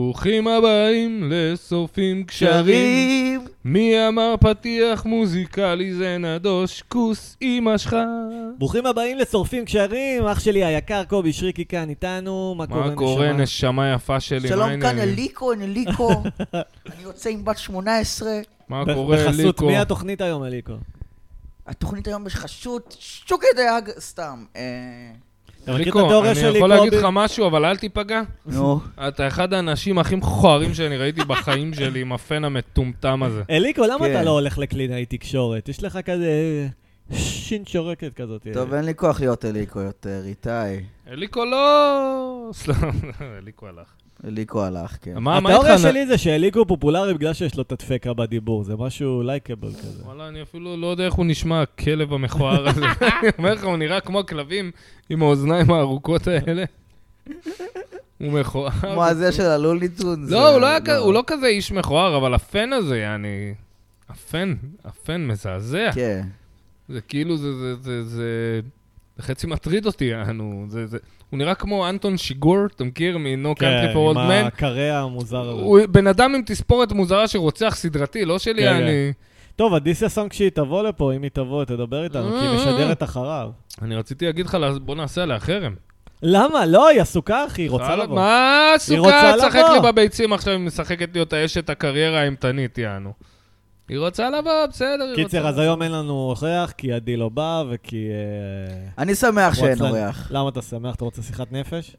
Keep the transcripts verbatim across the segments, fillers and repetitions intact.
ברוכים הבאים לשורפים קשרים. מי אמר פתיח מוזיקלי זה נדוש, כוס אמא שלך. ברוכים הבאים לשורפים קשרים, אח שלי היקר קובי שריקי כאן איתנו. מה קורה נשמה? מה קורה נשמה יפה שלי? שלום כאן אליקו, אליקו. אני יוצא עם בת שמונה עשרה. מה קורה אליקו? בחסות מי התוכנית היום אליקו? התוכנית היום בחסות שוקי דייג, סתם. אליקו, אני יכול להגיד לך משהו, אבל אל תיפגע. נו. אתה אחד האנשים הכי מכוערים שאני ראיתי בחיים שלי עם הפן המטומטם הזה. אליקו, למה אתה לא הולך לקלינאי תקשורת? יש לך כזה שין שורקת כזאת. טוב, אין לי כוח להיות אליקו יותר, איתי. אליקו לא... סלום, אליקו הלך. אליקו הלך, כן. התיאוריה שלי זה שאליקו פופולרי בגלל שיש לו את הדפקה בדיבור, זה משהו לייקבל כזה. וואלה, אני אפילו לא יודע איך הוא נשמע, הכלב המכוער הזה. אני אומר לך, הוא נראה כמו הכלבים עם האוזניים הארוכות האלה. הוא מכוער. כמו הזה של הלוליטון. לא, הוא לא כזה איש מכוער, אבל הפן הזה, אני... הפן, הפן מזעזע. כן. זה כאילו, זה, זה, זה... זה חצי מטריד אותי, אנו, זה, זה... הוא נראה כמו אנטון שיגור, אתה מכיר? מ-No Country for Old Men. כן, עם הקרע המוזר הזה. הוא בן אדם עם תספורת מוזרה שרוצח סדרתי, לא שלי, אני... טוב, הדיסיה סונג כשהיא תבוא לפה, אם היא תבוא, תדבר איתנו, כי היא משדרת אחריו. אני רציתי להגיד לך, בוא נעשה עליה חרם. למה? לא, היא עסוקה, אחי, היא רוצה לבוא. מה עסוקה? תשחק לי בביצים עכשיו, היא משחקת לי אותה אשת הקריירה האימתנית, יענו. היא רוצה לבוא, בסדר. קיצר, אז היום אין לנו אורח, כי עדי לא בא, וכי... אני שמח שאין אורח. למה אתה שמח? אתה רוצה שיחת נפש?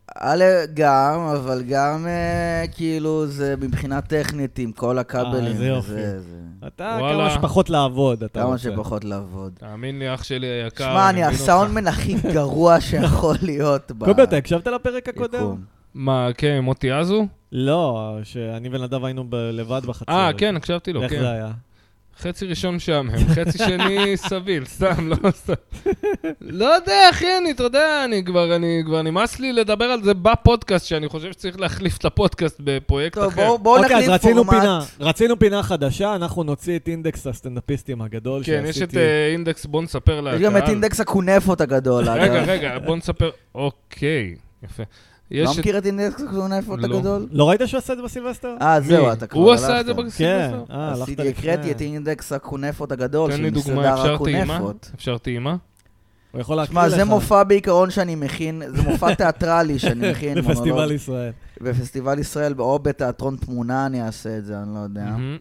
גם, אבל גם כאילו זה מבחינה טכנית עם כל הכבלים. זה יופי. אתה כמה שפחות לעבוד, אתה כמה רוצה. שפחות לעבוד. תאמין לי, אח שלי היקר. שמע, אני הסאונדמן הכי גרוע שיכול להיות. קובי, אתה הקשבת לפרק הקודם? מה, כן, מוטי עזו? לא, שאני ונדב היינו לבד בחצר. אה, כן, הקשבתי לו, כן. איך זה היה? חצי ראשון שם, חצי שני סביל, סתם, לא סתם. לא יודע, אחי, אני, אתה יודע, אני כבר, אני כבר נמאס לי לדבר על זה בפודקאסט, שאני חושב שצריך להחליף את הפודקאסט בפרויקט אחר. טוב, בואו נחליף פורמט. רצינו פינה חדשה, אנחנו נוציא את אינדקס הסטנדאפיסטים הגדול שעשיתי. כן, יש את אינדקס, בוא נספר לה. יש גם את אינדקס הקונפות הגדול. רגע, רגע, בוא נספר, אוקיי, יפה. לא מכיר את אינדקס הקונפות הגדול? לא ראית שהוא עשה את זה בסילבסטר? אה, זהו, אתה כבר הוא עשה את זה בסילבסטר? כן, אה, הלכת לפני. הקראתי את אינדקס הקונפות הגדול, תן לי דוגמה, אפשר טעימה? אפשר טעימה? הוא יכול להקריא לך. שמה, זה מופע בעיקרון שאני מכין, זה מופע תיאטרלי שאני מכין מונולוג. בפסטיבל ישראל. בפסטיבל ישראל, או בתיאטרון תמונה אני אעשה את זה, אני לא יודע.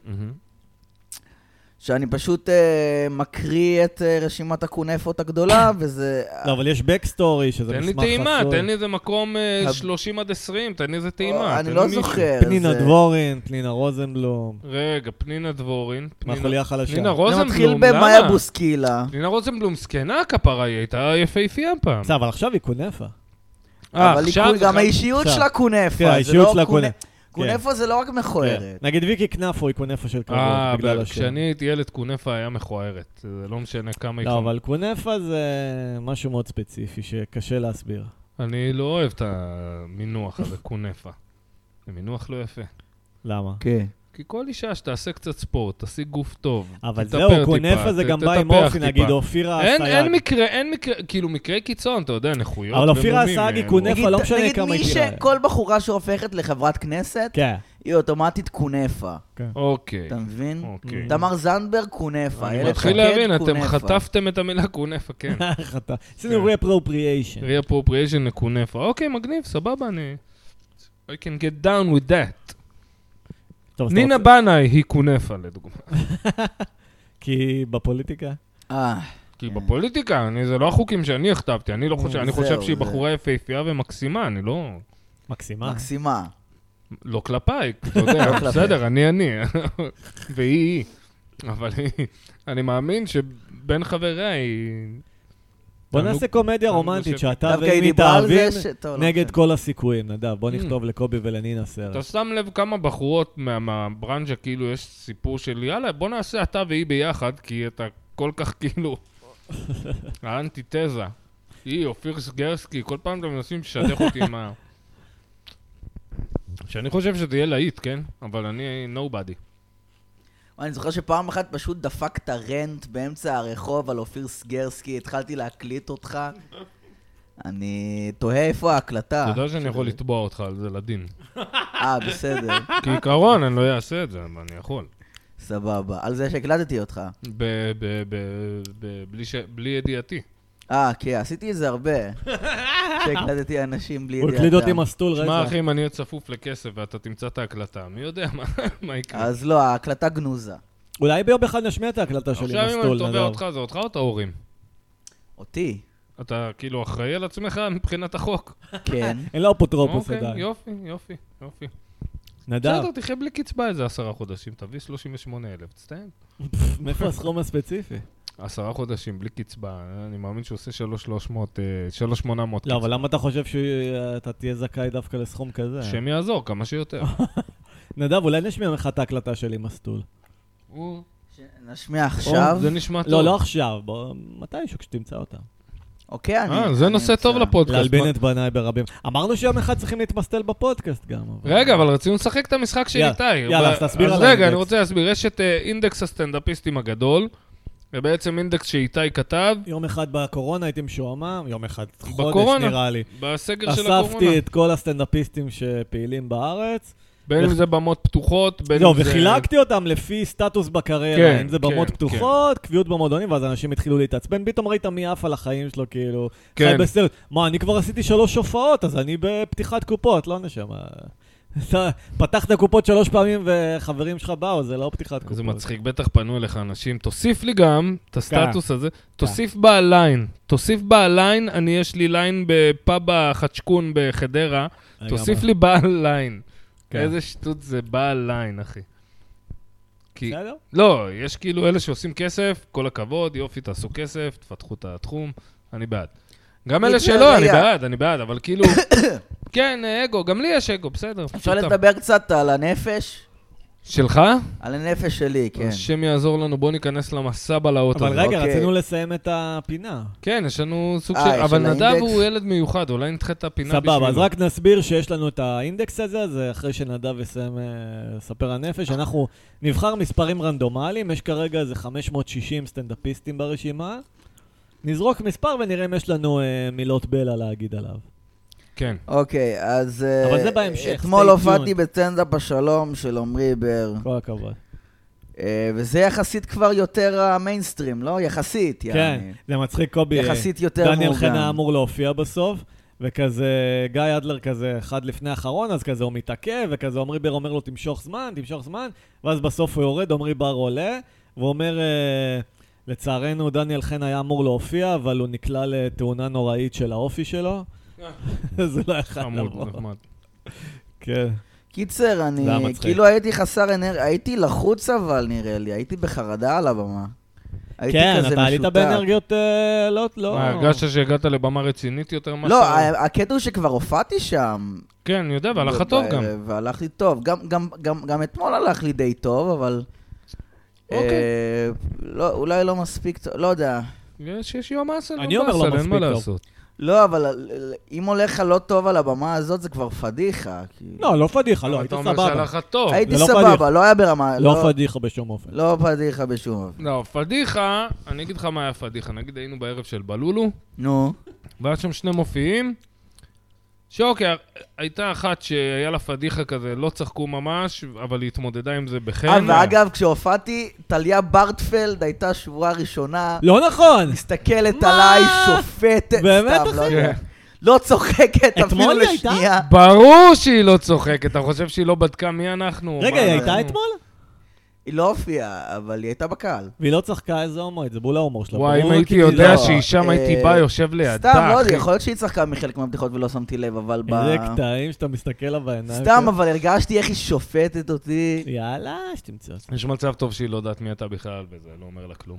שאני פשוט uh, מקריא את uh, רשימת הקונפות הגדולה, וזה... לא, אבל יש בקסטורי, שזה מסמך חסוי. תן לי טעימה, תן לי איזה מקום uh, שלושים עד עשרים, תן לי איזה טעימה. אני לא זוכר. פנינה דבורין, פנינה רוזנבלום. רגע, פנינה דבורין. מהחוליה חלשה. פנינה רוזנבלום, למה? נתחיל במאיה בוסקילה. פנינה רוזנבלום, סקנה הכפרה, היא הייתה יפהפייה פעם. בסדר, אבל עכשיו היא קונפה. אבל גם האישיות שלה קונפה. כן, האישיות שלה קונפה. קונפה זה לא רק מכוערת. נגיד ויקי כנפו היא קונפה של כבוד, בגלל השם. כשאני הייתי ילד קונפה היה מכוערת, זה לא משנה כמה היא... לא, אבל קונפה זה משהו מאוד ספציפי שקשה להסביר. אני לא אוהב את המינוח הזה, קונפה. זה מינוח לא יפה. למה? כן. כי כל אישה שתעשה קצת ספורט, תעשי גוף טוב. אבל זהו, קונפה זה גם בא עם אופי, נגיד אופירה הסייג. אין מקרה, אין מקרה, כאילו מקרה קיצון, אתה יודע, נכויות. אבל אופירה הסייג היא קונפה, לא משנה כמה היא תראה. נגיד מי שכל בחורה שהופכת לחברת כנסת, היא אוטומטית קונפה. אוקיי. אתה מבין? תמר זנדברג קונפה. אני מתחיל להבין, אתם חטפתם את המילה קונפה, כן. עשינו re-appropriation. re-appropriation לקונפה. אוקיי, מגניב, סבבה, אני... I can get down with that. נינה בנאי היא קונפה, לדוגמה. כי בפוליטיקה? אה. כי בפוליטיקה, זה לא החוקים שאני הכתבתי, אני לא חושב, אני חושב שהיא בחורה יפהפייה ומקסימה, אני לא... מקסימה? מקסימה. לא כלפיי, אתה יודע, בסדר, אני אני, והיא היא. אבל אני מאמין שבין חבריה היא... בוא נעשה קומדיה רומנטית שאתה ואני תאהבים נגד כל הסיכויים, נדב. בוא נכתוב לקובי ולנינה סרט. אתה שם לב כמה בחורות מהברנז'ה, כאילו יש סיפור של יאללה, בוא נעשה אתה והיא ביחד, כי אתה כל כך כאילו האנטיתזה. היא, אופיר סגרסקי, כל פעם אתם מנסים לשדך אותי עם ה... שאני חושב שזה יהיה להיט, כן? אבל אני nobody. אני זוכר שפעם אחת פשוט דפקת רנט באמצע הרחוב על אופיר סגרסקי, התחלתי להקליט אותך. אני תוהה איפה ההקלטה. אתה יודע שאני יכול לתבוע אותך על זה לדין. אה, בסדר. כעיקרון, אני לא אעשה את זה, אבל אני יכול. סבבה. על זה שהקלטתי אותך. בלי ידיעתי. אה, כן, עשיתי את זה הרבה. שהקלטתי אנשים בלי ידיעתם. הוא הקליד אותי מסטול רצח. שמע, אחי, אם אני אהיה צפוף לכסף ואתה תמצא את ההקלטה, מי יודע מה יקרה? אז לא, ההקלטה גנוזה. אולי ביום אחד נשמיע את ההקלטה שלי מסטול. עכשיו אם אני תובע אותך, זה אותך או את ההורים? אותי. אתה כאילו אחראי על עצמך מבחינת החוק? כן. אין לו אפוטרופוס עדיין. אוקיי, יופי, יופי, יופי. נדב. בסדר, תחיה בלי קצבה איזה עשרה חודשים, תביא שלושים ושמונה אלף, תסתיים. מאיפה הסכום הספציפי? עשרה חודשים בלי קצבה, אני מאמין שהוא עושה שלוש שלוש מאות, שלוש שמונה מאות קצבה. לא, אבל למה אתה חושב שאתה תהיה זכאי דווקא לסכום כזה? שם יעזור, כמה שיותר. נדב, אולי נשמיע לך את ההקלטה שלי מסטול. נשמיע עכשיו? זה נשמע טוב. לא, לא עכשיו, מתישהו כשתמצא אותה. אוקיי, אני... אה, זה נושא טוב לפודקאסט. להלבין את בניי ברבים. אמרנו שיום אחד צריכים להתמסטל בפודקאסט גם. רגע, אבל רצינו לשחק את המשחק של איתי. יאללה, אז תסביר על האינדקס. אז רגע, אני רוצה להסביר. יש את אינדקס הסטנדאפיסטים הגדול, ובעצם אינדקס שאיתי כתב. יום אחד בקורונה הייתי משועמם, יום אחד חודש נראה לי. בסגר של הקורונה. אספתי את כל הסטנדאפיסטים שפעילים בארץ. בין אם זה במות פתוחות, בין לא, אם זה... וחילקתי אותם לפי סטטוס בקריירה. אם זה במות פתוחות, קביעות במועדונים, ואז אנשים התחילו להתעצבן. פתאום ראית מי עף על החיים שלו, כאילו... חי בסרט. מה, אני כבר עשיתי שלוש הופעות, אז אני בפתיחת קופות, לא נשמע. פתחת קופות שלוש פעמים וחברים שלך באו, זה לא פתיחת קופות. זה מצחיק, בטח פנו אליך אנשים. תוסיף לי גם את הסטטוס הזה, תוסיף בליין, תוסיף בליין, אני יש לי ליין בפאב החדשקון בחדרה, תוסיף לי בליין. איזה שטות זה בליין, אחי. בסדר? לא, יש כאילו אלה שעושים כסף, כל הכבוד, יופי, תעשו כסף, תפתחו את התחום, אני בעד. גם אלה שלא, אני בעד, אני בעד, אבל כאילו... כן, אגו, גם לי יש אגו, בסדר. אפשר לדבר קצת על הנפש? שלך? על הנפש שלי, כן. השם יעזור לנו, בוא ניכנס למסע בלהות הזה. אבל רגע, רצינו לסיים את הפינה. כן, יש לנו סוג של... אבל נדב הוא ילד מיוחד, אולי נדחה את הפינה בשבילו. סבבה, אז רק נסביר שיש לנו את האינדקס הזה, זה אחרי שנדב יסיים לספר הנפש. אנחנו נבחר מספרים רנדומליים, יש כרגע איזה חמש מאות ושישים סטנדאפיסטים ברשימה. נזרוק מספר ונראה אם יש לנו מילות בלע להגיד עליו. כן. אוקיי, אז... אבל זה בהמשך. אתמול הופעתי בסטנדאפ השלום של עמרי בר. כל הכבוד. וזה יחסית כבר יותר המיינסטרים, לא? יחסית, כן, יעני. זה מצחיק, קובי. יחסית יותר מורגן. דניאל חן אמור להופיע בסוף, וכזה גיא אדלר כזה אחד לפני האחרון, אז כזה הוא מתעכב, וכזה עמרי בר אומר לו תמשוך זמן, תמשוך זמן, ואז בסוף הוא יורד, עמרי בר עולה, והוא אומר... לצערנו, דניאל חן היה אמור להופיע, אבל הוא נקלע לתאונה נוראית של האופי שלו. זה לא אחד לבוא. כן. קיצר, אני כאילו הייתי חסר אנרגיה, הייתי לחוץ אבל נראה לי, הייתי בחרדה על הבמה. כן, אתה עלית באנרגיות לא... לא. הרגשת שהגעת לבמה רצינית יותר מה לא, הקטע הוא שכבר הופעתי שם. כן, אני יודע, והלך טוב גם. והלך לי טוב. גם אתמול הלך לי די טוב, אבל... אולי לא מספיק טוב, לא יודע. יש יום מעשה, אני אומר לא מספיק טוב. לא, אבל אם הולך לא טוב על הבמה הזאת, זה כבר פדיחה. לא, לא פדיחה, לא, היית סבבה. אתה אומר שהלך טוב. הייתי סבבה, לא היה ברמה... לא פדיחה בשום אופן. לא פדיחה בשום אופן. לא, פדיחה, אני אגיד לך מה היה פדיחה. נגיד, היינו בערב של בלולו. נו. והיה שם שני מופיעים. שאוקיי, הייתה אחת שהיה לה פדיחה כזה, לא צחקו ממש, אבל היא התמודדה עם זה בחן. אה, ואגב, כשהופעתי, טליה ברטפלד הייתה שבוע ראשונה. לא נכון. מסתכלת עליי, שופטת. באמת, אחי? לא צוחקת אפילו לשנייה. ברור שהיא לא צוחקת, אתה חושב שהיא לא בדקה מי אנחנו? רגע, היא הייתה אתמול? היא לא הופיעה, אבל היא הייתה בקהל. והיא לא צחקה איזה הומואית, זה בול ההומור שלה. וואי, אם הייתי יודע שהיא שם הייתי בא, יושב לידה. סתם, לא יודע, יכול להיות שהיא צחקה מחלק מהבדיחות ולא שמתי לב, אבל ב... איזה קטעים שאתה מסתכל לה בעיניים. סתם, אבל הרגשתי איך היא שופטת אותי. יאללה, שתמצא. יש מצב טוב שהיא לא יודעת מי אתה בכלל, וזה לא אומר לה כלום.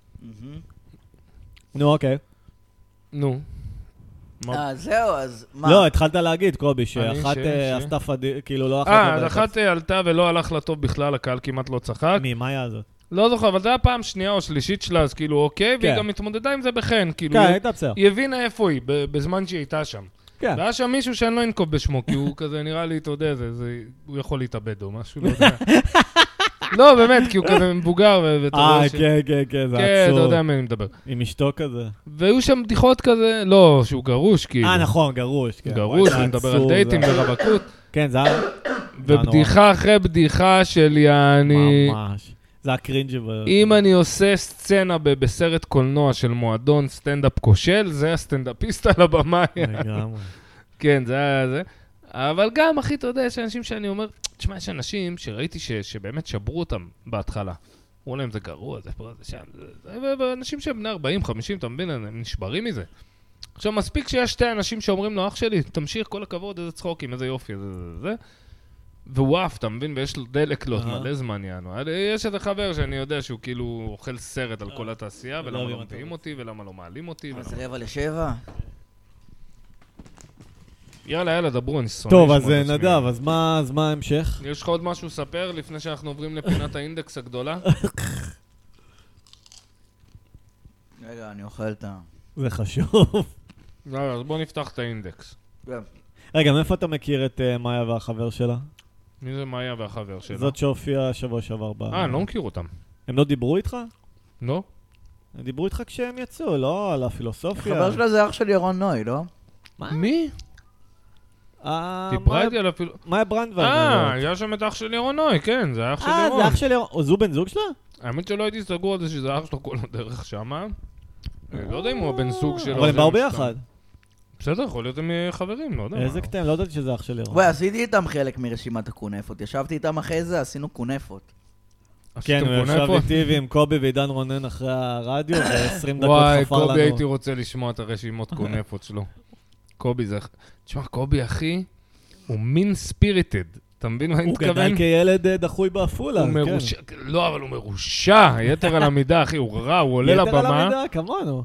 נו, אוקיי. נו. אה, זהו, אז מה? לא, התחלת להגיד, קובי, שאחת עשתה פדיחה, כאילו לא אחת... אה, אז אחת עלתה ולא הלך לה טוב בכלל, הקהל כמעט לא צחק. מי, מה היה הזאת? לא זוכר, אבל זה היה פעם שנייה או שלישית שלה, אז כאילו אוקיי, והיא גם התמודדה עם זה בחן, כאילו... כן, הייתה בסדר. היא הבינה איפה היא, בזמן שהיא הייתה שם. כן. והיה שם מישהו שאני לא אנקוב בשמו, כי הוא כזה נראה לי, אתה יודע, הוא יכול להתאבד או משהו, לא יודע. לא, באמת, כי הוא כזה מבוגר, ואתה יודע ש... אה, כן, כן, כן, זה עצור. כן, אתה יודע מה אני מדבר. עם אשתו כזה. והיו שם בדיחות כזה, לא, שהוא גרוש, כאילו. אה, נכון, גרוש, כן. גרוש, הוא מדבר על דייטים ורווקות. כן, זה היה... ובדיחה אחרי בדיחה של יעני... ממש. זה הקרינג' אם אני עושה סצנה ב- בסרט קולנוע של מועדון סטנדאפ כושל, זה הסטנדאפיסט על הבמה. לגמרי. כן, זה היה זה. אבל גם, אחי, אתה יודע, יש אנשים שאני אומר, תשמע, יש אנשים שראיתי ש- שבאמת שברו אותם בהתחלה. אמרו להם, זה גרוע, זה פה, זה שם, זה... זה... ואנשים שהם בני ארבעים חמישים, אתה מבין, הם נשברים מזה. עכשיו, מספיק שיש שתי אנשים שאומרים לו, אח שלי, תמשיך, כל הכבוד, איזה צחוקים, איזה יופי, איזה זה, זה. והוא אף, אתה מבין, ויש לו דלק לו מלא זמן, יענו. יש איזה חבר שאני יודע שהוא כאילו אוכל סרט על כל התעשייה, ולמה לא מביאים אותי, ולמה לא מעלים אותי. אבל זה רבע לשבע. יאללה, יאללה, דברו, אני שונא. טוב, אז נדב, אז מה ההמשך? יש לך עוד משהו לספר לפני שאנחנו עוברים לפינת האינדקס הגדולה? רגע, אני אוכל את ה... זה חשוב. יאללה, אז בוא נפתח את האינדקס. רגע, מאיפה אתה מכיר את מאיה והחבר שלה? מי זה מאיה והחבר שלה? זאת שהופיעה שבוע שעבר ב... אה, אני לא מכיר אותם. הם לא דיברו איתך? לא? הם דיברו איתך כשהם יצאו, לא? על הפילוסופיה. החבר שלה זה אח של ירון נוי, לא? מי? דיברה איתי על אפילו... מאיה ברנדווין. אה, היה שם את אח של ירון נוי, כן, זה אח של ירון. אה, זה אח של ירון. זו בן זוג שלה? האמת שלא הייתי סגור על זה שזה אח שלו כל הדרך שמה. לא יודע אם הוא הבן זוג שלו. אבל הם באו ביחד. בסדר, יכול להיות הם חברים, לא יודע. איזה קטעים, לא ידעתי שזה אח של ירון. וואי, עשיתי איתם חלק מרשימת הקונפות. ישבתי איתם אחרי זה, עשינו קונפות. כן, הוא ישב איתי ועם קובי ועידן רונן אחרי הרדיו, ו-עשרים דקות וואי, חפר לנו. קובי הייתי רוצה לשמוע את הרשימות קונפות שלו. קובי זה... תשמע, קובי אחי, הוא מין ספיריטד. אתה מבין מה אני מתכוון? הוא גדל כילד דחוי באפולה. הוא מרושע, לא, אבל הוא מרושע, יתר על המידה, אחי, הוא רע, הוא עולה לבמה. יתר על המידה, כמונו.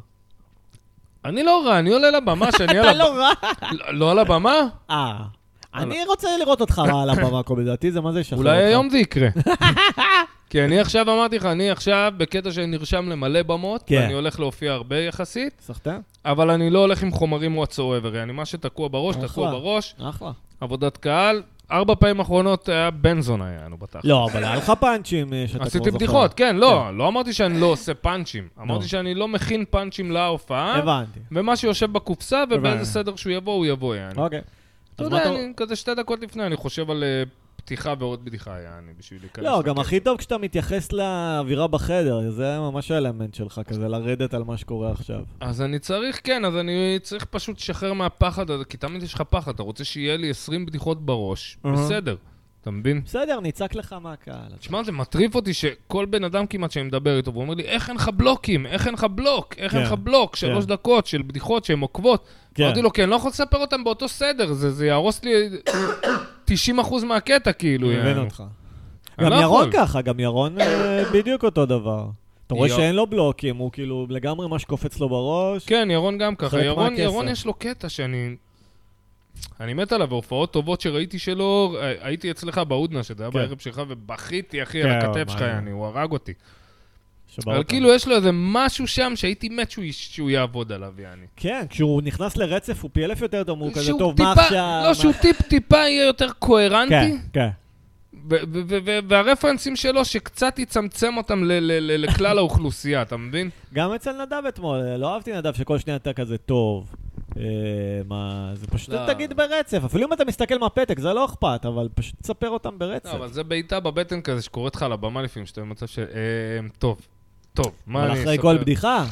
אני לא רע, אני עולה לבמה שאני על הבמה. אתה לא רע? לא על הבמה? אה. אני רוצה לראות אותך רע על הבמה, קובי, דעתי זה מה זה ישחרר אותך. אולי היום זה יקרה. כי אני עכשיו אמרתי לך, אני עכשיו בקטע שאני נרשם למלא במות, ואני הולך להופיע הרבה יחסית. סחטן? אבל אני לא הולך עם חומרים whatsoever, אני מה שתקוע בראש, תקוע בראש. אחלה. עבודת קהל. ארבע פעמים האחרונות היה בנזון היה, נו בתחת. לא, אבל היה לך פאנצ'ים שאתה כבר זוכר. עשיתי בדיחות, כן, לא. לא אמרתי שאני לא עושה פאנצ'ים. אמרתי שאני לא מכין פאנצ'ים להופעה. הבנתי. ומה שיושב בקופסה, ובאיזה סדר שהוא יבוא, הוא יבוא, יעני. אוקיי. אתה יודע, אני כזה שתי דקות לפני, אני חושב על פתיחה ועוד בדיחה, יעני, בשביל להיכנס. לא, גם הכי טוב כשאתה מתייחס לאווירה בחדר, זה ממש האלמנט שלך, כזה לרדת על מה שקורה עכשיו. אז אני צריך, כן, אז אני צריך פשוט לשחרר מהפחד הזה, כי תמיד יש לך פחד, אתה רוצה שיהיה לי עשרים בדיחות בראש, בסדר. אתה מבין? בסדר, ניצק לך מהקהל. תשמע, זה מטריף אותי שכל בן אדם כמעט שאני מדבר איתו, והוא אומר לי, איך אין לך בלוקים? איך אין לך בלוק? איך אין לך בלוק? שלוש דקות של בדיחות שהן עוקבות. אמרתי לו, כן, לא יכול לספר אותם באותו סדר, זה יהרוס לי תשעים אחוז מהקטע, כאילו. אני מבין אותך. גם ירון ככה, גם ירון בדיוק אותו דבר. אתה רואה שאין לו בלוקים, הוא כאילו לגמרי מה שקופץ לו בראש. כן, ירון גם ככה. ירון יש לו קטע שאני... אני מת עליו, והופעות טובות שראיתי שלו, הייתי אצלך בהודנה, שזה היה בערב שלך, ובכיתי, אחי, על הכתף שלך, הוא הרג אותי. אבל כאילו יש לו איזה משהו שם שהייתי מת שהוא יעבוד עליו, יעני. כן, כשהוא נכנס לרצף הוא פי אלף יותר טוב, הוא כזה טוב, מה עכשיו? לא, שהוא טיפ-טיפה יהיה יותר קוהרנטי. כן, כן. והרפרנסים שלו שקצת יצמצם אותם לכלל האוכלוסייה, אתה מבין? גם אצל נדב אתמול, לא אהבתי נדב שכל שנייה אתה כזה טוב. מה, זה פשוט תגיד ברצף, אפילו אם אתה מסתכל מהפתק, זה לא אכפת, אבל פשוט תספר אותם ברצף. לא, אבל זה בעיטה בבטן כזה שקוראת לך על הבמה לפעמים, שאתה במצב של, טוב, טוב, מה אני אספר? אבל אחרי כל בדיחה?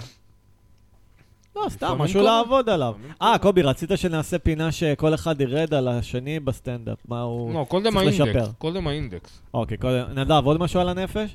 לא, סתם, משהו לעבוד עליו. אה, קובי, רצית שנעשה פינה שכל אחד ירד על השני בסטנדאפ, מה הוא לא, כל דם האינדקס, כל דם האינדקס. אוקיי, נדב, עוד משהו על הנפש?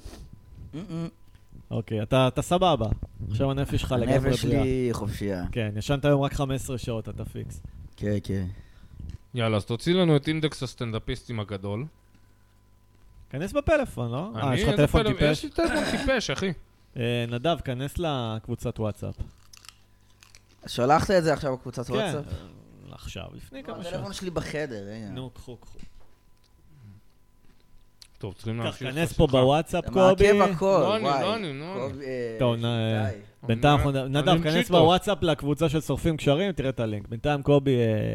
אוקיי, אתה סבבה. עכשיו הנפש שלך לגמרי בריאה. הנפש שלי חופשייה. כן, ישנת היום רק חמש עשרה שעות, אתה פיקס. כן, כן. יאללה, אז תוציא לנו את אינדקס הסטנדאפיסטים הגדול. כנס בפלאפון, לא? אה, יש לך טלפון טיפש? יש לי טלפון טיפש, אחי. נדב, כנס לקבוצת וואטסאפ. שלחת את זה עכשיו בקבוצת וואטסאפ? כן, עכשיו, לפני כמה שעות. הטלפון שלי בחדר, רגע. נו, קחו, קחו. טוב, צריכים להמשיך. כנס פה בוואטסאפ, קובי. מעכב הכל, וואי. לא אני, לא אני, לא אני. טוב, בינתיים, נדב, כנס בוואטסאפ לקבוצה של שורפים קשרים, תראה את הלינק. בינתיים, קובי,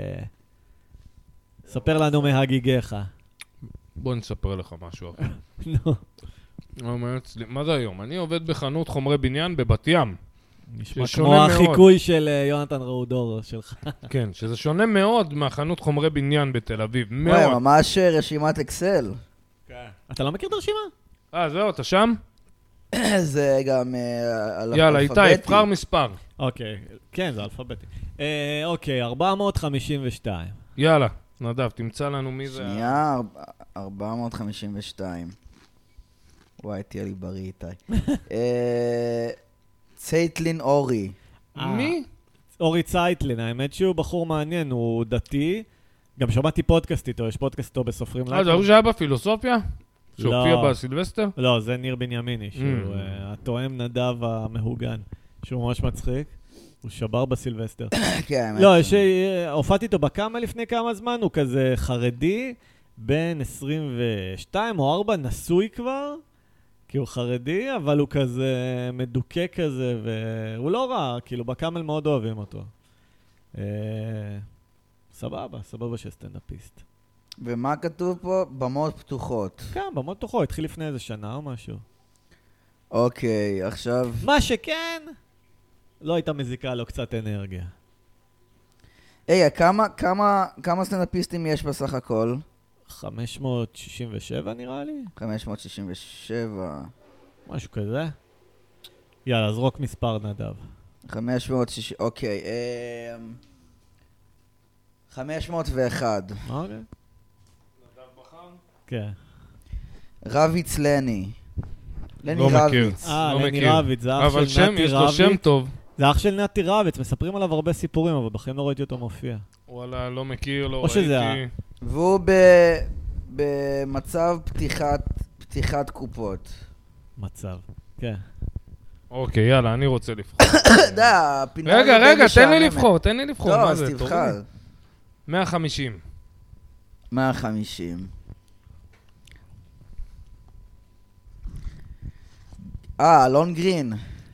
ספר לנו מהגיגיך. בוא נספר לך משהו אחר. נו. מה זה היום? אני עובד בחנות חומרי בניין בבת ים. נשמע ששונה כמו מאוד. החיקוי של אה, יונתן ראודור שלך. כן, שזה שונה מאוד מהחנות חומרי בניין בתל אביב. וואי, מאוד. ממש רשימת אקסל. אתה לא מכיר את הרשימה? אה, זהו, אתה שם? זה גם אה, על יאללה, איתי, אלפביתי. תבחר מספר. אוקיי, כן, זה אלפביתי. אה, אוקיי, ארבע מאות חמישים ושתיים. יאללה, נדב, תמצא לנו מי זה. שנייה, ארבע מאות חמישים ושתיים. וואי, תהיה לי בריא, איתי. אה, צייטלין אורי. מי? אורי צייטלין, האמת שהוא בחור מעניין, הוא דתי. גם שמעתי פודקאסט איתו, יש פודקאסט איתו בסופרים אה, זה הוא שהיה בפילוסופיה? לא. שהופיע בסילבסטר? לא, זה ניר בנימיני, שהוא Mm. אה, התואם נדב המהוגן, שהוא ממש מצחיק. הוא שבר בסילבסטר. כן, האמת. לא, יש, אה, הופעתי איתו בקאמה לפני כמה זמן, הוא כזה חרדי, בן עשרים ושתיים או ארבע, נשוי כבר, כי הוא חרדי, אבל הוא כזה מדוכא כזה, והוא לא רע, כאילו בקאמל מאוד אוהבים אותו. אה, סבבה, סבבה של סטנדאפיסט. ומה כתוב פה? במות פתוחות. כן, במות תוכו, התחיל לפני איזה שנה או משהו. אוקיי, עכשיו... מה שכן, לא הייתה מזיקה לו קצת אנרגיה. היי, כמה, כמה, כמה סטנדאפיסטים יש בסך הכל? חמש מאות שישים ושבע נראה לי? חמש מאות שישים ושבע. משהו כזה. יאללה, זרוק מספר נדב. חמש מאות שישים... אוקיי, אמ... חמש מאות ואחת. אוקיי. כן. רביץ לני. לני לא מכיר. רביץ. אה, לא לני מכיר. רביץ, זה אח אבל של שם, נתי יש לו שם רביץ. טוב. זה אח של נתי רביץ, מספרים עליו הרבה סיפורים, אבל בחיים לא ראיתי אותו מופיע. וואלה, לא מכיר, לא או שזה ראיתי. והוא ב... במצב פתיחת, פתיחת קופות. מצב. כן. אוקיי, יאללה, אני רוצה לבחור. אתה יודע, הפינה רגע, הזאת די רגע, תן משעממת. לי לבחור, תן לי לבחור. טוב, מה אז זה, תבחר. תוריד. מאה וחמישים. מאה וחמישים. אה, אלון גרין.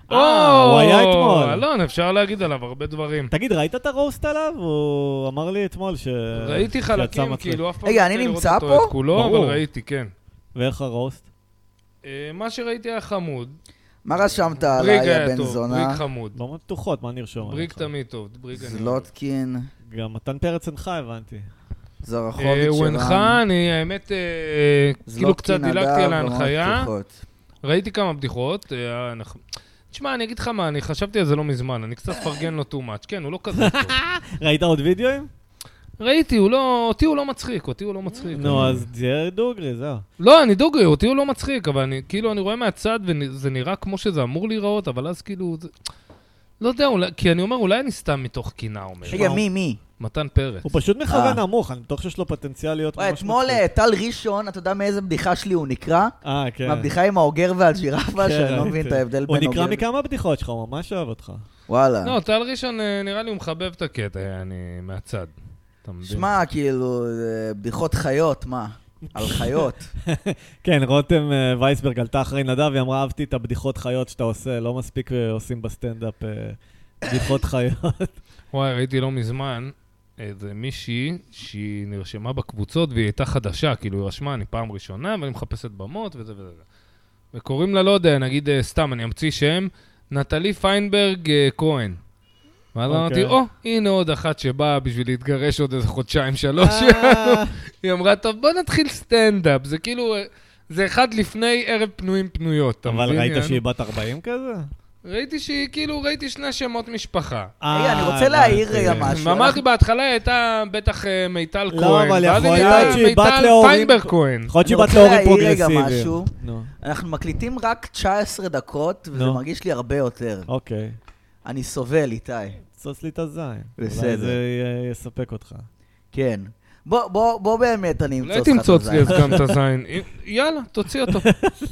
אה, הוא היה אתמול. אלון, אפשר להגיד עליו הרבה דברים. תגיד, ראית את הרוסט עליו? הוא אמר לי אתמול ש... ראיתי שיצא חלקים, מצחיק. כאילו, אף פעם רגע, לא אני יצא לראות נמצא אותו פה? את כולו, ברור. אבל ראיתי, כן. ואיך הרוסט? אה, מה שראיתי היה חמוד. מה רשמת עליי, בריג היה הבן טוב, זונה? בריג חמוד. במות פתוחות, מה נרשום? בריג עליך? תמיד טוב, בריג אני אוהב. זלוטקין, גם מתן פרץ הנך, הבנתי. זרחוביץ' אה, הוא ערן, הנחה, אני האמת, אה, כאילו קצת זלוטקין, דילגתי על נדב, במות ההנחיה. פתוחות. ראיתי כמה בדיחות. אה, אנחנו- תשמע, אני אגיד לך מה, אני חשבתי על זה לא מזמן, אני קצת פרגן לו too much. כן, הוא לא כזה טוב. ראית עוד וידאוים? ראיתי, הוא לא, אותי הוא לא מצחיק, אותי הוא לא מצחיק. נו, אני- אז תהיה דוגרי, זהו. לא, אני דוגרי, אותי הוא לא מצחיק, אבל אני, כאילו, אני רואה מהצד וזה נראה כמו שזה אמור להיראות, אבל אז כאילו, זה... לא יודע, אולי, כי אני אומר, אולי אני סתם מתוך קינה, אומר. רגע, מי, מי? מתן פרץ. הוא פשוט מכוון אה. נמוך, אני בטוח שיש לו פוטנציאל להיות וואי, ממש אתמול מצחיק. אה, טל ראשון, אתה יודע מאיזה בדיחה שלי הוא נקרא? אה, כן. מהבדיחה עם האוגר והג'ירפה, כן, שאני לא מבין ראיתי. את ההבדל הוא בין אוגר... נקרא מכמה בדיחות שלך, הוא ממש אוהב אותך. וואלה. לא, טל ראשון, אה, נראה לי הוא מחבב את הקטע, אני מהצד. אתה מבין? שמע, כאילו, זה בדיחות חיות, מה? על חיות. כן, רותם אה, וייסברג עלתה אחרי נדב, היא אמרה, אהבתי את הבדיחות חיות שאתה עושה, לא מספיק אה, עושים בסטנדאפ אה, בדיחות חיות. וואי, ראיתי לא מזמן איזה מישהי שהיא נרשמה בקבוצות והיא הייתה חדשה, כאילו היא רשמה, אני פעם ראשונה, ואני מחפשת במות וזה וזה. וקוראים לה, לא יודע, נגיד אה, סתם, אני אמציא שם, נטלי פיינברג אה, כהן. ואז אמרתי, או, הנה עוד אחת שבאה בשביל להתגרש עוד איזה חודשיים, שלוש. אה, היא אמרה, טוב, בוא נתחיל סטנדאפ. זה כאילו, אה, זה אחד לפני ערב פנויים פנויות. אתה אבל מבין, ראית יענו? שהיא בת ארבעים כזה? ראיתי שהיא, כאילו, ראיתי שני שמות משפחה. רגע, אני אה, רוצה להעיר הבנתי. רגע משהו. ואמרתי בהתחלה, היא הייתה בטח אה, מיטל לא, כהן. אבל ואז יכול היא להיות הייתה שהיא בת מיטל להורים- פיינברג כהן. יכול להיות שהיא אני בת רוצה להורים להעיר רגע פרוגרסיביים. משהו. נו, אנחנו מקליטים רק תשע עשרה דקות, וזה נו. מרגיש לי הרבה יותר. אוקיי. אני סובל, איתי. צוץ לי את הזין. בסדר. אולי זה י- יספק אותך. כן. בוא, בוא, בוא באמת אני אולי אמצוץ לך את תמצוץ לי הזין. אז גם את הזין. יאללה, תוציא אותו.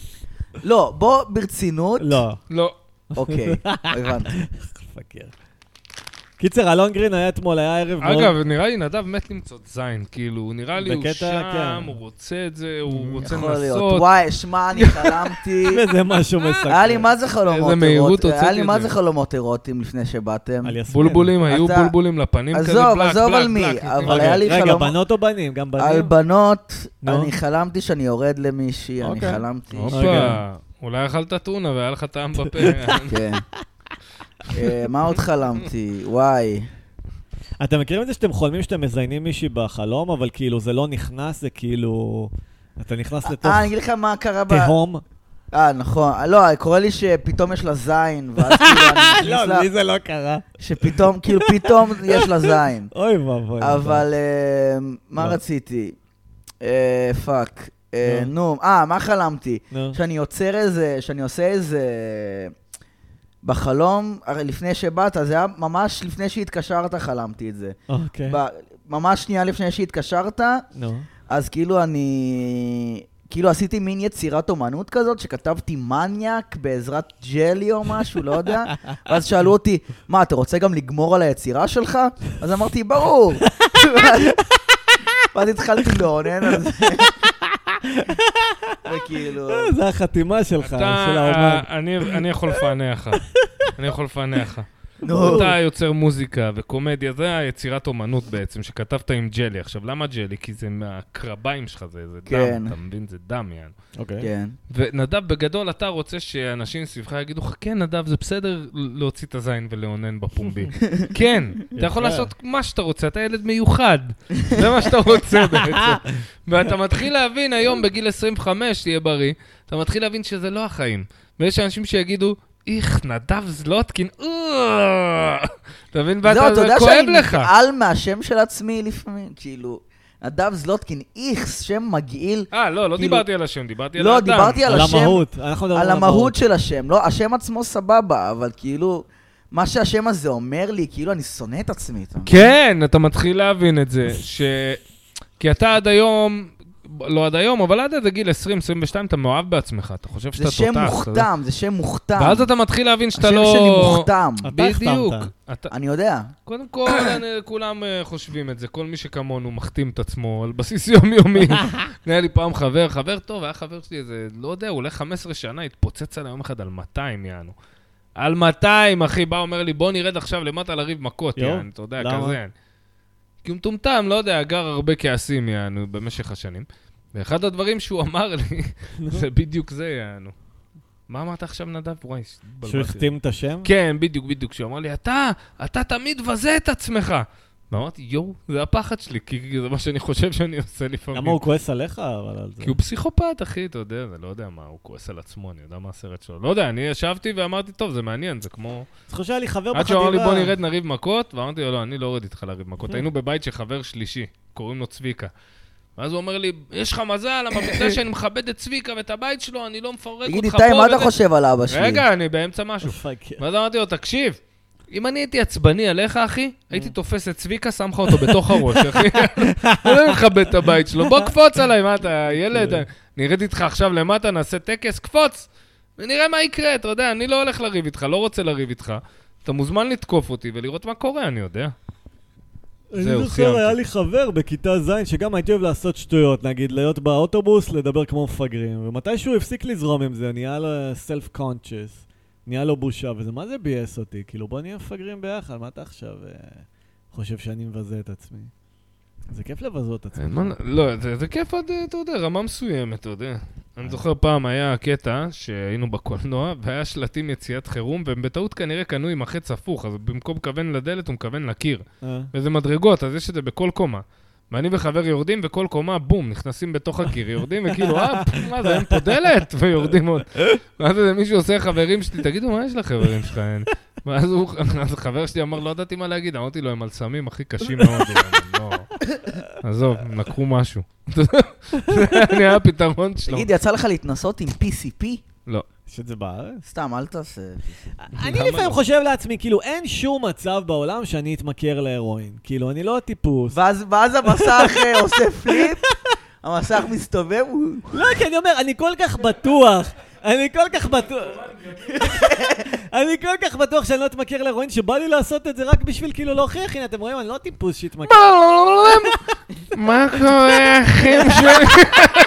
לא, בוא ברצינות. לא. לא. אוקיי, הבנתי. פקר. קיצר, אלון גרין היה אתמול, היה ערב מאוד... אגב, נראה לי נדב מת למצוא זין, כאילו, נראה לי הוא בקטע, שם, כן. הוא רוצה את זה, הוא רוצה יכול להיות. לנסות. וואי, שמע, אני חלמתי. וזה משהו מסקר. היה לי מה זה חלומות איזה מהירות אירוטיים. היה הוצאתי לי את מה זה. זה חלומות אירוטיים לפני שבאתם. על יסמין. בולבולים, היו אתה- בולבולים לפנים כזה, עזוב, בלק, עזוב על בלק, מי, בלק, אבל נותנים היה לך. לי רגע, חלומות- בנות או בנים? גם בנים? על בנות, נו. אני חלמתי שאני יורד למישהי, אני אוקיי. חלמתי. הופה, רגע. אולי אכלת טונה והיה לך טעם בפה. כן. אה, מה עוד חלמתי? וואי. אתם מכירים את זה שאתם חולמים שאתם מזיינים מישהי בחלום, אבל כאילו זה לא נכנס, זה כאילו... אתה נכנס לתוך אה, אני אגיד לך מה קרה ב... תהום. אה, נכון. לא, קורה לי שפתאום יש לה זין, ואז כאילו אני נכנס לה... לא, לי זה לא קרה. שפתאום, כאילו פתאום יש לה זין. אוי ואבוי. אבל אה, מה לא. רציתי? אה, פאק. אה, נו. נו, אה, מה חלמתי? נו. שאני יוצר איזה, שאני עושה איזה... בחלום, הרי לפני שבאת, זה היה ממש לפני שהתקשרת חלמתי את זה. אוקיי. ב- ממש שנייה לפני שהתקשרת, נו. אז כאילו אני... כאילו עשיתי מין יצירת אומנות כזאת, שכתבתי מניאק בעזרת ג'לי או משהו, לא יודע. ואז שאלו אותי, מה, אתה רוצה גם לגמור על היצירה שלך? אז אמרתי, ברור. ואז התחלתי לעונן על זה. וכאילו... זה החתימה שלך, של אתה, האומן. אני אני יכול לפענח לך. אני יכול לפענח לך. נו. אתה יוצר מוזיקה וקומדיה, זה היצירת אומנות בעצם, שכתבת עם ג'לי. עכשיו, למה ג'לי? כי זה מהקרביים שלך, זה זה כן. דם, אתה מבין? זה דם, יענו. אוקיי. כן. ונדב, בגדול, אתה רוצה שאנשים סביבך יגידו לך, כן, נדב, זה בסדר להוציא את הזין ולעונן בפומבי. כן, אתה יכול יפה. לעשות מה שאתה רוצה, אתה ילד מיוחד. זה מה שאתה רוצה בעצם. ואתה מתחיל להבין היום, בגיל עשרים וחמש, תהיה בריא, אתה מתחיל להבין שזה לא החיים. ויש אנשים שיגידו, איך, נדב זלוטקין, אה, אתה מבין? זהו, אתה ואתה יודע כואב שאני לך. נגעל מהשם של עצמי לפעמים, כאילו, נדב זלוטקין, איכס, שם מגעיל. אה, לא, לא כאילו- דיברתי על השם, דיברתי על לא, האדם. דיברתי על על השם, המהות. אנחנו מדברים על המהות של השם. לא, השם עצמו סבבה, אבל כאילו, מה שהשם הזה אומר לי, כאילו, אני שונא את עצמי. אתה מבין? כן, אתה מתחיל להבין את זה, ש... כי אתה עד היום, לא עד היום, אבל עד איזה גיל עשרים עשרים ושתיים, אתה מאוהב בעצמך, אתה חושב שאתה זה שם תותח. מוכתם, זה שם מוכתם. ואז אתה מתחיל להבין שאתה השם לא... שלי מוכתם. אתה בדיוק. החתמת. אתה... אני יודע. קודם כל, אני- כולם אה, חושבים את זה, כל מי שכמונו מחתים את עצמו על בסיס יומיומי. היה לי פעם חבר, חבר טוב, היה חבר שלי איזה, לא יודע, אולי חמש עשרה שנה, התפוצץ עליי יום אחד על מאתיים, יענו. על מאתיים, אחי, בא אומר לי, בוא נרד עכשיו למטה לריב מכות, יו, יענו, אתה יודע, למה? כזה. כי הוא מטומטם, לא יודע, גר הרבה כעסים, יענו, במשך השנים. ואחד הדברים שהוא אמר לי, זה בדיוק זה, יענו. מה אמרת עכשיו, נדב? וואי, שהוא התבלבלתי. החתים את השם? כן, בדיוק, בדיוק. שהוא אמר לי, אתה, אתה תמיד מבזה את עצמך. ואמרתי, יואו, זה הפחד שלי, כי זה מה שאני חושב שאני עושה לפעמים. למה הוא כועס עליך אבל על זה? כי הוא פסיכופת, אחי, אתה יודע, זה לא יודע מה, הוא כועס על עצמו, אני יודע מה הסרט שלו. לא יודע, אני ישבתי ואמרתי, טוב, זה מעניין, זה כמו... אז חושב שהיה לי חבר עד שהוא אמר לי, בחטיבה. בוא נרד נריב מכות, ואמרתי לו, לא, אני לא אורד איתך לריב מכות. היינו בבית של חבר שלישי, קוראים לו צביקה. ואז הוא אומר לי, יש לך מזל, למה בגלל שאני מכבד את צביקה ואת הבית שלו, אני לא מפרק תגיד, אותך איתי, פה. מה אתה וזה." חושב על אבא שלי? רגע, אני באמצע משהו. פאק. ואז אמרתי לו, תקשיב, אם אני הייתי עצבני עליך, אחי, הייתי תופס את צביקה, שם לך אותו בתוך הראש, אחי. אני לא מכבד את הבית שלו. בוא קפוץ עליי, מה אתה, ילד? נרד איתך עכשיו למטה, נעשה טקס, קפוץ. ונראה מה יקרה, אתה יודע, אני לא הולך לריב איתך, לא רוצה לריב איתך. אתה מוזמן לתקוף אותי ולראות מה קורה, אני יודע. אני זהו, זוכר, סיימתי. היה לי חבר בכיתה ז' שגם הייתי אוהב לעשות שטויות, נגיד להיות באוטובוס, לדבר כמו מפגרים, ומתישהו הפסיק לזרום עם זה, נהיה לו self-conscious, נהיה לו בושה, וזה מה זה בייס אותי? כאילו בוא נהיה מפגרים ביחד, מה אתה עכשיו אה, חושב שאני מבזה את עצמי? זה כיף לבזות את עצמי. אין מה- לא, זה זה כיף עד, אתה יודע, רמה מסוימת, אתה יודע. אני זוכר פעם היה קטע שהיינו בקולנוע, והיה שלטים יציאת חירום, והם בטעות כנראה קנו עם החץ הפוך, אז במקום מכוון לדלת הוא מכוון לקיר. אה? וזה מדרגות, אז יש את זה בכל קומה. ואני וחבר יורדים, וכל קומה, בום, נכנסים בתוך הקיר, יורדים, וכאילו, אה, פ, מה זה, אין פה דלת? ויורדים עוד. ואז איזה מישהו עושה חברים שלי, תגידו, מה יש לחברים שלך? אין?" ואז הוא, אז חבר שלי אמר, לא ידעתי מה להגיד, אמרתי לו, הם על סמים הכי קשים מאוד. לא, עזוב, הם לקחו משהו. זה היה הפתרון שלו. תגיד, יצא לך להתנסות עם פי סי פי? לא. יש את זה בארץ? סתם, אל תעשה. אני למה לפעמים לא? חושב לעצמי, כאילו אין שום מצב בעולם שאני אתמכר להרואין. כאילו, אני לא הטיפוס. ואז ואז המסך אה, עושה פליפ, המסך מסתובב, הוא... לא, כי אני אומר, אני כל כך בטוח, אני כל כך בטוח, אני כל כך בטוח שאני לא אתמכר להרואין, שבא לי לעשות את זה רק בשביל כאילו להוכיח, הנה, אתם רואים, אני לא טיפוס שהתמכר. מה קורה, אחים שלי?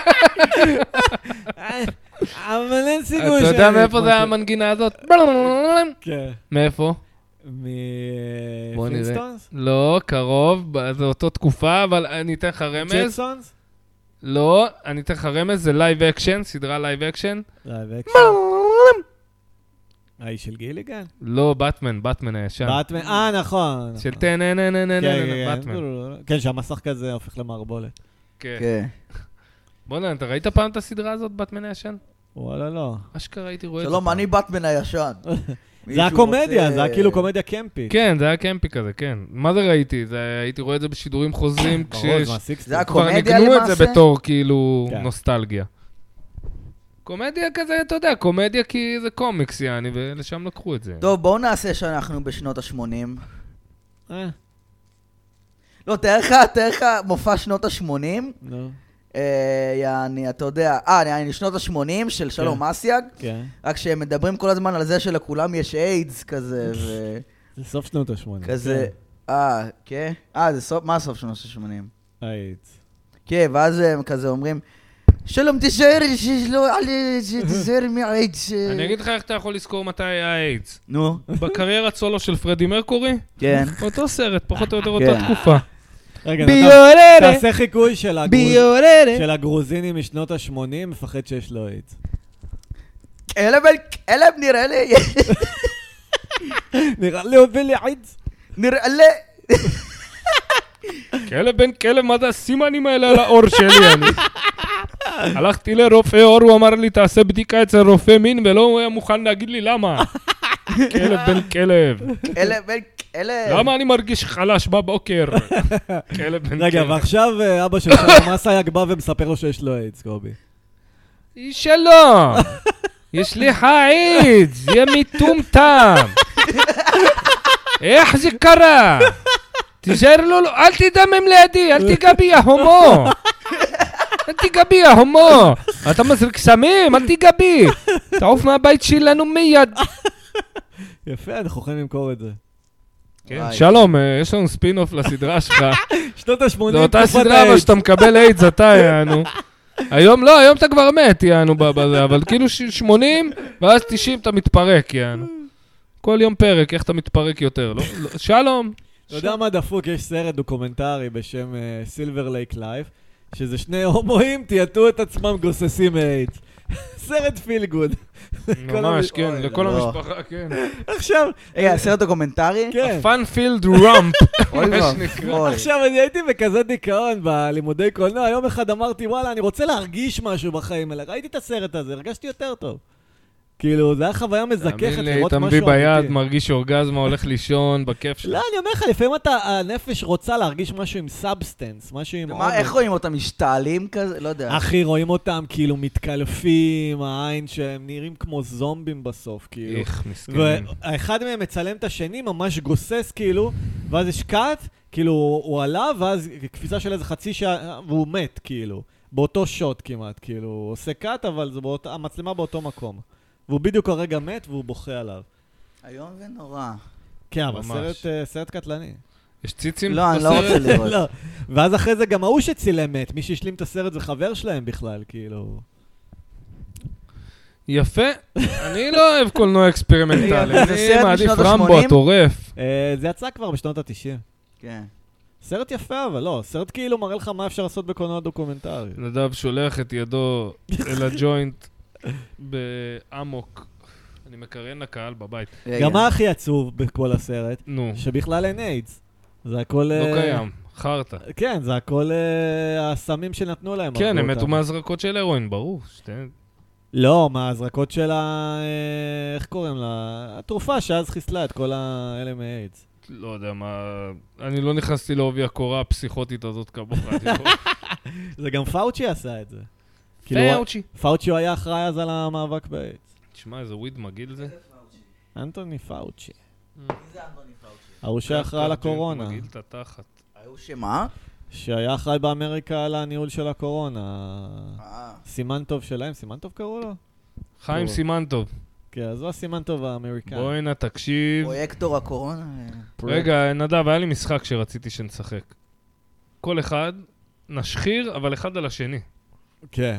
אבל אין סיכוי אתה יודע מאיפה זה המנגינה הזאת? כן. מאיפה? בוא נראה. מפינסטונס? לא, קרוב, זו אותו תקופה, אבל אני אתן לך רמז. ג'טסונס? לא, אני אתן לך רמז, זה לייב אקשן, סדרה לייב אקשן. לייב אקשן. האיש של גיליגן? לא, באטמן, באטמן הישן. באטמן, אה, נכון. של טנננננננ, באטמן. כן, שהמסך כזה הופך למערבולת. כן. בוא'נה, אתה ראית פעם את הסדרה הזאת, באטמן הישן? וואלה, לא. אשכרה הייתי רואה את זה. שלום, אני באטמן הישן. זה הקומדיה, זה היה כאילו קומדיה קמפי. כן, זה היה קמפי כזה, כן. מה זה ראיתי? הייתי רואה את זה בשידורים חוזרים, זה היה כבר קומדיה ניגנו את למעשה? זה בתור כאילו כן. נוסטלגיה. קומדיה כזה, אתה יודע, קומדיה כי זה קומיקס, יעני, ולשם לקחו את זה. טוב, בואו נעשה שאנחנו בשנות ה-שמונים. אה, לא, תאר לך, תאר לך מופע שנות ה-שמונים. נו. אה, יעני, אתה יודע, אה, אני שנות ה-שמונים של שלום אסיאג. כן. רק שהם מדברים כל הזמן על זה שלכולם יש איידס כזה, ו... זה סוף שנות ה-שמונים. כזה, אה, כן? אה, זה סוף, מה סוף שנות ה-שמונים? איידס. כן, ואז הם כזה אומרים, שלום, תישאר, שלא, תישאר מהאיידס. אני אגיד לך איך אתה יכול לזכור מתי היה איידס. נו, בקריירת סולו של פרדי מרקורי, כן. אותו סרט, פחות או יותר כן. אותה תקופה. רגע, ביוררה. תעשה חיקוי של הגרוז- ביוררה. של הגרוזינים משנות ה-שמונים, מפחד שיש לו איידס. כלב, כלב נראה לי, נראה לי הוביל לי איידס. נראה לי. כלב בן כלב, מה זה הסימנים האלה על האור שלי? אני הלכתי לרופא אור, הוא אמר לי, תעשה בדיקה אצל רופא מין, ולא הוא היה מוכן להגיד לי למה. כלב בן כלב. כלב, כלב. למה אני מרגיש חלש בבוקר? כלב בן רגע, כלב. ועכשיו אה, אבא של שלום אסיאג בא ומספר לו שיש לו איידס, קובי. שלום, יש לי איידס, יא מטומטם. איך זה קרה? תישאר לו, אל תדמם לידי, אל תיגע בי, ההומו. אל תיגע בי, ההומו. אתה מזריק סמים, אל תיגע בי. תעוף מהבית שלנו מיד. יפה, אנחנו יכולים למכור את זה. וואי. שלום, אה, יש לנו ספין-אוף לסדרה שלך. שנות ה-שמונים, זו אותה תקופת סדרה, אבל האיידס. שאתה מקבל איידס, אתה יענו. היום לא, היום אתה כבר מת, יענו, בזה, אבל כאילו ש- שמונים, ואז תשעים אתה מתפרק, יענו. כל יום פרק, איך אתה מתפרק יותר, לא? לא- שלום. אתה יודע מה דפוק? יש סרט דוקומנטרי בשם סילבר לייק לייף, שזה שני הומואים תיעטו את עצמם גוססים מאיידס. סרט פיל גוד. ממש, כן, אוי, לכל לא. המשפחה, כן. עכשיו, רגע, סרט דוקומנטרי? כן. פאנפילד ראמפ. אוי מה שנקרא. ואבוי. עכשיו אני הייתי בכזה דיכאון בלימודי קולנוע, יום אחד אמרתי, וואלה, אני רוצה להרגיש משהו בחיים האלה. ראיתי את הסרט הזה, הרגשתי יותר טוב. כאילו, זה היה חוויה מזככת תאמין לי, לראות אתה משהו מביא ביד, אמיתי. מרגיש אורגזמה, הולך לישון, בכיף שלך. לא, אני אומר לך, לפעמים אתה, הנפש רוצה להרגיש משהו עם סאבסטנס, משהו עם מה, איך רואים אותם משתעלים כזה? לא יודע. אחי, רואים אותם כאילו מתקלפים, העין שהם נראים כמו זומבים בסוף, כאילו. איך, מסכנים. ואחד מהם מצלם את השני, ממש גוסס, כאילו, ואז יש קאט, כאילו, הוא עלה, ואז קפיצה של איזה חצי שעה, והוא מת, כאילו. באותו שוט כמעט, כאילו. הוא עושה קאט, אבל זה באות... המצלמה באותו מקום. והוא בדיוק הרגע מת, והוא בוכה עליו. איום ונורא. כן, אבל ממש. סרט, אה, סרט קטלני. יש ציצים לא, אני לא רוצה בסרט? לראות. לא. ואז אחרי זה גם ההוא שצילם מת, מי שהשלים את הסרט זה חבר שלהם בכלל, כאילו. יפה. אני לא אוהב קולנוע אקספרימנטלי. זה אני סרט מעדיף משנות רמבו ה-שמונים? הטורף. אה, זה יצא כבר בשנות ה-תשעים. כן. סרט יפה, אבל לא. סרט כאילו מראה לך מה אפשר לעשות בקולנוע דוקומנטרי. נדב שולח את ידו אל הג'וינט באמוק. אני מקרן לקהל בבית. רגע. גם מה הכי עצוב בכל הסרט? נו, שבכלל אין איידס. זה הכל... לא אה, קיים. חרטה. כן, זה הכל אה, הסמים שנתנו להם. כן, הרגו הם מתו אותם. מהזרקות של הרואין, ברור. שתי- לא, מההזרקות של ה... אה, איך קוראים לה? התרופה שאז חיסלה את כל האלה מאיידס. לא יודע מה... אני לא נכנסתי לעובי הקורה הפסיכוטית הזאת כמוך. אני לא- זה גם פאוצ'י עשה את זה. כאילו, פאוצ'י. פאוצ'י הוא היה אחראי אז על המאבק באיידס. תשמע, איזה וויד מגעיל זה. אנטוני פאוצ'י. מי זה אנטוני פאוצ'י? ההוא שאחראי על הקורונה. מגעיל את התחת. היו שמה? שהיה אחראי באמריקה על הניהול של הקורונה. אה. סימן טוב שלהם, סימן טוב קראו לו? חיים טוב. סימן טוב. כן, אז הוא הסימן טוב האמריקאי. בואי נא תקשיב. פרויקטור הקורונה. רגע, נדב, היה לי משחק שרציתי שנשחק. כל אחד נשחיר, אבל אחד על השני. כן.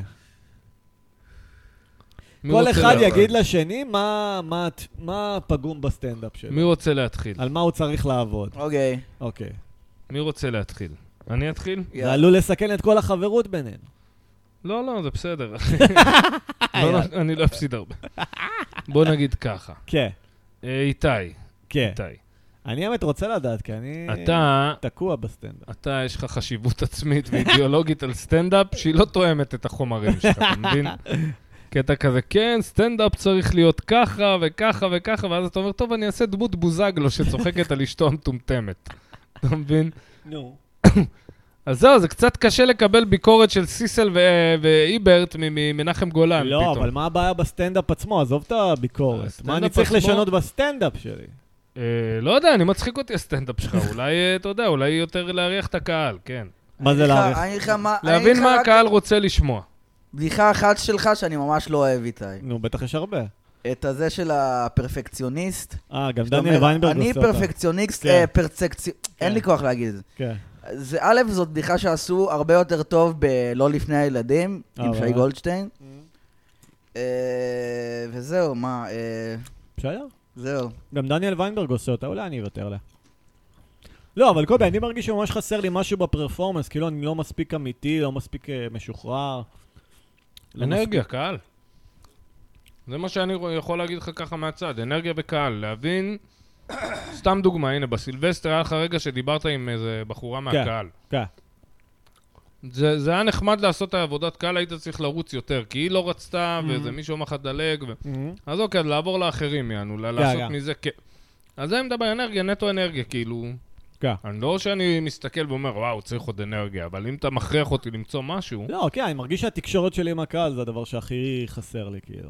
מי כל רוצה אחד לה- יגיד לשני מה, מה, מה פגום בסטנדאפ שלו. מי רוצה להתחיל? על מה הוא צריך לעבוד. אוקיי. אוקיי. מי רוצה להתחיל? אני אתחיל? זה עלול לסכן את כל החברות בינינו. לא, לא, זה בסדר. לא, אני לא אפסיד הרבה. בוא נגיד ככה. כן, אה, איתי, כן. איתי. אני האמת רוצה לדעת, כי אני אתה, תקוע בסטנדאפ. אתה, יש לך חשיבות עצמית ואידיאולוגית על סטנדאפ שהיא לא תואמת את החומרים שלך, אתה מבין? קטע כזה, כן, סטנדאפ צריך להיות ככה וככה וככה, ואז אתה אומר, טוב, אני אעשה דמות בוזגלו שצוחקת על אשתו המטומטמת. אתה מבין? נו. אז זהו, זה קצת קשה לקבל ביקורת של סיסל ו- ואיברט ממנחם גולן לא, פתאום. אבל מה הבעיה בסטנדאפ עצמו? עזוב את הביקורת. הסטנדאפ מה אני צריך עצמו- לשנות בסטנדאפ שלי? אה, לא יודע, אני מצחיק אותי הסטנדאפ שלך, אולי, אה, אתה יודע, אולי יותר להריח את הקהל, כן. מה זה להעריך? אני אגיד לך מה... אני להבין אגיד לך מה רק הקהל רוצה לשמוע. בדיחה אחת שלך שאני ממש לא אוהב איתי. נו, בטח יש הרבה. את הזה של הפרפקציוניסט. אה, גם שאתה דניאל אומר, ויינברג אני עושה אותה. פרפקציוניסט, כן. אה, פרצקצי... כן. אין לי כוח להגיד את זה. כן. זה א', זאת בדיחה שעשו הרבה יותר טוב בלא לפני הילדים, עם אבל- שי גולדשטיין. אה, וזהו, מה, אה, בסדר? זהו. גם דניאל ויינברג עושה אותה, אולי אני אוותר לה. לא, אבל קובי, אני מרגיש שממש חסר לי משהו בפרפורמנס, כאילו אני לא מספיק אמיתי, לא מספיק אה, משוחרר. לא אנרגיה, קהל. זה מה שאני יכול להגיד לך ככה מהצד, אנרגיה וקהל, להבין, סתם דוגמה, הנה, בסילבסטר היה לך רגע שדיברת עם איזה בחורה מהקהל. כן. זה, זה היה נחמד לעשות את העבודת קהל, היית צריך לרוץ יותר, כי היא לא רצתה, Mhm. ואיזה מישהו אמר לך דלג, ו... מהמם. אז אוקיי, לעבור לאחרים, יענו, לה- לעשות כן. מזה כ... אז זה מדבר אנרגיה, נטו אנרגיה, כאילו... כן. אני לא שאני מסתכל ואומר, וואו, צריך עוד אנרגיה, אבל אם אתה מכריח אותי למצוא משהו... לא, כן, אני מרגיש שהתקשורת שלי עם הקהל זה הדבר שהכי חסר לי, כאילו.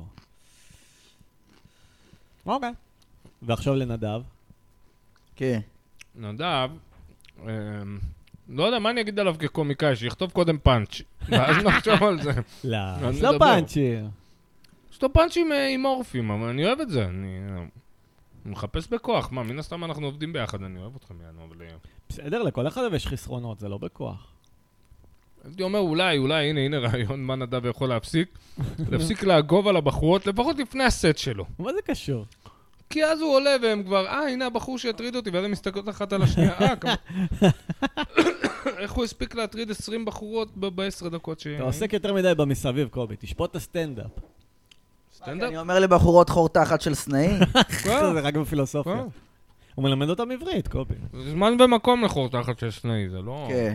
אוקיי. ועכשיו לנדב. כן. נדב, אמ, לא יודע מה אני אגיד עליו כקומיקאי, שיכתוב קודם פאנץ', ואז נחשוב על זה. לא, אני יש לו מדבר. פאנצ'ים. יש לו פאנצ'ים אה, אימורפיים, אבל אני אוהב את זה, אני אני מחפש בכוח. מה, מן הסתם אנחנו עובדים ביחד, אני אוהב אתכם, יענו, אבל... אה, בסדר, לכל אחד יש חסרונות, זה לא בכוח. הייתי אומר, אולי, אולי, הנה, הנה רעיון, מה נדב יכול להפסיק? להפסיק להגוב על הבחורות, לפחות לפני הסט שלו. מה זה קשור? כי אז הוא עולה והם כבר, אה, הנה הבחור שהטריד אותי, ואז הם מסתכלות אחת על השנייה, אה, כמה... איך הוא הספיק להטריד עשרים בחורות ב-עשר דקות ש... אתה עוסק יותר מדי במסביב, קובי, תשפוט את הסטנדאפ. סטנדאפ? אני אומר לבחורות חור תחת של סנאי. זה רק בפילוסופיה. אה, הוא מלמד אותם עברית, קובי. זה זמן ומקום לחור תחת של סנאי, זה לא... כן.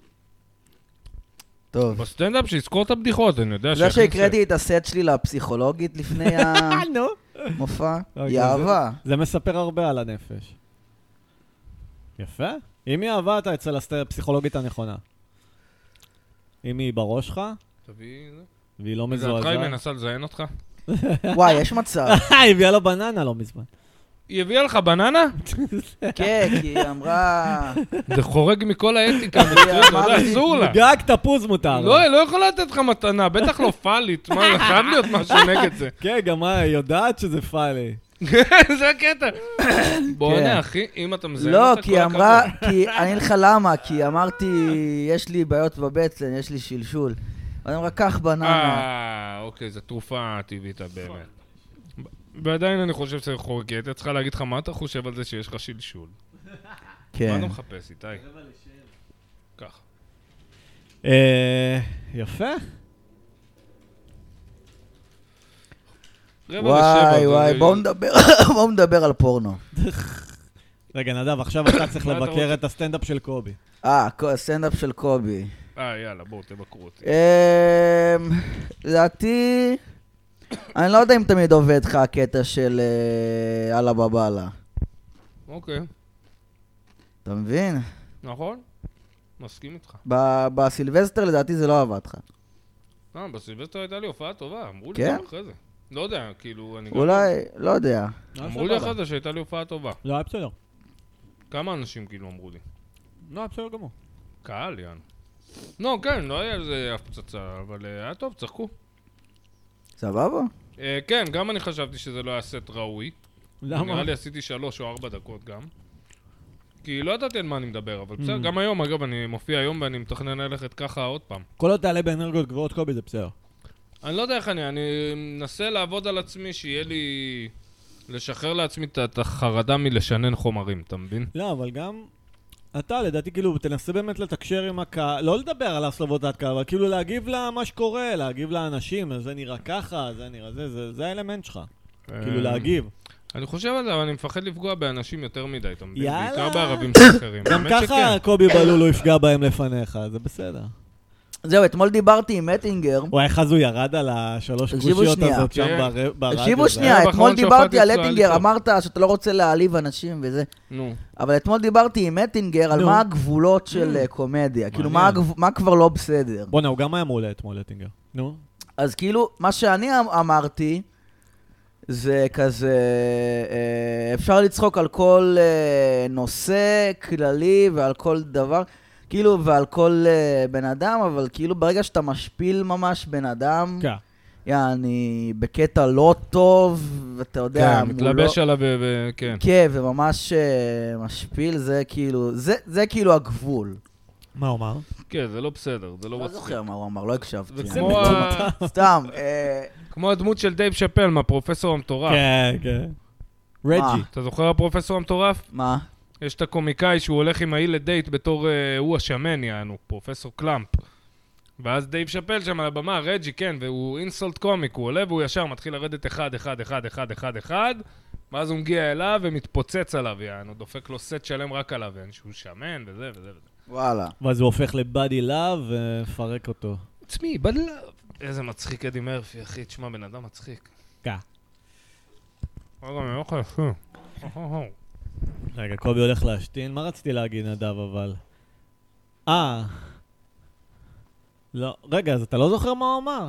טוב. בסטנדאפ שיזכור את הבדיחות, אני יודע זה שיכניס- שהקראתי את הסט שלי לפסיכולוגית לפני נו. המופע, אוקיי, היא זה- אהבה. זה מספר הרבה על הנפש. יפה. אם היא אהבה, אתה אצל הפסיכולוגית הנכונה. אם היא בראש שלך, תביא... זה. והיא לא לדעתך היא מזועזעת. מנסה לזיין אותך? וואי, יש מצב. היא הביאה לו בננה לא מזמן. היא הביאה לך בננה? כן, כי היא אמרה... זה חורג מכל האתיקה, היא מצוין, אמרה לא לי- אסור לה. גג תפוז מותר. לא, היא לא יכולה לתת לך מתנה, בטח לא פאלית, מה, זה חייב להיות משהו נגד זה. כן, גם מה, היא יודעת שזה פאלי. זה הקטע. בוא כן. נה, אחי, אם אתה מזיין לא, אותה, כי כל היא אמרה, הכבוד. כי אני אגיד לך למה, כי אמרתי, יש לי בעיות בבטן, יש לי שלשול. ואני אמרה, קח בננה. אה, אוקיי, זו תרופה טבעית באמת. ועדיין אני חושב שזה חורג, כי הייתה צריכה להגיד לך מה אתה חושב על זה שיש לך שלשול. מה כן. אתה מחפש, איתי? כך. אה, יפה. רבע וואי, לשבע, וואי, זה- בואו נדבר, בואו נדבר על פורנו. רגע, נדב, עכשיו אתה צריך מה אתה רוצה? לבקר את הסטנדאפ של קובי. אה, הסטנדאפ של קובי. אה, יאללה, בואו, תבקרו אותי. אמ, לדעתי, אני לא יודע אם תמיד עובד לך הקטע של אה, אללה בבאללה. אוקיי, אתה מבין? נכון? מסכים איתך. ב- בסילבסטר לדעתי זה לא עבד לך. אה, בסילבסטר הייתה לי הופעה טובה, אמרו לי כן? גם אחרי זה. לא יודע, כאילו, אני גם... אולי, לא יודע. אמרו לי אחרי זה שהייתה לי הופעה טובה. לא, היה בסדר. כמה אנשים כאילו אמרו לי? לא, היה בסדר גמור. קהל, יאן. לא, כן, לא היה על זה אף פצצה, אבל אה, היה טוב, צחקו. סבבה? אה, כן, גם אני חשבתי שזה לא היה סט ראוי. למה? נראה לי עשיתי שלוש או ארבע דקות גם. כי לא ידעתי על מה אני מדבר, אבל בסדר, Mm. גם היום, אגב, אני מופיע היום ואני מתכנן ללכת ככה עוד פעם. כל עוד תעלה באנרגיות גבוהות קובי זה בסדר. אני לא יודע איך אני, אני מנסה לעבוד על עצמי, שיהיה לי... לשחרר לעצמי את- את החרדה מלשנן חומרים, אתה מבין? לא, אבל גם אתה, לדעתי, כאילו, תנסה באמת לתקשר עם הקהל, לא לדבר על הסלבות קהל, אבל כאילו להגיב למה שקורה, להגיב לאנשים, זה נראה ככה, זה נראה זה, זה, זה האלמנט שלך. כאילו להגיב. אני חושב על זה, אבל אני מפחד לפגוע באנשים יותר מדי, אתה מבין? יאללה. בעיקר בערבים אחרים. גם ככה קובי בלול לא יפגע בהם לפניך, זה בסדר. זהו, אתמול דיברתי עם מטינגר. וואי, איך אז הוא ירד על השלוש תקשיבו קושיות שנייה. הזאת שם כן. בר- ברדיו. תקשיבו זה שנייה, היה אתמול בחרון דיברתי על שהופעתי אצלו, אטינגר, היה לי אמרת שאתה לא רוצה להעליב אנשים וזה. נו. אבל אתמול דיברתי עם אטינגר על נו. מה הגבולות של אה, קומדיה. כאילו, מה מעניין. הגב- מה כבר לא בסדר. בוא'נה, הוא גם היה מעולה אתמול, אטינגר. נו. אז כאילו, מה שאני אמ- אמרתי, זה כזה, אה, אפשר לצחוק על כל אה, נושא כללי ועל כל דבר, כאילו, ועל כל אה, בן אדם, אבל כאילו ברגע שאתה משפיל ממש בן אדם, כן. יעני, בקטע לא טוב, ואתה יודע, כן, מתלבש עליו וכן. כן, וממש אה, משפיל, זה כאילו, זה, זה כאילו הגבול. מה הוא אמר? כן, זה לא בסדר, זה לא לא מצחיק. זוכר מה הוא אמר, לא הקשבתי. זה אני כמו לא- ה- סתם, אה, כמו הדמות של דייב שאפל מהפרופסור המטורף. כן, כן. רג'י. אתה זוכר הפרופסור המטורף? מה? יש את הקומיקאי שהוא הולך עם העיל לדייט בתור אה, הוא השמן, יענו, פרופסור קלאמפ. ואז דייב שאפל שם על הבמה, רג'י, כן, והוא אינסולט קומיק, הוא עולה והוא ישר מתחיל לרדת אחד, אחד, אחד, אחד, אחד, אחד, ואז הוא מגיע אליו ומתפוצץ עליו, יענו, דופק לו סט שלם רק עליו, יענו, שהוא שמן וזה וזה וזה. וואלה. ואז הוא הופך לבאדי לאב ומפרק אותו. It's me, but love. איזה מצחיק אדי מרפי, אחי, תשמע, בן אדם מצחיק. כן. רגע, אני לא יכול לעשות. רגע, קובי הולך להשתין. מה רציתי להגיד, נדב, אבל? אה. לא, רגע, אז אתה לא זוכר מה הוא אמר?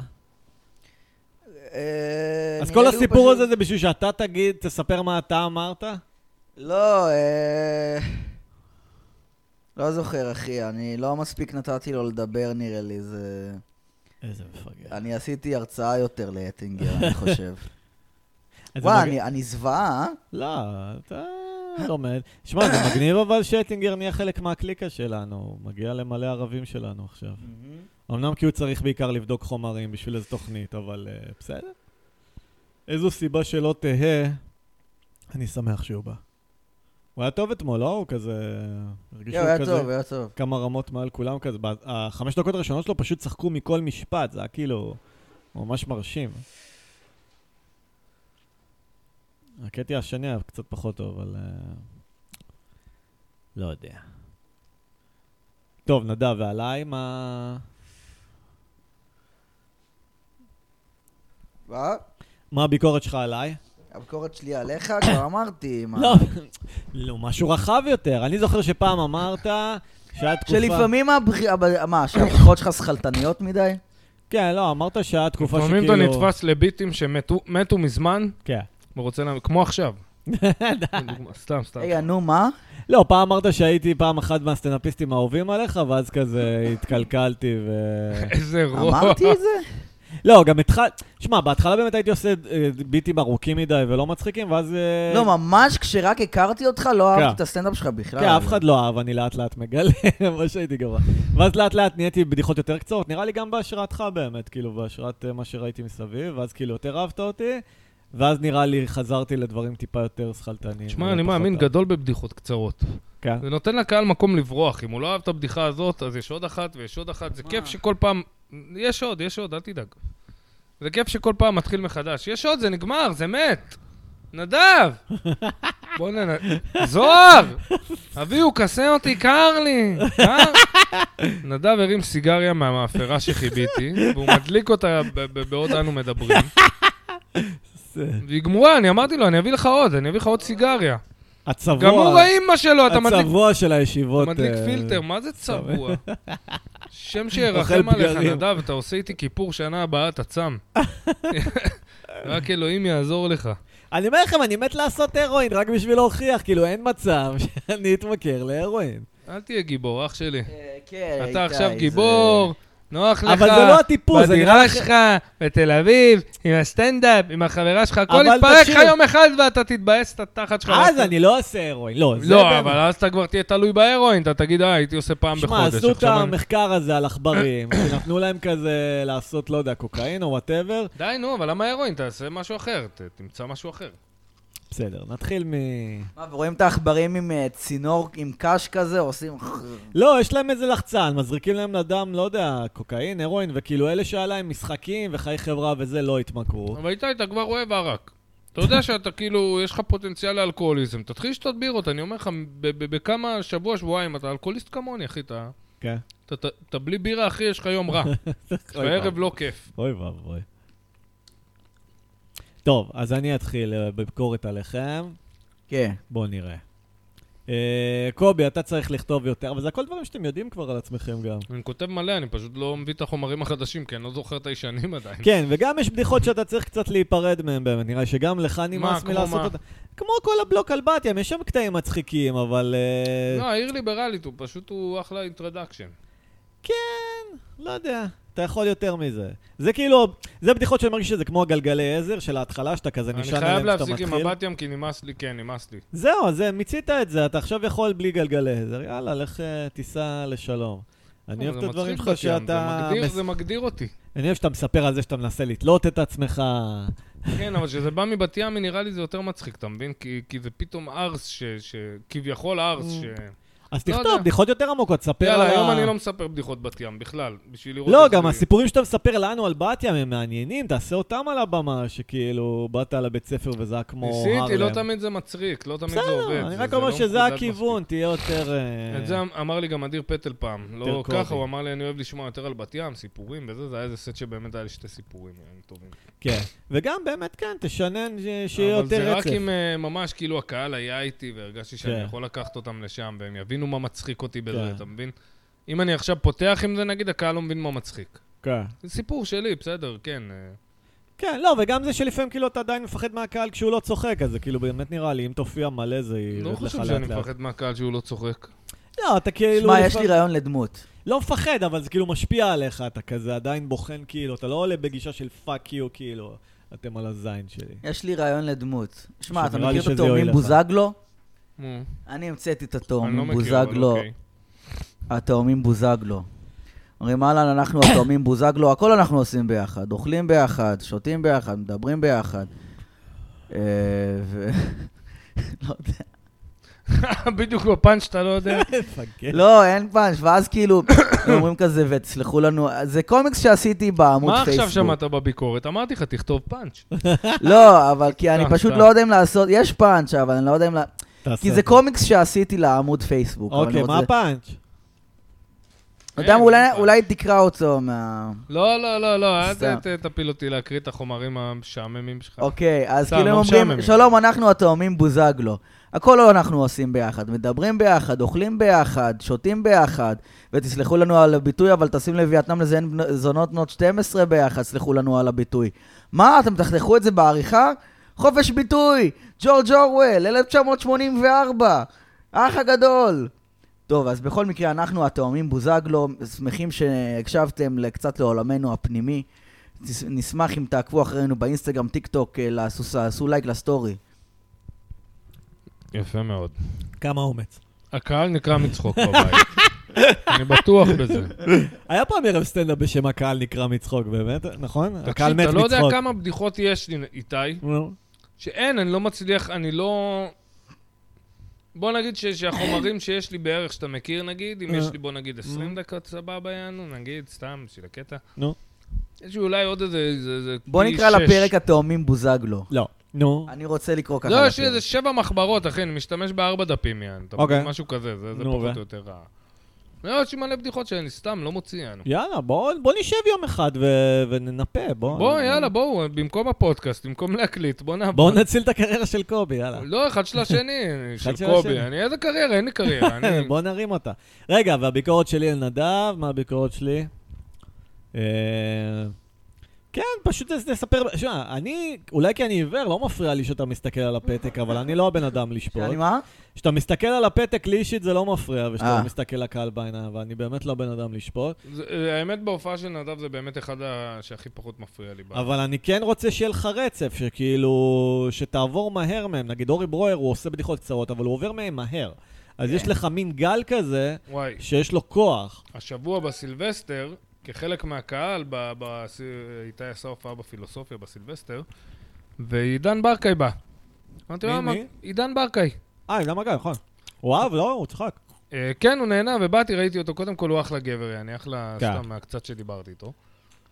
אה, אז נראה כל לי הוא הסיפור פשוט- הזה זה בשביל שאתה תגיד, תספר מה אתה אמרת? לא, אה... לא זוכר, אחי, אני לא מספיק נתתי לו לדבר, נראה לי, זה... איזה מפגר. אני עשיתי הרצאה יותר לאטינגר, אני חושב. אז וואי, זה אני- אני זוועה, אה? לא, אתה לומד. שמע, זה מגניב אבל שאטינגר נהיה חלק מהקליקה שלנו. הוא מגיע למלא ערבים שלנו עכשיו. אמנם כי הוא צריך בעיקר לבדוק חומרים בשביל איזו תוכנית, אבל uh, בסדר. איזו סיבה שלא תהה, אני שמח שהוא בא. הוא היה טוב אתמול, לא? הוא כזה... הרגישו הוא היה כזה טוב, היה טוב. כמה רמות מעל כולם כזה. ב- החמש דקות הראשונות שלו פשוט צחקו מכל משפט, זה היה כאילו ממש מרשים. הקטע השני היה קצת פחות טוב, אבל... Uh, לא יודע. טוב, נדב, ועליי מה... מה? מה הביקורת שלך עליי? הביקורת שלי עליך, כבר אמרתי, מה? לא, לא, משהו רחב יותר. אני זוכר שפעם אמרת שהיה תקופה... שלפעמים הבח- הב- מה, שהבחירות שלך שכלתניות מדי? כן, לא, אמרת שהיה תקופה שכאילו... לפעמים אתה נתפס לביטים שמתו מתו מזמן, כן. ורוצה להם, כמו עכשיו. סתם, סתם. רגע, נו, מה? לא, פעם אמרת שהייתי פעם אחת מהסטנאפיסטים האהובים עליך, ואז כזה התקלקלתי ו... איזה רוע. אמרתי את זה? לא, גם התחל... שמע, בהתחלה באמת הייתי עושה אה, ביטים ארוכים מדי ולא מצחיקים, ואז... אה, לא, ממש כשרק הכרתי אותך, לא כן. אהבתי את הסטנדאפ שלך בכלל. כן, אף אחד לא אהב, אני לאט לאט מגלה, מה שהייתי גרוע. ואז לאט לאט נהייתי בדיחות יותר קצרות, נראה לי גם בהשראתך באמת, כאילו, בהשראת אה, מה שראיתי מסביב, ואז כאילו יותר אהבת אותי, ואז נראה לי חזרתי לדברים טיפה יותר שכלתניים. תשמע, אני מאמין גדול בבדיחות קצרות. כן. זה נותן לקהל מקום לברוח. אם הוא לא אוהב את הבדיחה הזאת, אז יש עוד אחת ויש עוד אחת. זה כיף שכל פעם... יש עוד, יש עוד, אל תדאג. זה כיף שכל פעם מתחיל מחדש. יש עוד, זה נגמר, זה מת. נדב! בוא ננ... זוהר! אביהו, כסה אותי, קר לי! קר? נדב הרים סיגריה מהמאפרה שחיביתי, והוא מדליק אותה ב- ב- בעוד אנו מדברים. והיא גמורה, אני אמרתי לו, אני אביא לך עוד, אני אביא לך עוד סיגריה. הצבוע... גם הוא האמא שלו, אתה מדליק... הצבוע של הישיבות... אתה מדליק אה, פילטר, מה זה צבוע? שם אוכל שירחם עליך, פגרים. נדב, אתה עושה איתי כיפור שנה הבאה, אתה צם. רק אלוהים יעזור לך. אני אומר לכם, אני מת לעשות הרואין רק בשביל להוכיח, כאילו אין מצב שאני אתמכר להרואין. אל תהיה גיבור, אח שלי. אה, כן, איתי, אתה עכשיו זה- גיבור, נוח לך. אבל זה לא הטיפוס, זה נראה בדירה לך... שלך, בתל אביב, עם הסטנדאפ, עם החברה שלך, הכל אבל יתפרק לך תקשיב. יום אחד ואתה תתבאס את התחת שלך. אז אני לא אעשה הרואין, לא, זה לא, באמת. אבל אז אתה כבר תהיה תלוי בהרואין, אתה תגיד, אה, הייתי עושה פעם שמע, בחודש. עשו את עכשיו אני- המחקר הזה על עכברים, שנתנו להם כזה לעשות, לא יודע, קוקאין או וואטאבר. די, נו, אבל למה הרואין? תעשה משהו אחר, ת- תמצא משהו אחר. בסדר, נתחיל מ... מה, ורואים את העכברים עם אה, צינור, עם קש כזה, עושים... לא, יש להם איזה לחצן, מזריקים להם לדם, לא יודע, קוקאין, הרואין, וכאילו אלה שהיה להם משחקים וחיי חברה וזה לא התמכרו. אבל איתי, אתה כבר אוהב ערק. אתה יודע שאתה כאילו, יש לך פוטנציאל לאלכוהוליזם, תתחיל לשתות בירות, אני אומר לך, בכמה שבוע, שבועיים, אתה אלכוהוליסט כמוני, אחי, אתה... כן. אתה בלי בירה, אחי, יש לך יום רע. בערב לא כיף. אוי ואבוי. טוב, אז אני אתחיל בביקורת עליכם. כן. בואו נראה. קובי, אתה צריך לכתוב יותר, אבל זה הכל דברים שאתם יודעים כבר על עצמכם גם. אני כותב מלא, אני פשוט לא מביא את החומרים החדשים, כי אני לא זוכר את הישנים עדיין. כן, וגם יש בדיחות שאתה צריך קצת להיפרד מהם באמת, נראה שגם לך נמאס מלעשות אותה. כמו כל הבלוק על בתיה, יש שם קטעים מצחיקים, אבל... לא, העיר ליברלית, הוא פשוט הוא אחלה אינטרדקשן. כן, לא יודע. אתה יכול יותר מזה. זה כאילו, זה בדיחות שאני מרגיש שזה כמו הגלגלי עזר של ההתחלה, שאתה כזה נשען עליהם שאתה מתחיל. אני חייב להפסיק עם הבת ים, כי נמאס לי, כן, נמאס לי. זהו, אז מיצית את זה, אתה עכשיו יכול בלי גלגלי עזר. יאללה, לך תיסע לשלום. אני אוהב את הדברים שלך שאתה... זה מגדיר אותי. אני אוהב שאתה מספר על זה שאתה מנסה לתלות את עצמך. כן, אבל כשזה בא מבת ים, נראה לי זה יותר מצחיק, אתה מבין? כי זה פתאום ארס, כביכול ארס ש... אז תכתוב, בדיחות יותר עמוקות, תספר על ה... יאללה, היום אני לא מספר בדיחות בת ים בכלל, בשביל לראות... לא, גם הסיפורים שאתה מספר לנו על בת ים הם מעניינים, תעשה אותם על הבמה, שכאילו באת על הבית ספר וזה היה כמו הרלם. ניסיתי, לא תמיד זה מצחיק, לא תמיד זה עובד. בסדר, אני רק אומר שזה הכיוון, תהיה יותר... את זה אמר לי גם אדיר פטל פעם, לא ככה, הוא אמר לי, אני אוהב לשמוע יותר על בת ים, סיפורים וזה, זה היה איזה סט שבאמת היה לי שתי סיפורים טובים. כן, וגם באמת כן, תשנן שיהיה יותר רצף. אבל זה רק אם ממש כאילו הקהל היה איתי והרגשתי שאני יכול לקחת אותם לשם והם יבינו מה מצחיק אותי בזה, אתה מבין? אם אני עכשיו פותח עם זה, נגיד, הקהל לא מבין מה מצחיק. כן. זה סיפור שלי, בסדר, כן. כן, לא, וגם זה שלפעמים כאילו אתה עדיין מפחד מהקהל כשהוא לא צוחק, אז זה כאילו באמת נראה לי, אם תופיע מלא זה ירד לך לאט לאט. לא חושב שאני מפחד מהקהל שהוא לא צוחק. לא, אתה כאילו... שמע, יש לי רעיון לדמות. לא מפחד, אבל זה כאילו משפיע עליך, אתה כזה עדיין בוחן כאילו, אתה לא עולה בגישה של פאק יו כאילו, אתם על הזין שלי. יש לי רעיון לדמות. שמע, אתה מכיר את התאומים בוזגלו? מו. אני המצאתי את התאומים בוזגלו. התאומים בוזגלו. אומרים, אהלן, אנחנו התאומים בוזגלו, הכל אנחנו עושים ביחד. אוכלים ביחד, שותים ביחד, מדברים ביחד. לא יודע. בדיוק בפאנץ' אתה לא יודע. לא, אין פאנץ', ואז כאילו, אומרים כזה, ותסלחו לנו, זה קומיקס שעשיתי בעמוד פייסבוק. מה עכשיו שמעת בביקורת? אמרתי לך, תכתוב פאנץ'. לא, אבל כי אני פשוט לא יודע אם לעשות, יש פאנץ', אבל אני לא יודע אם... כי זה קומיקס שעשיתי לעמוד פייסבוק. אוקיי, מה הפאנץ'? אתה אולי תקרא אותו מה... לא, לא, לא, לא, אל תפיל אותי להקריא את החומרים המשעממים שלך. אוקיי, אז כאילו הם אומרים, שלום, אנחנו התאומים בוזגלו. הכל לא אנחנו עושים ביחד, מדברים ביחד, אוכלים ביחד, שותים ביחד, ותסלחו לנו על הביטוי, אבל תשים לווייטנאם לזה אין זונות בנות שתים עשרה ביחד, סלחו לנו על הביטוי. מה, אתם תחתכו את זה בעריכה? חופש ביטוי, ג'ורג' אורוול, אלף תשע מאות שמונים וארבע, האח הגדול. טוב, אז בכל מקרה, אנחנו התאומים בוזגלו, שמחים שהקשבתם קצת לעולמנו הפנימי. נשמח אם תעקבו אחרינו באינסטגרם, טיק טוק, לעשו לייק לסטורי. יפה מאוד. כמה אומץ. הקהל נקרא מצחוק בבית. אני בטוח בזה. היה פעם ערב סטנדאפ בשם הקהל נקרא מצחוק, באמת, נכון? הקהל מת מצחוק. אתה לא יודע כמה בדיחות יש לי, איתי, שאין, אני לא מצליח, אני לא... בוא נגיד שהחומרים שיש לי בערך שאתה מכיר, נגיד, אם יש לי בוא נגיד עשרים דקות סבבה יענו, נגיד, סתם, בשביל הקטע. נו. יש לי אולי עוד איזה... בוא נקרא לפרק התאומים בוזגלו. לא. נו. אני רוצה לקרוא ככה. לא, יש לי איזה שבע מחברות, אחי, אני משתמש בארבע דפים, יענו. אתה מבין משהו כזה, זה פחות או יותר רע. לא, יש לי מלא בדיחות שאני סתם לא מוציא, יענו. יאללה, בוא נשב יום אחד וננפה, בוא. בוא, יאללה, בואו, במקום הפודקאסט, במקום להקליט, בוא נעבור. בוא נציל את הקריירה של קובי, יאללה. לא, אחד של השני, של קובי. אני איזה קריירה, אין לי קריירה. בוא נרים אותה. רגע, והביקורת שלי על נדב, מה הביקורת שלי? כן, פשוט נספר, שמה, אני, אולי כי אני עיוור, לא מפריע לי שאתה מסתכל על הפתק, אבל אני לא הבן אדם לשפוט. שאני מה? שאתה מסתכל על הפתק לי אישית זה לא מפריע, ושאתה לא מסתכל לקהל בעיניים, ואני באמת לא בן אדם לשפוט. האמת בהופעה של נדב זה באמת אחד שהכי פחות מפריע לי. אבל אני כן רוצה שיהיה לך רצף, שכאילו, שתעבור מהר מהם. נגיד אורי ברויר, הוא עושה בדיחות קצרות, אבל הוא עובר מהם מהר. אז יש לך מין גל כזה, שיש לו כוח. השבוע בסילבסטר, כחלק מהקהל, איתי עשה הופעה בפילוסופיה בסילבסטר, ועידן ברקאי בא. מי? מי? עידן ברקאי. אה, עידן ברקאי, נכון. הוא אהב, לא? הוא צחק. כן, הוא נהנה, ובאתי, ראיתי אותו. קודם כל הוא אחלה גבר, אני אחלה סתם מהקצת שדיברתי איתו.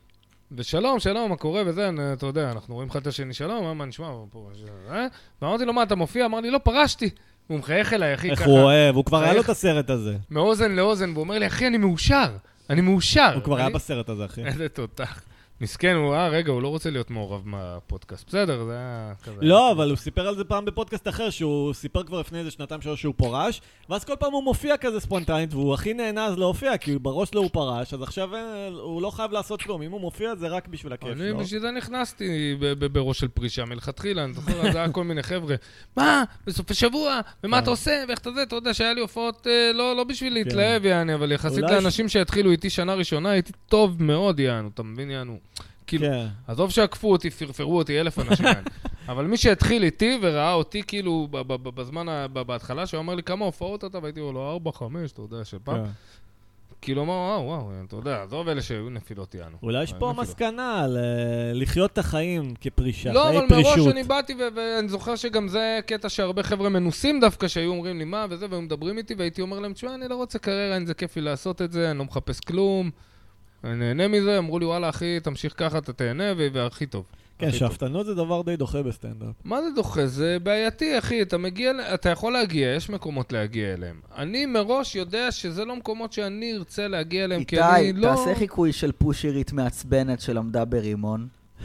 ושלום, שלום, מה קורה וזה, אתה יודע, אנחנו רואים לך את השני, שלום, מה נשמע פה, אה? ואמרתי לו, מה, אתה מופיע? אמר לי, לא, פרשתי. הוא מחייך אליי, אחי, איך הוא אוהב, הוא כבר היה לו את הסרט הזה. מאוזן לאוזן, והוא אומר לי, אחי, אני מאושר, אני מאושר. הוא כבר היה בסרט הזה, אחי. איזה תותח. מסכן, הוא, אה, רגע, הוא לא רוצה להיות מעורב מהפודקאסט. בסדר, זה היה כזה. לא, אבל הוא סיפר על זה פעם בפודקאסט אחר, שהוא סיפר כבר לפני איזה שנתיים שלוש שהוא פורש, ואז כל פעם הוא מופיע כזה ספונטנית, והוא הכי נהנה אז להופיע, כי בראש לו הוא פרש, אז עכשיו הוא לא חייב לעשות כלום. אם הוא מופיע, זה רק בשביל הכיף, לא? אני בשביל זה נכנסתי בראש של פרישה, מלכתחילה, אני זוכר, זה היה כל מיני חבר'ה. מה? בסוף השבוע? ומה אתה עושה? ואיך אתה זה? אתה יודע שהיה לי הופעות לא בשביל להתלהב, יעני, אבל יחסית לאנשים שהתחילו איתי שנה ראשונה, הייתי טוב מאוד, יענו, אתה מבין, יענו. כאילו, עזוב שעקפו אותי, פרפרו אותי אלף אנשים, אבל מי שהתחיל איתי וראה אותי כאילו בזמן, בהתחלה, שהוא אמר לי כמה הופעות אתה, והייתי לו ארבע, חמש, אתה יודע, שפעם. כאילו, וואו, וואו, אתה יודע, עזוב אלה שהיו נפילות יענו. אולי יש פה מסקנה לחיות את החיים כפרישה, לא, אבל מראש אני באתי, ואני זוכר שגם זה קטע שהרבה חבר'ה מנוסים דווקא, שהיו אומרים לי מה וזה, והם מדברים איתי, והייתי אומר להם, תשמע, אני לא רוצה קריירה, אין זה כיף לי לעשות את זה, אני לא מחפש כלום. אני נהנה מזה, אמרו לי, וואלה, אחי, תמשיך ככה, אתה תהנה, והכי טוב. כן, שאפתנות זה דבר די דוחה בסטנדאפ. מה זה דוחה? זה בעייתי, אחי. אתה מגיע, אתה יכול להגיע, יש מקומות להגיע אליהם. אני מראש יודע שזה לא מקומות שאני ארצה להגיע אליהם, כי אני לא... איתי, תעשה חיקוי של פושרית מעצבנת שלמדה ברימון.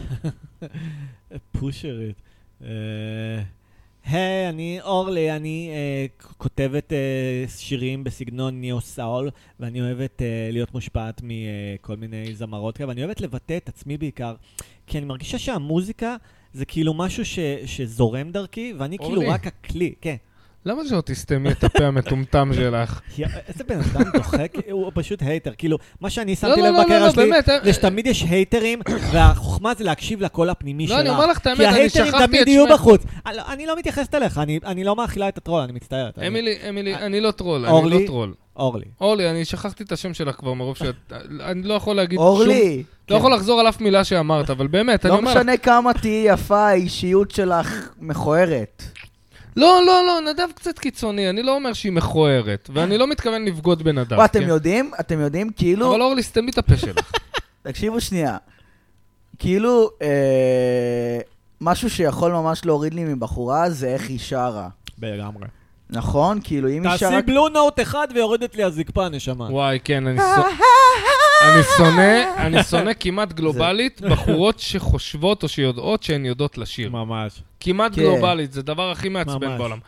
פושרית. היי, אני אורלי, אני uh, כותבת uh, שירים בסגנון ניאו סאול, ואני אוהבת uh, להיות מושפעת מכל uh, מיני זמרות, ואני אוהבת לבטא את עצמי בעיקר, כי אני מרגישה שהמוזיקה זה כאילו משהו ש, שזורם דרכי, ואני אורלי. כאילו רק הכלי, כן. למה שלא תסתמי את הפה המטומטם שלך? איזה בן אדם דוחק, הוא פשוט הייטר. כאילו, מה שאני שמתי לב בקריירה שלי, זה שתמיד יש הייטרים, והחוכמה זה להקשיב לקול הפנימי שלה. לא, אני אומר לך את האמת, אני שכחתי את שמך. כי ההייטרים תמיד יהיו בחוץ. אני לא מתייחסת אליך, אני לא מאכילה את הטרול, אני מצטערת. אמילי, אמילי, אני לא טרול, אני לא טרול. אורלי. אורלי, אני שכחתי את השם שלך כבר מרוב שאת... אני לא יכול להגיד שום... אורלי! לא יכול לחזור על אף מילה שאמרת, אבל באמת, אני אומר לך... לא משנה כמה תהי יפה, האישיות שלך מכוערת. לא, לא, לא, נדב קצת קיצוני, אני לא אומר שהיא מכוערת, ואני לא מתכוון לבגוד בנדב. ואתם יודעים, אתם יודעים, כאילו... אבל אורלי, סתמי את הפה שלך. תקשיבו שנייה. כאילו, משהו שיכול ממש להוריד לי מבחורה, זה איך היא שרה. בגמרי. נכון? כאילו, אם היא שרה... תעשי בלו נוט אחד ויורדת לי הזקפה, נשמה. וואי, כן, אני אני שונא, אני שונא כמעט גלובלית בחורות שחושבות או שיודעות שהן יודעות לשיר. ממש. כמעט גלובלית, זה הדבר הכי מעצבן בעולם.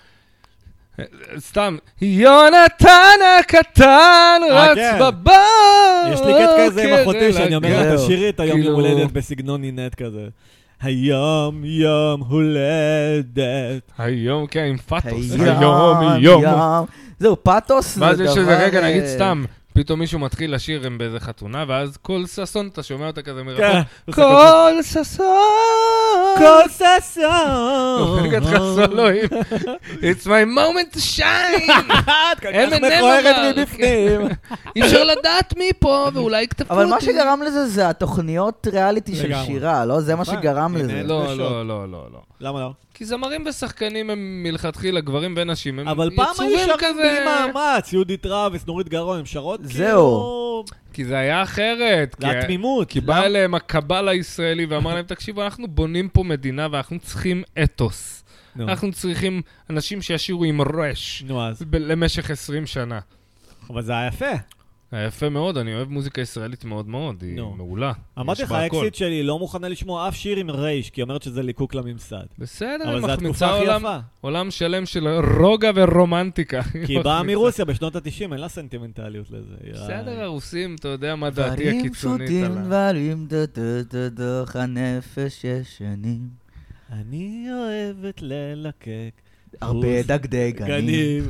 סתם, יונתן הקטן רץ בבר. יש לי קטע כזה עם אחותי שאני אומר לה, תשירי את היום יום הולדת בסגנון נינט כזה. היום יום הולדת. היום, כן, עם פאטוס. היום יום. זהו, פאטוס זה דבר... ואז יש איזה רגע, נגיד סתם, פתאום מישהו מתחיל לשיר הם באיזה חתונה, ואז כל ססון, אתה שומע אותה כזה מרחוק. כל ססון! כל ססון! הופכת לך סולואים. It's my moment to shine! את כל כך מכוערת מבפנים. אי אפשר לדעת מי פה, ואולי כתפו אותי. אבל מה שגרם לזה זה התוכניות ריאליטי של שירה, לא? זה מה שגרם לזה. לא, לא, לא, לא. למה לא? כי זמרים ושחקנים הם מלכתחילה, גברים ונשים, הם אבל פעם היו שרים בלי מאמץ, יהודית רביץ, נורית גרון, הם שרות זהו. כי זה היה אחרת. לתמימות. כי בא אליהם הקבל הישראלי ואמר להם, תקשיבו, אנחנו בונים פה מדינה ואנחנו צריכים אתוס. אנחנו צריכים אנשים שישירו עם רש. למשך עשרים שנה. אבל זה היה יפה. היה יפה מאוד, אני אוהב מוזיקה ישראלית מאוד מאוד, היא מעולה. אמרתי לך, האקסיט שלי לא מוכנה לשמוע אף שיר עם רייש, כי היא אומרת שזה ליקוק לממסד. בסדר, היא מחמיצה עולם שלם של רוגע ורומנטיקה. כי היא באה מרוסיה בשנות ה-תשעים, אין לה סנטימנטליות לזה. בסדר, הרוסים, אתה יודע מה דעתי הקיצונית עליו. דברים פשוטים, דברים דוח הנפש ישנים. אני אוהבת ללקק. הרבה דגדגנים.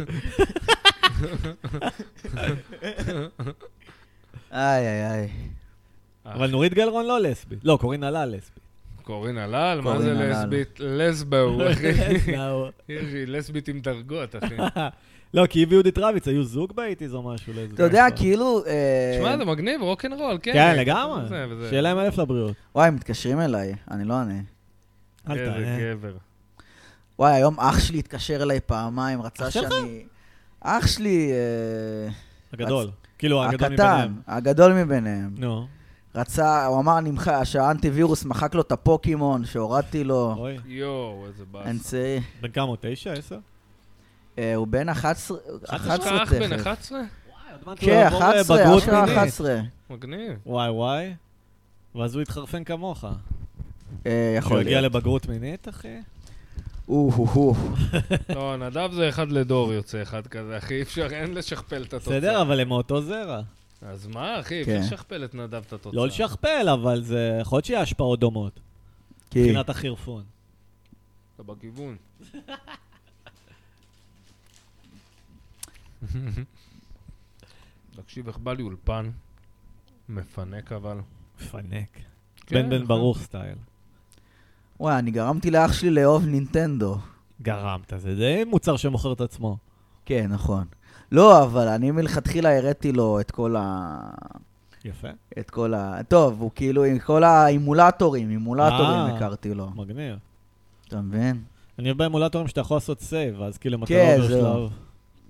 איי איי איי. אבל נורית גלרון לא לסבית. לא, קורין הלל לסבית. קורין הלל? מה זה לסבית? לסבאו, אחי. היא לסבית עם דרגות, אחי. לא, כי היא ויהודית רביץ היו זוג באיטיז או משהו. אתה יודע, כאילו... שמע, זה מגניב, רוק'נ'רול, כן. כן, לגמרי. שיהיה להם אלף לבריאות. וואי, מתקשרים אליי, אני לא עונה. איזה גבר. וואי, היום אח שלי התקשר אליי פעמיים, רצה שאני... אח שלי... הגדול. כאילו, הגדול מביניהם. הקטן, הגדול מביניהם. נו. רצה, הוא אמר נמחה, שהאנטיווירוס מחק לו את הפוקימון, שהורדתי לו. אוי. יואו, איזה באס. אמצעי. בן כמה הוא? תשע? עשר? אה, הוא בן אחת עשרה, אחת יש לך עשרה אח בן תכף. אחת עשרה? כן, אחת עשרה, בגרות אשכרה מינית. אחת עשרה. מגניב. וואי וואי. ואז הוא התחרפן כמוך. אה, יכול כשהוא הגיע להיות. לבגרות מינית, אחי? או הו הו. לא, נדב זה אחד לדור יוצא אחד כזה, אחי, אי אפשר, אין לשכפל את התוצאה. בסדר, אבל הם מאותו זרע. אז מה, אחי, כן. אפשר לשכפל את נדב את התוצאה. לא לשכפל, אבל זה יכול להיות שיהיה השפעות דומות. כי... מבחינת החירפון. אתה בכיוון. תקשיב, איך בא לי אולפן? מפנק אבל. פנק. כן, בן בן נכון. ברוך סטייל. וואי, אני גרמתי לאח שלי לאהוב נינטנדו. גרמת, זה די מוצר שמוכר את עצמו. כן, נכון. לא, אבל אני מלכתחילה הראיתי לו את כל ה... יפה. את כל ה... טוב, הוא כאילו עם כל האימולטורים, אימולטורים אה. הכרתי לו. מגניב. אתה מבין? אני אוהב באמולטורים שאתה יכול לעשות סייב, אז כאילו אם אתה כן, לא עובר זהו. שלב.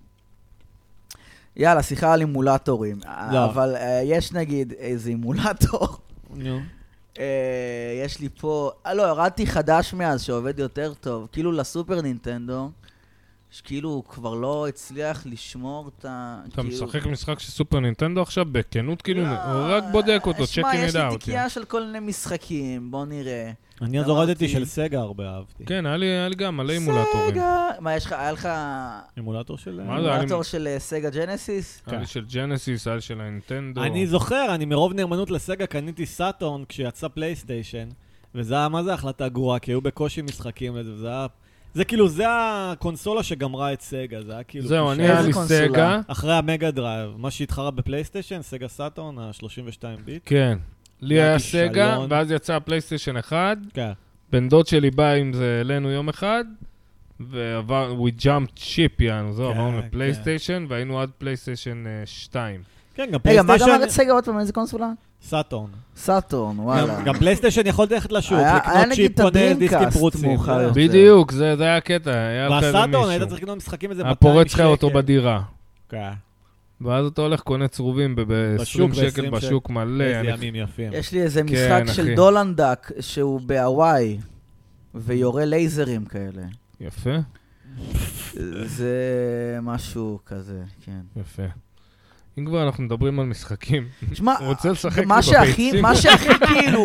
יאללה, שיחה על אימולטורים. לא. אבל אה, יש נגיד איזה אימולטור. נו. אה, יש לי פה... אה, לא, הורדתי חדש מאז שעובד יותר טוב. כאילו לסופר נינטנדו, שכאילו הוא כבר לא הצליח לשמור את ה... אתה כאילו- משחק משחק של סופר נינטנדו עכשיו בכנות, כאילו, לא, הוא רק בודק אותו, צ'ק שמע, אין יש לי איט. תיקייה של כל מיני משחקים, בוא נראה. אני אז אמרתי- הורדתי של סגה הרבה אהבתי. כן, היה לי היה לי גם מלא אימולטורים. סגה! מה, יש לך, היה לך אימולטור של... מה זה? אימולטור אני- של אה, סגה ג'נסיס? היה לי של ג'נסיס, היה לי של הנינטנדו. אני זוכר, אני מרוב נאמנות לסגה קניתי סאטורן כשיצא פלייסטיישן, וזה היה, מה זה החלטה גרועה? כי היו בקושי משחקים לזה, וזה היה... זה כאילו, זה הקונסולה שגמרה את סגה, זה היה כאילו... זהו, פשוט- אני היה איזה לי קונסולה? סגה. אחרי המגה דרייב, מה שהתחרה בפלייסטיישן, סגה סאטורן, ה-שלושים ושתיים ביט. כן. לי היה היה כישלון. סגה, ואז יצא הפלייסטיישן אחד. כן. בן דוד שלי בא עם זה אלינו יום אחד, ועבר, we jumped ship, יענו, זהו, כן, עברנו כן. לפלייסטיישן, והיינו עד פלייסטיישן שתיים. כן, גם רגע, מה פלייסטיישן... גמר את סגה עוד פעם? איזה קונסולה? סאטורן. סאטורן, וואלה. גם- גם פלייסטיישן יכול ללכת לשוק, היה- היה לקנות נגיד צ'יפ את קונה דיסקים הדרימקאסט פרוצים. מאוחר זהו. יותר. בדיוק, זה זה היה הקטע, היה לך איזה והסאטורן, היית מישהו. צריך לקנות משחקים איזה היה מאתיים פורץ לך אותו שקל. בדירה. כן. ואז אתה הולך, קונה צרובים ב-עשרים בשוק, שקל ב-עשרים בשוק מלא. איזה אני- ימים יפים. יש לי איזה כן, משחק אחי. של דולנדק, שהוא בהוואי, ויורה לייזרים כאלה. יפה, זה משהו כזה, כן. יפה. אם כבר אנחנו מדברים על משחקים, שמע, הוא רוצה לשחק מה לי שהכי, בביצים. מה שהכי כאילו,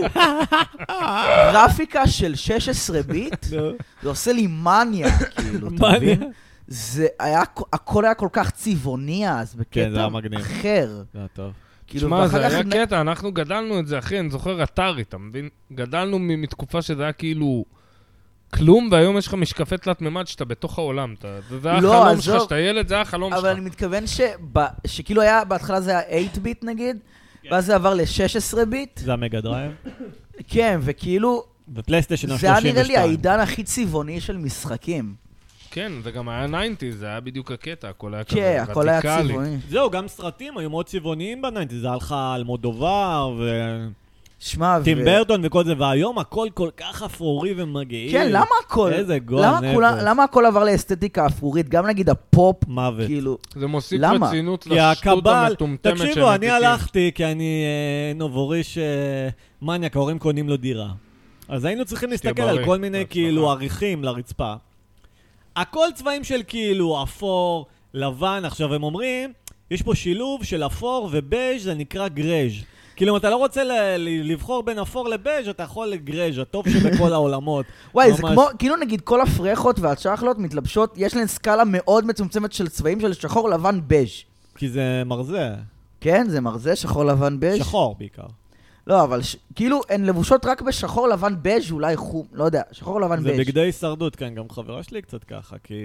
גרפיקה של שש עשרה ביט, זה עושה לי מניה, כאילו, אתה מניה? מבין? זה היה, הכל היה כל כך צבעוני אז, כן, זה היה בקטע מגניב. אחר. זה היה טוב. כאילו, שמע, ואחר זה כך היה נ- קטע, אנחנו גדלנו את זה, אחי, אני זוכר אתרי, אתה מבין? גדלנו מ- מתקופה שזה היה כאילו כלום, והיום יש לך משקפי תלת ממד שאתה בתוך העולם. אתה- זה זה היה לא, החלום שלך, עזוב. שאתה ילד, זה היה החלום אבל אני שלך. מתכוון שב- שכאילו היה, בהתחלה זה היה שמונה ביט נגיד, ואז זה עבר ל-שש עשרה ביט, זה המגה דרייב. כן, וכאילו, ופלייסטיישן זה היה ה-שלושים נראה לי ושתיים. העידן הכי צבעוני של משחקים. כן, זה גם היה ניינטיז, זה היה בדיוק הקטע, הכל היה כן, כזה הכל היה רדיקלי. צבעוני. זהו, גם סרטים היו מאוד צבעוניים בניינטיז, זה היה לך על מודובר שמע, ו... וטים ברטון וכל זה, והיום הכל כל כך אפרורי ומגעיל. כן, למה הכל? איזה גועל למה נפש. כולה- למה הכל עבר לאסתטיקה אפרורית? גם נגיד הפופ, מוות. כאילו... זה מוסיף למה? רצינות כי לשטות הקבל, המטומטמת שהם תקשיבו, אני מפיקים. הלכתי כי אני אה, נובוריש אה, מניאק, ההורים קונים לו דירה. אז היינו צריכים להסתכל על בריא, כל מיני בהצלחה. כאילו עריכים לרצפה. הכל צבעים של כאילו אפור, לבן, עכשיו הם אומרים, יש פה שילוב של אפור ובייג' זה נקרא גרז'. כאילו אם אתה לא רוצה ל- ל- לבחור בין אפור לבייג' אתה יכול לגרז', הטוב שבכל העולמות. וואי, זה ממש. כמו, כאילו נגיד כל הפרחות והצ'חלות מתלבשות, יש להן סקאלה מאוד מצומצמת של צבעים של שחור, לבן, בז'. כי זה מרזה, כן, זה מרזה, שחור, לבן, בז'. שחור בעיקר. לא, אבל ש... כאילו הן לבושות רק בשחור, לבן, בז', אולי חום, לא יודע, שחור, לבן, זה בז'. בגדי הישרדות, כן, גם חברה שלי קצת ככה, כי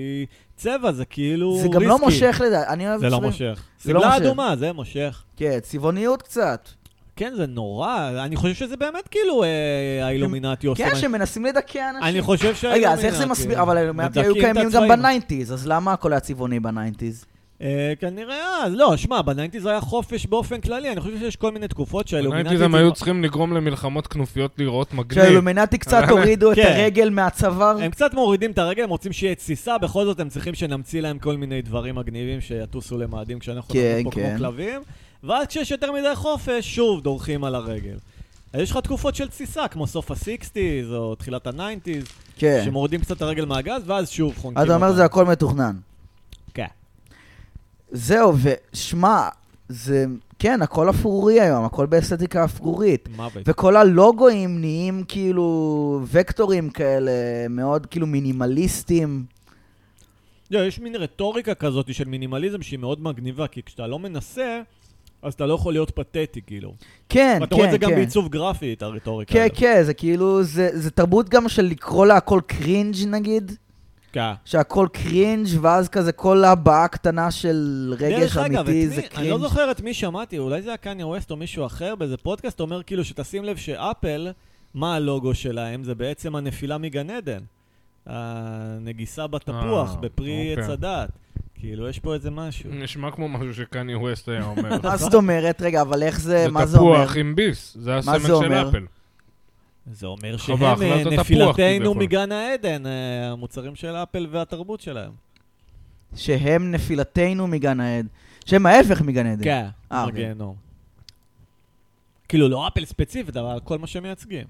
צבע זה כאילו זה גם ריסקי. לא מושך לדעת, אני אוהב זה לא צבעים- מושך. זה לא סגלה מושך. אדומה, זה מושך. כן, צבעוניות קצת. כן, זה נורא. אני חושב שזה באמת כאילו אה, האילומינטי עושה. כן, שמנסים לדכא אנשים. אני חושב שהאילומינטי... רגע, אז איך זה מסביר? אבל האילומינטי היו מדכאים את קיימים גם הצבעים. בניינטיז, אז למה הכל היה צבעוני בניינטיז? אה, כנראה אז. לא, שמע, בניינטיז היה חופש באופן כללי. אני חושב שיש כל מיני תקופות שהאילומינטי... בניינטיז הם היו צריכים לגרום למלחמות כנופיות לראות מגניב. שהאילומינטי קצת הורידו את כן. הרגל מהצוואר. הם קצת מורידים את הרגל, הם רוצים שיהיה תסיסה, בכל זאת הם צריכים שנמציא להם כל מיני דברים מגניבים שיטוסו למאדים כשאנחנו כן, אנחנו פה כן. כמו כלבים. ואז כשיש יותר מדי חופש, שוב דורכים על הרגל. אז יש לך תקופות של תסיסה, כמו סוף ה-סיקסטיז או תחילת ה-ניינטיז, כן. שמורידים קצת את הרגל מהגז, ואז שוב חונקים אותה. אתה אומר זה הכל מתוכנן. כן. זהו, ושמע, זה, כן, הכל אפרורי היום, הכל באסתטיקה אפרורית. מוות. וכל הלוגוים נהיים כאילו וקטורים כאלה, מאוד כאילו מינימליסטים. לא, יש מין רטוריקה כזאת של מינימליזם שהיא מאוד מגניבה, כי כשאתה לא מנסה, אז אתה לא יכול להיות פתטי, כאילו. כן, ואתה רואה את כן, זה גם כן. בעיצוב גרפי, את הרטוריקה כן, הזאת. כן, זה כאילו, זה, זה תרבות גם של לקרוא לה הכל קרינג' נגיד. כן. שהכל קרינג' ואז כזה כל הבעה קטנה של רגש דרך אגב, אמיתי את זה מי- קרינג'. אני לא זוכר את מי שמעתי, אולי זה היה קניה ווסט או מישהו אחר, באיזה פודקאסט אומר כאילו שתשים לב שאפל, מה הלוגו שלהם? זה בעצם הנפילה מגן עדן. הנגיסה בתפוח, אה, בפרי אוקיי. עץ הדת. כאילו, יש פה איזה משהו. נשמע כמו משהו שקניה ווסט היה אומר. מה זאת אומרת? רגע, אבל איך זה, זה מה זה אומר? תפוח עם ביס, זה זה הסמל של אומר? אפל. זה אומר חווה, שהם אכלת אה, תפוח, נפילתנו כביכול. מגן העדן, אה, המוצרים של אפל והתרבות שלהם. שהם נפילתנו מגן העד. שהם ההפך מגן עדן. כן, אה, אוקיי. הגיהנום. כאילו, לא אפל ספציפית, אבל כל מה שמייצגים.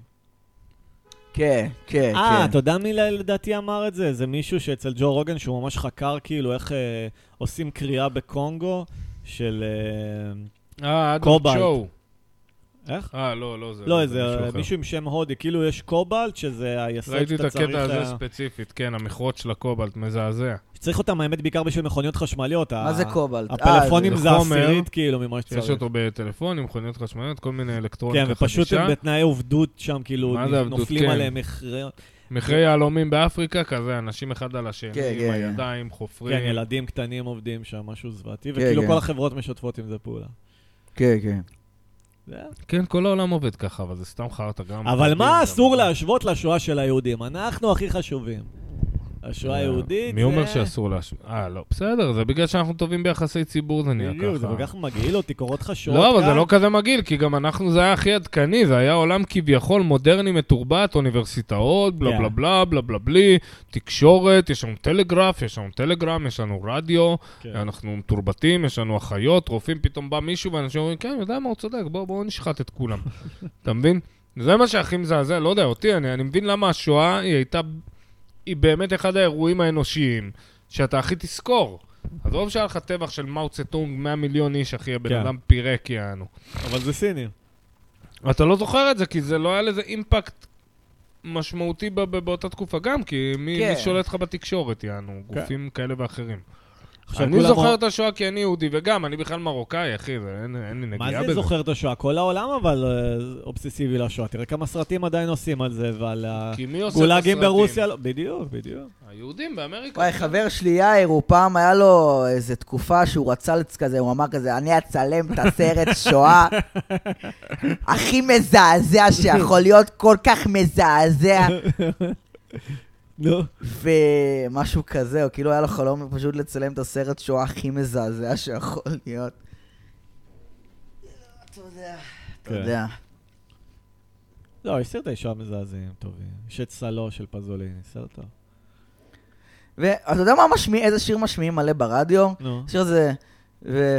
כן, כן, אה, כן. אתה יודע מי לדעתי אמר את זה? זה מישהו שאצל ג'ו רוגן שהוא ממש חקר כאילו איך אה, עושים קריאה בקונגו של... אה, אה, אדולט קובלט. שואו. איך? אה, לא, לא, זה לא, זה זה מישהו אחר. מישהו עם שם הודי, כאילו יש קובלט, שזה היסוד ראיתי את שאתה צריך... הקטע הזה אה, ספציפית, כן, המכרות של הקובלט, מזעזע. צריך אותם, האמת, בעיקר בשביל מכוניות חשמליות. מה ה- זה קובלט? הפלאפונים זה זה חומר עשירית כאילו ממה יש שצריך. אותו בטלפונים, מכוניות חשמליות, כל מיני אלקטרוניקה כן, חדישה. ופשוט הם בתנאי עובדות שם, כאילו מה זה עבדות? נופלים כן. עליהם מכריות. מכרי יהלומים באפריקה, כזה, אנשים אחד על השני, כן, עם כן, הידיים, חופרים. כן, ילדים קטנים עובדים שם, משהו זוועתי, כן, וכאילו כן. כל החברות משתפות עם זה פעולה. כן, כן. זה- כן, כל העולם עובד ככה, אבל זה סתם חרטה גם. אבל גם- מה אסור להשוות לשואה של היהודים? אנחנו הכי חשובים. השואה היהודית מי אומר שאסור להשוות? אה, לא, בסדר, זה בגלל שאנחנו טובים ביחסי ציבור, זה נהיה בדיוק, זה כל ככה. כך מגעיל אותי, קורות לך שואות לא, אבל כאן. זה לא כזה מגעיל, כי גם אנחנו, זה היה הכי עדכני, זה היה עולם כביכול מודרני מתורבת, אוניברסיטאות, בלה כן. בלה בלה, בלה בלה בלי, תקשורת, יש לנו טלגרף, יש לנו טלגרם, יש לנו רדיו, כן. אנחנו מתורבתים, יש לנו אחיות, רופאים, פתאום בא מישהו ואנשים אומרים, כן, יודע מה, הוא צודק, בואו בוא נשחט את כולם. אתה מבין? זה מה שהכי מזעזע, לא יודע, אותי, אני, אני מבין למה השואה היא הייתה, היא באמת אחד האירועים האנושיים שאתה הכי תזכור. עזוב שהיה לך טבח של מאו צטונג, מאה מיליון איש, אחי, הבן כן. אדם פירק יענו. אבל זה סיני. אתה לא זוכר את זה, כי זה לא היה לזה אימפקט משמעותי ב- ב- באותה תקופה גם, כי מי, כן. מי שולט לך בתקשורת, יענו, כן. גופים כאלה ואחרים. עכשיו אני כולם זוכר או- את השואה כי אני יהודי, וגם, אני בכלל מרוקאי, אחי, זה, אין, אין לי מה נגיעה זה בזה. זוכר את השואה? כל העולם אבל אה, אובססיבי לשואה. תראה כמה סרטים עדיין עושים על זה, ועל כי מי עושה את הגולאגים הסרטים? ברוסיה. לא- בדיוק, בדיוק. היהודים באמריקה. וואי, חבר שלי יאיר, הוא פעם היה לו איזו תקופה שהוא רצה לצ- כזה, הוא אמר כזה, אני אצלם את הסרט שואה הכי מזעזע שיכול להיות, כל כך מזעזע, נו. ומשהו כזה, או כאילו היה לו חלום פשוט לצלם את הסרט שואה הכי מזעזע שיכול להיות. אתה יודע, אתה כן. יודע. לא, יש סרטי שואה מזעזעים טובים. יש את סלו של פזוליני, סרט טוב. ואתה יודע מה משמיע, איזה שיר משמיעים מלא ברדיו? נו. השיר הזה, ו...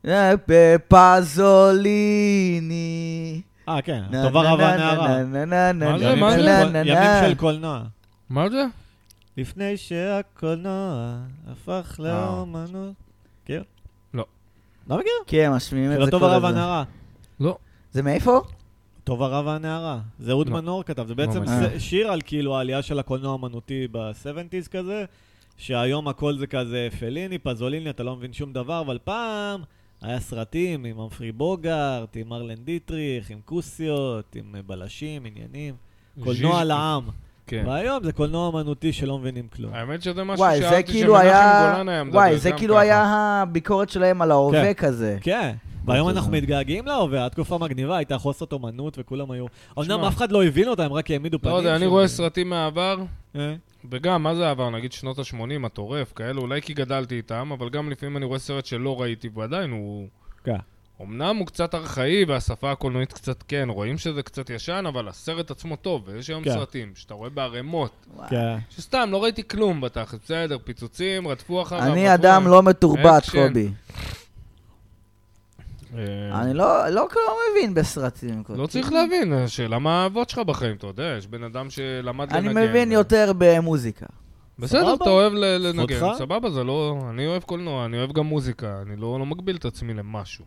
בפזוליני. אה, כן, טובה רבה הנערה. מה זה? מה זה? ימים של קולנוע. מה זה? לפני שהקולנוע הפך לאומנות. מכיר? לא. לא מכיר? כן, משמיעים את של זה כל הטובה רבה הזמן. הנערה. לא. זה מאיפה? טובה רבה הנערה. זה אהוד לא. מנור כתב. זה בעצם לא ס- מכיר. שיר על כאילו העלייה של הקולנוע האמנותי ב-שבעים כזה, שהיום הכל זה כזה פליני, פזוליני, אתה לא מבין שום דבר, אבל פעם היה סרטים עם אמפרי בוגארט, עם מרלן דיטריך, עם כוסיות, עם בלשים, עניינים. קולנוע ז'יז'- לעם. כן. והיום זה קולנוע אמנותי שלא מבינים כלום. האמת שזה משהו וואי, זה שאהבתי כאילו שמנחם היה... גולן היה מדבר וואי, זה גם כאילו ככה. היה הביקורת שלהם על ההווה כן. כזה. כן, והיום זה אנחנו זה. מתגעגעים להווה, התקופה מגניבה, הייתה חוסות אומנות וכולם היו... אמנם שמע. אף אחד לא הבין אותה, הם רק העמידו פנים. לא יודע, אני של- רואה סרטים מהעבר, אה? וגם, מה זה העבר? נגיד שנות ה-שמונים, הטורף, כאלו, אולי כי גדלתי איתם, אבל גם לפעמים אני רואה סרט שלא ראיתי, ועדיין הוא... כן. אמנם הוא קצת ארכאי, והשפה הקולנועית קצת כן, רואים שזה קצת ישן, אבל הסרט עצמו טוב, ויש היום כן. סרטים שאתה רואה בערימות, וואי. כן. שסתם, לא ראיתי כלום בתחת, בסדר, פיצוצים, רדפו אחריו. אני רדפו אדם אחריו. לא מתורבת, אקשן. קובי. אני לא, לא לא מבין בסרטים. לא צריך להבין, השאלה מה האהבות שלך בחיים, אתה יודע, יש בן אדם שלמד לנגן. אני מבין יותר במוזיקה. בסדר, אתה אוהב לנגן, סבבה, זה לא... אני אוהב קולנוע, אני אוהב גם מוזיקה, אני לא מגביל את עצמי למשהו.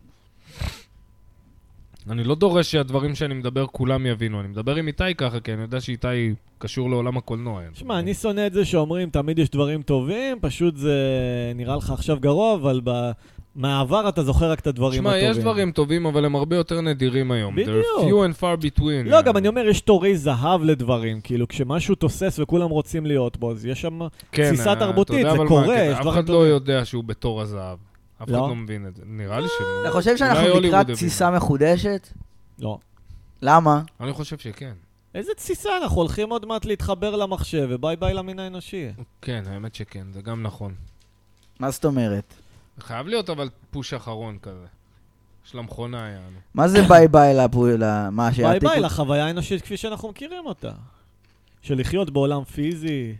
אני לא דורש שהדברים שאני מדבר כולם יבינו, אני מדבר עם איתי ככה, כי אני יודע שאיתי קשור לעולם הקולנוע. שמע, אני שונא את זה שאומרים, תמיד יש דברים טובים, פשוט זה נראה לך עכשיו גרוע, אבל מהעבר אתה זוכר רק את הדברים הטובים. שמע, יש דברים טובים, אבל הם הרבה יותר נדירים היום. בדיוק. They're few and far between. לא, גם אני אומר, יש תורי זהב לדברים, כאילו, כשמשהו תוסס וכולם רוצים להיות בו, אז יש שם תסיסה תרבותית, זה קורה, יש אף דברים אחד לא טובים. יודע שהוא בתור הזהב. אף אחד לא מבין את זה. נראה לי ש... אתה חושב שאנחנו לקראת תסיסה מחודשת? לא. למה? אני חושב שכן. איזה תסיסה? אנחנו הולכים עוד מעט להתחבר למחשב, וביי ביי למין האנושי. כן, האמת שכן, זה גם נכון. מה זאת אומרת? חייב להיות אבל פוש אחרון כזה. של המכונה היה. מה זה ביי ביי למה ביי ביי לחוויה האנושית כפי שאנחנו מכירים אותה. של לחיות בעולם פיזי.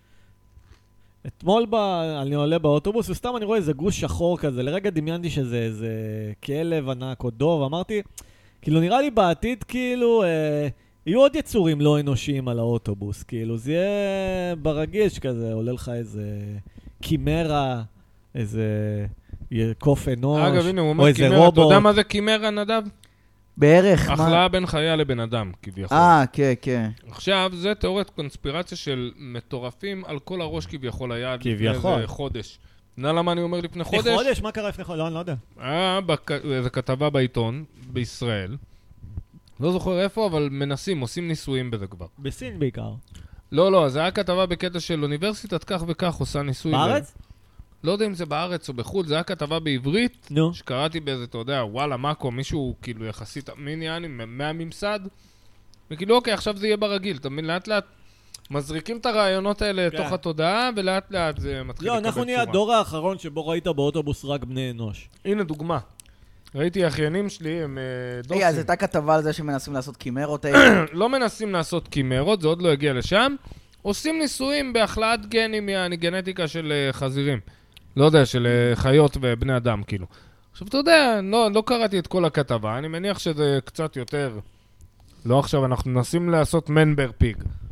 אתמול בא, אני עולה באוטובוס, וסתם אני רואה איזה גוש שחור כזה. לרגע דמיינתי שזה איזה כלב ענק או דוב. אמרתי, כאילו נראה לי בעתיד כאילו... אה, יהיו עוד יצורים לא אנושיים על האוטובוס, כאילו, זה יהיה ברגיש כזה, עולה לך איזה קימרה, איזה קוף אנוש, אגב, הנה, הוא או אומר איזה קימרה, רובוט. אתה יודע מה זה קימרה, נדב? בערך, מה? החלאה בין חיה לבן אדם, כביכול. אה, כן, כן. עכשיו, זה תיאוריית קונספירציה של מטורפים על כל הראש כביכול היה לפני איזה חודש. נע למה אני אומר לפני חודש? לפני חודש? מה קרה לפני חודש? לא, אני לא יודע. היה איזו כתבה בעיתון, בישראל, לא זוכר איפה, אבל מנסים, עושים ניסויים בזה כבר. בסין בעיקר. לא, לא, זה היה כתבה בקטע של אוניברסיטת כך וכך עושה ניסויים. בארץ? לא יודע אם זה בארץ או בחו"ל, זה היה כתבה בעברית, נו. שקראתי באיזה, אתה יודע, וואלה, מאקו, מישהו כאילו יחסית, מין יעני, מהממסד, וכאילו, אוקיי, עכשיו זה יהיה ברגיל, אתה מבין, לאט לאט מזריקים את הרעיונות האלה לתוך התודעה, ולאט לאט זה מתחיל לקבל צורה. לא, אנחנו נהיה הדור האחרון שבו ראית באוטובוס רק בני אנוש. הנה דוגמה. ראיתי אחיינים שלי, הם דוסים. רגע, אז הייתה כתבה על זה שמנסים לעשות קימרות האלה? לא מנסים לעשות קימרות, זה עוד לא הגיע לשם. עושים ניסויים בהחלאת גנים מהגנטיקה של חזירים. לא יודע, של חיות ובני אדם, כאילו. עכשיו, אתה יודע, לא, לא קראתי את כל הכתבה, אני מניח שזה קצת יותר... לא עכשיו, אנחנו מנסים לעשות מנבר פיג.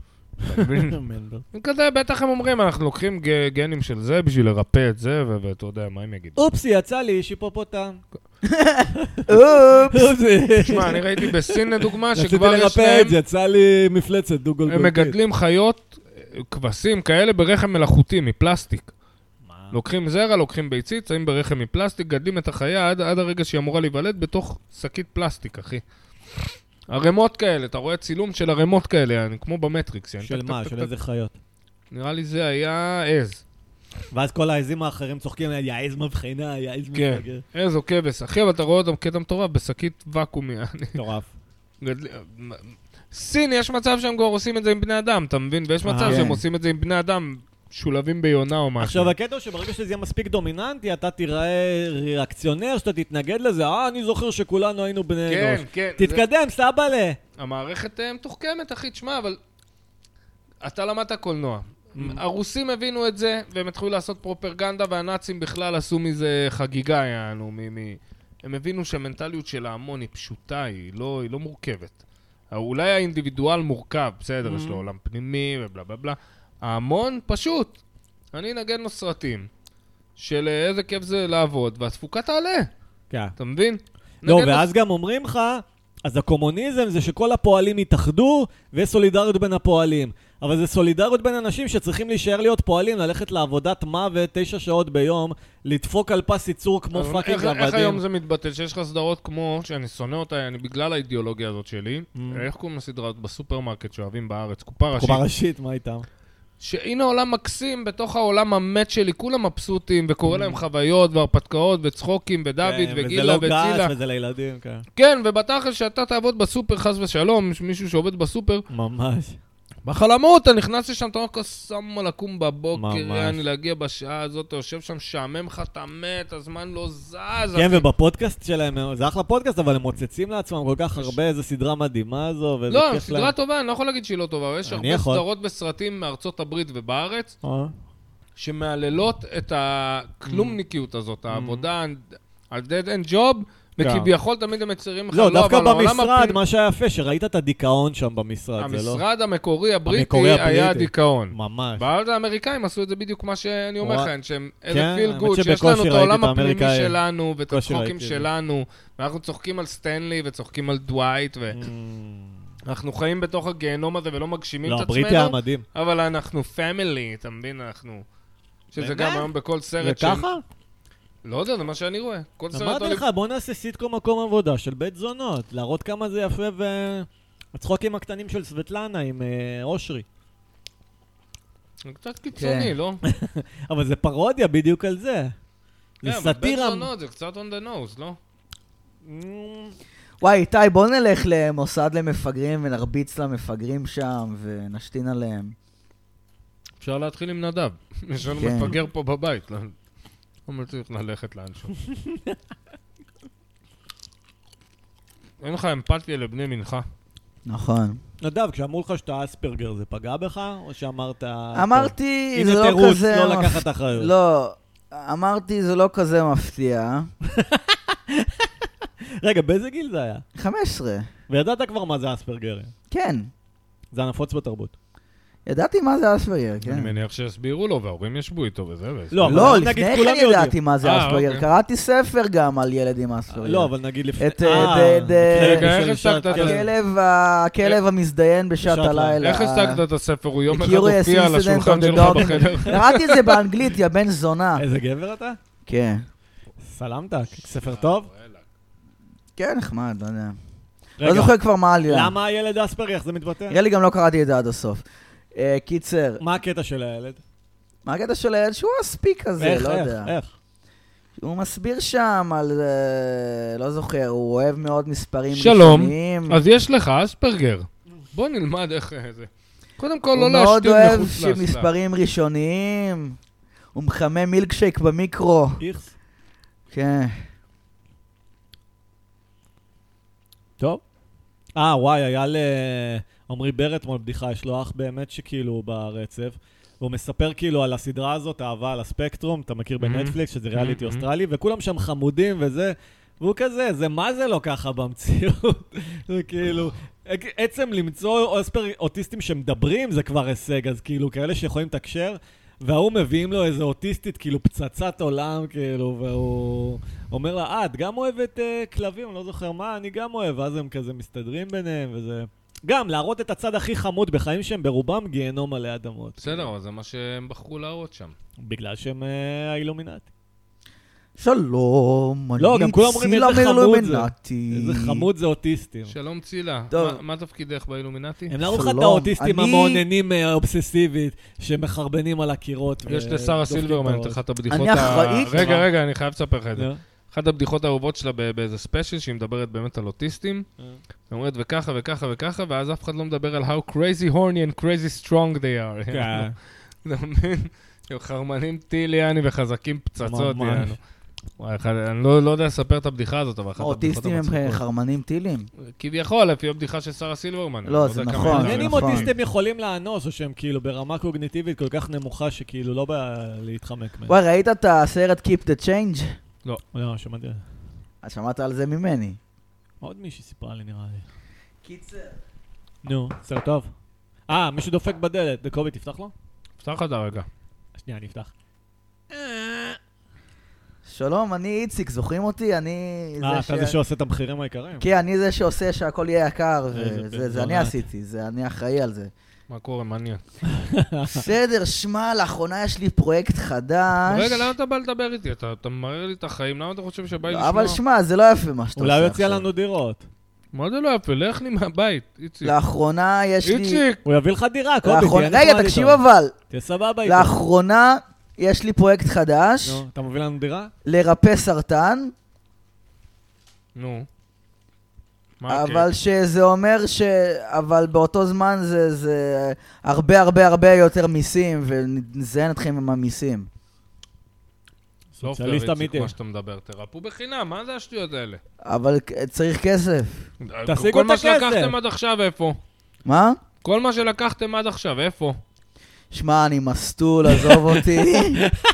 כזה, בטח הם אומרים, אנחנו לוקחים גנים של זה בשביל לרפא את זה, ואתה יודע, מה הם יגידו? אופסי, יצא לי שיפופוטם. אופס. תשמע, אני ראיתי בסין לדוגמה, שכבר רציתי יש לרפא להם... את זה, יצא לי מפלצת דוגל. הם מגדלים חיות, כבשים כאלה, ברחם מלאכותי, מפלסטיק. לוקחים זרע, לוקחים ביצית, שמים ברחם מפלסטיק, גדלים את החיה עד, עד הרגע שהיא אמורה להיוולד בתוך שקית פלסטיק, אחי. הרמות כאלה, אתה רואה צילום של הרמות כאלה, כמו במטריקס. של מה? של איזה חיות? נראה לי זה היה עז. ואז כל העזים האחרים צוחקים, יא עז מבחינה, יא עז כן, מפגר. עז או כבש. אחי, אבל אתה רואה אותם קטע מטורף בשקית ואקום. מטורף. סין, יש מצב שהם כבר עושים את זה עם בני אדם, אתה מבין? ויש מצב שהם עושים את זה עם בני אדם שולבים ביונה או משהו. עכשיו, הקטע הוא שברגע שזה יהיה מספיק דומיננטי, אתה תיראה ריאקציונר, שאתה תתנגד לזה, אה, אני זוכר שכולנו היינו בני אנוש. כן, כן. תתקדם, סבאלה. המערכת מתוחכמת, אחי, תשמע, אבל אתה למדת קולנוע. הרוסים הבינו את זה, והם התחילו לעשות פרופרגנדה, והנאצים בכלל עשו מזה חגיגה, יענו, הם הבינו שהמנטליות של ההמון היא פשוטה, היא לא, היא לא מורכבת. אולי האינדיבידואל מורכב, בסדר, יש לו עולם פנימי ובלה בלה בלה. ההמון פשוט. אני נגן לו סרטים של איזה כיף זה לעבוד, והתפוקה תעלה. כן. אתה מבין? לא, ואז גם אומרים לך, אז הקומוניזם זה שכל הפועלים יתאחדו, ויש סולידריות בין הפועלים. אבל זה סולידריות בין אנשים שצריכים להישאר להיות פועלים, ללכת לעבודת מוות תשע שעות ביום, לדפוק על פס ייצור כמו פאקינג עבדים. איך היום זה מתבטל? שיש לך סדרות כמו, שאני שונא אותה, אני בגלל האידיאולוגיה הזאת שלי, איך קוראים לסדרות בסופרמרקט שאוהבים בארץ? קופה ראשית. קופה ראשית, מה איתם? שהנה עולם מקסים בתוך העולם המת שלי, כולם מבסוטים, וקורא להם חוויות והרפתקאות וצחוקים, ודוד וגילה וצילה. וזה לא גש, וזה לילדים, כן. כן, ובתחל שאתה תעבוד בסופר, חס ושלום, מישהו שעובד בסופר. ממש. בחלמות, אתה נכנס לשם, אתה אומר קסם לקום בבוקר, אני להגיע בשעה הזאת, אתה יושב שם, שעמם לך, אתה מת, הזמן לא זז. כן, ובפודקאסט שלהם, זה אחלה פודקאסט, אבל הם מוצצים לעצמם כל כך הרבה, איזו סדרה מדהימה הזו, וזה כיף להם. לא, סדרה טובה, אני לא יכול להגיד שהיא לא טובה, יש הרבה סדרות בסרטים מארצות הברית ובארץ, שמעללות את הכלומניקיות הזאת, העבודה על dead end job, וכביכול תמיד הם מציירים לך, לא, דווקא אבל העולם במשרד, הפנימי- מה שהיה יפה, שראית את הדיכאון שם במשרד, זה לא... המשרד המקורי הבריטי המקורי היה הבריטי. דיכאון. ממש. בעוד האמריקאים עשו את זה בדיוק מה שאני אומר וואו. לכם, שהם כן, איזה פיל האמת גוד, שיש שבקושי לנו את ראיתי העולם את הפנימי האמריקאים. שלנו, ואת בקושי הצחוקים ראיתי את זה. שלנו, ואנחנו צוחקים על סטנלי, וצוחקים על דווייט, ואנחנו חיים בתוך הגיהנום הזה ולא מגשימים לא, את הבריטי היה עצמנו, מדהים. אבל אנחנו פמילי, אתה מבין? אנחנו... שזה באמת? גם היום בכל זה סרט של... ככה? לא יודע, זה מה שאני רואה. כל סרט... אמרתי לך, בוא נעשה סיטקום מקום עבודה של בית זונות, להראות כמה זה יפה ו... הצחוקים הקטנים של סבטלנה עם אה, אושרי. זה קצת קיצוני, לא? אבל זה פרודיה בדיוק על זה. זה כן, אבל בית סאטירה. זונות זה קצת on the nose, לא? וואי, איתי, בוא נלך למוסד למפגרים ונרביץ למפגרים שם ונשתין עליהם. אפשר להתחיל עם נדב. יש לנו כן. מפגר פה בבית. לא לא צריך ללכת לאנשהו. אין לך אמפתיה לבני מנחה. נכון. נדב, כשאמרו לך שאתה אספרגר, זה פגע בך? או שאמרת... אמרתי, הנה זה לא תירוץ, כזה... לא מפ- לקחת אחריות. לא, אמרתי, זה לא כזה מפתיע. רגע, באיזה גיל זה היה? חמש עשרה. וידעת כבר מה זה אספרגר. כן. זה הנפוץ בתרבות. ידעתי מה זה אספרגר, אני כן. מניח שיסבירו לו, וההורים ישבו איתו וזה. וזה. לא, אבל לא, נגיד לפני כולם כן יודעים. ידעתי מה זה אה, אספרגר. אוקיי. קראתי ספר גם על ילד עם אספרגר. לא, אבל נגיד לפני... את, אה, ד- ד- רגע, איך של השגת שעת- את זה? הכלב ה- הכלב המזדיין בשעת בשעת הלילה. איך השגת את הספר? הוא יום אחד Curious הופיע על Incident השולחן of the שלך Dog. בחדר. קראתי את זה באנגלית, יא בן זונה. איזה גבר אתה? כן. סלמת, ספר טוב? כן, נחמד, לא יודע. לא רגע, זוכר כבר מה העלילה. למה הילד אספרגר, איך זה מתבטא? נראה לי גם לא קראתי את זה עד הסוף. אה, קיצר, מה הקטע של הילד? מה הקטע של הילד? שהוא הספיק כזה, איך, לא איך, יודע. איך? הוא מסביר שם על... אה, לא זוכר, הוא אוהב מאוד מספרים שלום. ראשוניים. אז יש לך אספרגר. בוא נלמד איך זה. קודם כל, הוא לא מאוד להשתין אוהב מחוץ לאסלה. שמספרים ראשוניים. הוא מחמם מילקשייק במיקרו. איכס? כן. טוב. אה, וואי, היה לעמרי בר אתמול בדיחה, יש לו אח באמת שכאילו ברצף, והוא מספר כאילו על הסדרה הזאת, אהבה על הספקטרום, אתה מכיר בנטפליקס, שזה ריאליטי Mhm. אוסטרלי, וכולם שם חמודים וזה, והוא כזה, זה מה זה לא ככה במציאות? זה כאילו, עצם למצוא אספר- אוטיסטים שמדברים זה כבר הישג, אז כאילו כאלה שיכולים לתקשר, והוא מביאים לו איזה אוטיסטית, כאילו פצצת עולם, כאילו, והוא אומר לה, אה, את גם אוהבת uh, כלבים, אני לא זוכר מה, אני גם אוהב, ואז הם כזה מסתדרים ביניהם, וזה... גם, להראות את הצד הכי חמוד בחיים שהם ברובם גיהנום עלי אדמות. בסדר, אבל זה מה שהם בחרו להראות שם. בגלל שהם uh, האילומינטי. שלום, לא, אני גם כולם אומרים צילה איזה חמוד זה. מאילומינטי. איזה חמוד זה אוטיסטים. שלום צילה. טוב. מה- מה תפקידך באילומינטי? הם נראו לך שלום, את האוטיסטים אני- המעוננים אה, אובססיבית, שמחרבנים על הקירות. יש ו- לשרה דופקים סילברמן בראש. את אחת הבדיחות אני אחראית. רגע, רגע, אני חייב לספר לך את זה. נו. אחת הבדיחות האהובות שלה ב- באיזה ספיישל, שהיא מדברת באמת על אוטיסטים. אה. היא אומרת וככה וככה וככה, ואז אף אחד לא מדבר על how crazy horny and crazy strong they are. כן. אתה מבין? הם חרמנים טיל יעני וחזקים פצצות ממש. יענו. וואי, אחד- אני לא לא יודע לספר את הבדיחה הזאת, אבל אחת הבדיחות האוטיסטים הם המצחיקות. חרמנים טילים. כביכול, לפי הבדיחה של שרה סילברמן. לא, אני זה יודע כמה נכון, היא זה מעניין אם נכון. אוטיסטים יכולים לאנוס, או שהם כאילו ברמה קוגניטיבית כל כך נמוכה, שכאילו לא בא להתחמק מהם. וואי, ראית את הסרט Keep the Change? לא. לא, שמעתי. אז שמעת על זה ממני. עוד מישהי סיפרה לי נראה לי. קיצר. נו, סרט טוב. אה, מישהו דופק בדלת. קובי, תפתח לו? פתח את הרגע. שנייה, אני אפתח. שלום, אני איציק, זוכרים אותי? אני... אה, ש- אתה זה שעושה את המחירים העיקריים? כן, אני זה שעושה שהכל יהיה יקר, איזה וזה בן זה אני זונת. עשיתי, זה אני אחראי על זה. מה קורה, מניאק? בסדר, שמע, לאחרונה יש לי פרויקט חדש. רגע, למה אתה בא לדבר איתי? אתה אתה ממרר לי את החיים, למה אתה חושב שבא לי לא, לשמוע? אבל שמע, זה לא יפה מה שאתה עושה אולי הוא עכשיו. יציע לנו דירות. מה זה לא יפה? לך לי מהבית, איציק. לאחרונה יש לי... איציק! הוא יביא לך דירה, קובי, לאחרונה- תהיה רגע, נחמד תקשיב איתו. אבל. תהיה סבבה איתו. לאחרונה יש לי פרויקט חדש, נו, אתה מביא לנו דירה? לרפא סרטן, נו. מה אבל הקטע? שזה אומר ש... אבל באותו זמן זה, זה הרבה הרבה הרבה יותר מיסים, ונזיין אתכם עם המיסים. לא פייר, סוציאליסט איציק, אמיתי. מה שאתה מדבר. תרפו בחינם, מה זה השטויות האלה? אבל צריך כסף. תשיגו כל את מה הכסף. שלקחתם עד עכשיו, איפה? מה? כל מה שלקחתם עד עכשיו, איפה? שמע, אני מסטול, עזוב אותי.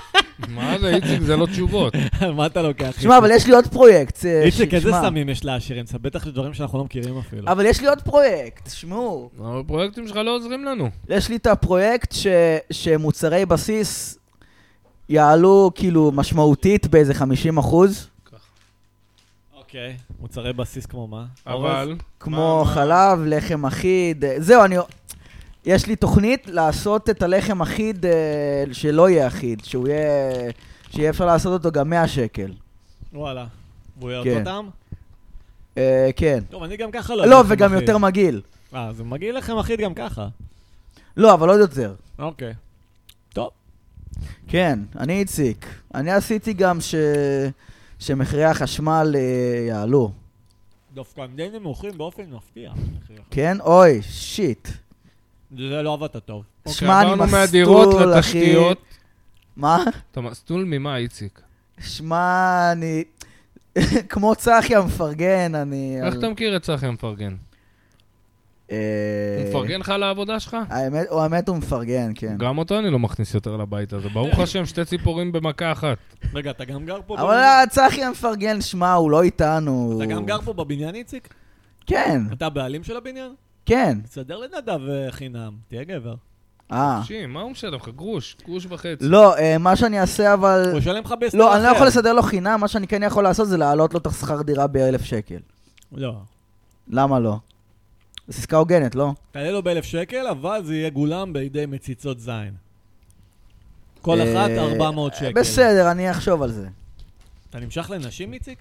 מה זה, איציק? זה לא תשובות. מה אתה לוקח? תשמע, אבל יש לי עוד פרויקט. אה, ש- איציק, איזה שמע, סמים יש לעשירים? זה בטח דברים שאנחנו לא מכירים אפילו. אבל יש לי עוד פרויקט, תשמעו. אבל הפרויקטים שלך לא עוזרים לנו. יש לי את הפרויקט ש- שמוצרי בסיס יעלו כאילו משמעותית באיזה חמישים אחוז, אוקיי. מוצרי בסיס כמו מה? אבל... כמו מה- מה- חלב, לחם אחיד. אה, זהו, אני... יש לי תוכנית לעשות את הלחם אחיד אה, שלא יהיה אחיד, שהוא יהיה... שיהיה אפשר לעשות אותו גם מאה שקל. וואלה. והוא יראה כן. אותם? אה, כן. טוב, אני גם ככה לא... לא, לחם וגם אחיד. יותר מגעיל. אה, זה מגעיל לכם אחיד גם ככה. לא, אבל עוד יותר. אוקיי. טוב. כן. כן, אני איציק. אני עשיתי גם ש... שמחירי החשמל אה, יעלו. דווקא הם די נמוכים באופן מפתיע. כן? אוי, שיט. זה לא עבדת טוב. שמע, אני עברנו מהדירות מסטול, אחי. לתשתיות. מה? אתה מסטול ממה, איציק? שמע, אני... כמו צחי המפרגן, אני... איך על- אתה מכיר את צחי המפרגן? אה, הוא מפרגן לך על העבודה שלך? האמת, הוא האמת הוא מפרגן, כן. גם אותו אני לא מכניס יותר לבית הזה. ברוך השם, שתי ציפורים במכה אחת. רגע, אתה גם גר פה אבל בבניין? צחי המפרגן, שמע, הוא לא איתנו. אתה גם גר פה בבניין, איציק? כן, אתה הבעלים של הבניין? כן. תסדר לנדב אה, חינם, תהיה גבר. אה. תקשיב, מה הוא משלם לך? גרוש, גרוש וחצי. לא, אה, מה שאני אעשה אבל... הוא ישלם לך בסדר לא, אני לא אחר. יכול לסדר לו חינם, מה שאני כן יכול לעשות זה להעלות לו את השכר דירה באלף שקל. לא. למה לא? זו עסקה הוגנת, לא? תעלה לו באלף שקל, אבל זה יהיה גולם בידי מציצות זין. כל אה, אחת ארבע מאות שקל. בסדר, אני אחשוב על זה. אתה נמשך לנשים, איציק?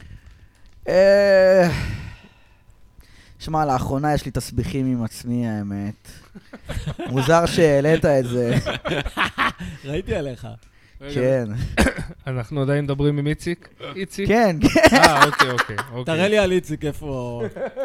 אה, שמע, לאחרונה יש לי תסביכים עם עצמי, האמת. מוזר שהעלית את זה. ראיתי עליך. רגע, כן. אנחנו עדיין מדברים עם איציק? איציק? כן, כן. אה, אוקיי, אוקיי. אוקיי. תראה לי על איציק איפה...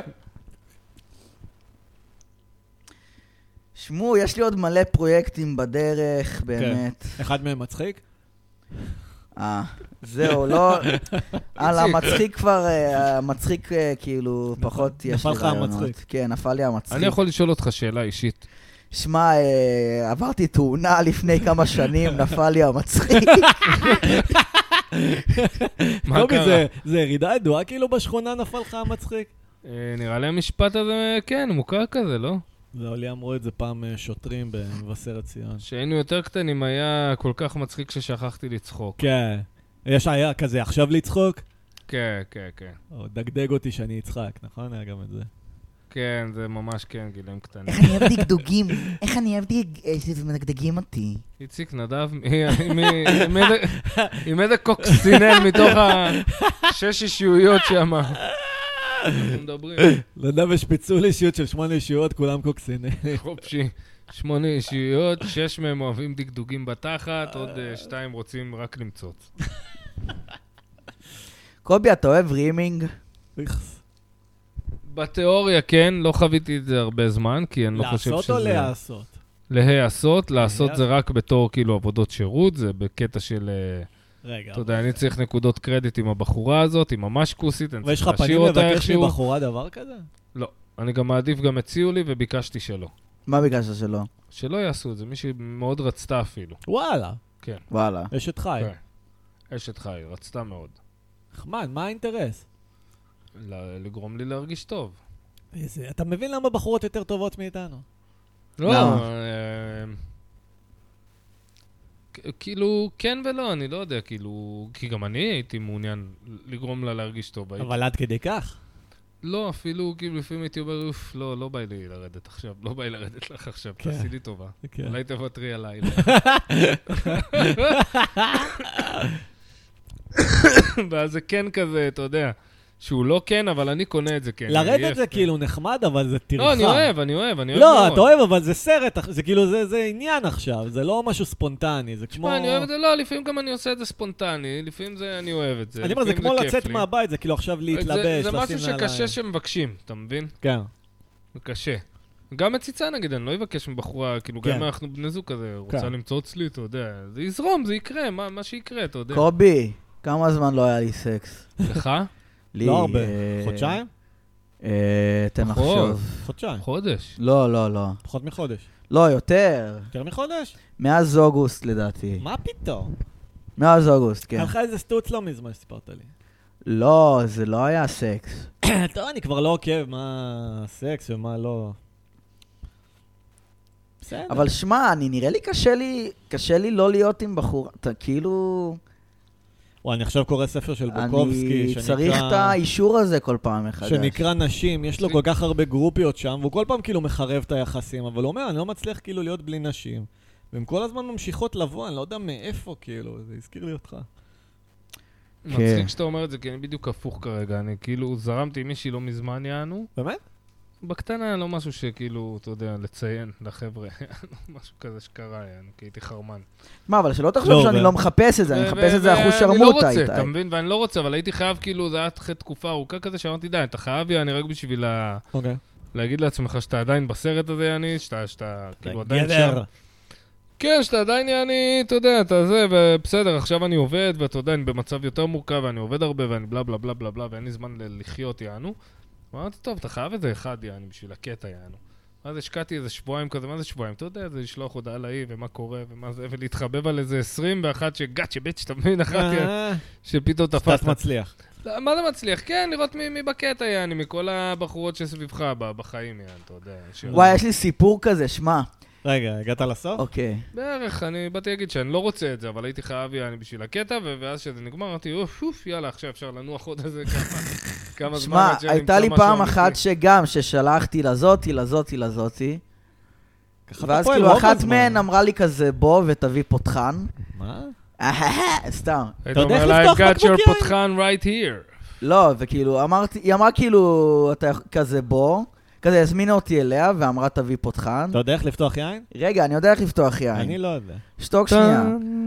שמעו, יש לי עוד מלא פרויקטים בדרך, באמת. אחד מהם מצחיק? אה, זהו, לא... על המצחיק כבר, אה, המצחיק אה, כאילו פחות יש נפל לי לך רעיונות. המצחיק. כן, נפל לי המצחיק. אני יכול לשאול אותך שאלה אישית. שמע, אה, עברתי תאונה לפני כמה שנים, נפל לי המצחיק. מה קובי, קרה? זה- זה ירידה ידועה כאילו בשכונה נפל לך המצחיק? אה, נראה לי המשפט הזה, כן, מוכר כזה, לא? לא, לי אמרו את זה פעם אה, שוטרים במבשרת ציון. כשהיינו יותר קטנים היה כל כך מצחיק ששכחתי לצחוק. כן. יש היה כזה עכשיו לצחוק? כן, כן, כן. או דגדג אותי שאני אצחק, נכון? היה גם את זה. כן, זה ממש כן, גילים קטנים. איך אני אוהב דגדוגים, איך אני אוהב דגדגים אותי. איציק נדב, מי- מי- עם איזה- עם איזה קוקסינל מתוך השש אישיויות שם. אנחנו מדברים. לנדב יש פיצול אישיות של שמונה אישיות, כולם קוקסינים. חופשי. שמונה אישיות, שש מהם אוהבים דגדוגים בתחת, עוד אה, שתיים רוצים רק למצוץ. קובי, אתה אוהב רימינג? איכס. בתיאוריה כן, לא חוויתי את זה הרבה זמן, כי אני לא חושב לעשות שזה... או להעשות? להיעשות, לעשות זה להיעשות. רק בתור כאילו עבודות שירות, זה בקטע של... אה, רגע. אתה יודע, אני צריך נקודות קרדיט עם הבחורה הזאת, היא ממש כוסית, אני ויש צריך לך להשאיר פנים אותה לבקש איכשהו. מבחורה דבר כזה? לא, אני גם מעדיף, גם הציעו לי וביקשתי שלא. מה ביקשת שלא? שלא יעשו את זה, מישהי מאוד רצתה אפילו. וואלה. כן, וואלה. אשת חי. כן. אשת חי, רצתה מאוד. נחמד, מה האינטרס? ל- לגרום לי להרגיש טוב. איזה- אתה מבין למה בחורות יותר טובות מאיתנו? לא, למה? אה, כ- כאילו, כן ולא, אני לא יודע, כאילו, כי גם אני הייתי מעוניין לגרום לה להרגיש טוב. הייתי- אבל עד כדי כך? לא, אפילו, כאילו, לפעמים הייתי אומר, אוף, לא, לא בא לי לרדת עכשיו, לא בא לי לרדת לך עכשיו, כן. תעשי לי טובה. כן. אולי תוותרי עליי. ואז זה כן כזה, אתה יודע, שהוא לא כן, אבל אני קונה את זה כן. לרדת עייף, זה כן. כאילו נחמד, אבל זה טרחה. לא, אני אוהב, אני אוהב, אני אוהב לא, מאוד. אתה אוהב, אבל זה סרט, זה כאילו, זה- זה עניין עכשיו, זה לא משהו ספונטני, זה כמו... תשמע, אני אוהב את זה, לא, לפעמים גם אני עושה את זה ספונטני, לפעמים זה, אני אוהב את זה. אני אומר, זה לפעמים כמו כיף לצאת לי. מהבית, זה כאילו עכשיו זה- להתלבש, זה לשים משהו נעליים. שקשה שמבקשים, אתה מבין? כן. זה קשה. גם מציצה נגיד, אני לא אבקש מבחורה, כאילו כן. גם אם אנחנו בני זוג כזה, רוצה כן. למצוץ לי, אתה יודע, זה יזרום, זה יקרה, מה מה שיקרה, אתה יודע. קובי, כמה זמן לא היה לי סקס? לך? לי, לא הרבה. אה, חודשיים? אה, תן פחות. לחשוב. חודשיים. חודש. לא, לא, לא. פחות מחודש. לא, יותר. יותר מחודש? מאז אוגוסט לדעתי. מה פתאום? מאז אוגוסט, כן. היה לך איזה סטוץ לא מזמן שסיפרת לי. לא, זה לא היה סקס. טוב, אני כבר לא עוקב מה סקס ומה לא. בסדר. אבל שמע, אני נראה לי קשה לי, קשה לי לא להיות עם בחור, אתה כאילו... וואי, אני עכשיו קורא ספר של בוקובסקי, אני צריך את האישור הזה כל פעם מחדש. שנקרא נשים, יש לו כל כך הרבה גרופיות שם, והוא כל פעם כאילו מחרב את היחסים, אבל הוא אומר, אני לא מצליח כאילו להיות בלי נשים. והן כל הזמן ממשיכות לבוא, אני לא יודע מאיפה כאילו, זה הזכיר לי אותך. מצחיק שאתה אומר את זה, כי אני בדיוק הפוך כרגע, אני כאילו זרמתי עם מישהי לא מזמן יענו. באמת? בקטנה לא משהו שכאילו, אתה יודע, לציין לחבר'ה, משהו כזה שקרה, יענו, כי הייתי חרמן. מה, אבל שלא תחשוב שאני לא מחפש את זה, אני מחפש את זה אחוז שרמוטה. אני לא רוצה, אתה מבין? ואני לא רוצה, אבל הייתי חייב כאילו, זה היה אחרי תקופה ארוכה כזה, שאמרתי, די, אתה חייב, יעני, רק בשביל להגיד לעצמך שאתה עדיין בסרט הזה, יעני, שאתה כאילו עדיין שם. כן, שאתה עדיין יעני, אתה יודע, אתה זה, ובסדר, עכשיו אני עובד, ואתה יודע, אני במצב יותר מורכב, ואני עובד הרבה, ואני בלה בלה בלה בלה בלה, ואין לי זמן לחיות, יענו. אמרתי, טוב, אתה חייב את זה אחד, יעני, בשביל הקטע, יענו. אז השקעתי איזה שבועיים כזה, מה זה שבועיים? אתה יודע, זה לשלוח הודעה להיא, ומה קורה, ומה זה, ולהתחבב על איזה עשרים ואחת שגאצ'ה ביץ', אתה מבין, אחת שפתאום תפסת. קצת מצליח. מה זה מצליח? כן, לראות מי בקטע, יעני, מכל הבחורות שסביבך בחיים, יעני, אתה יודע. וואי, יש לי סיפור כזה, שמע. רגע, הגעת לסוף? אוקיי. בערך, אני באתי להגיד שאני לא רוצה את זה, אבל הייתי חייב יעני בשביל הקטע, ואז שזה נגמר, אמרתי, אוף, אוף, יאללה, עכשיו אפשר לנוח עוד איזה כמה זמן. שמע, הייתה לי פעם אחת שגם, ששלחתי לזאתי, לזאתי, לזאתי, ואז כאילו אחת מהן אמרה לי כזה, בוא ותביא פותחן. מה? סתם. היית אומר לה, I've got your פותחן right here. לא, וכאילו, אמרתי, היא אמרה כאילו, אתה כזה בוא, כזה הזמינה אותי אליה ואמרה תביא פותחן. אתה יודע איך לפתוח יין? רגע, אני יודע איך לפתוח יין. אני לא יודע. שתוק שנייה.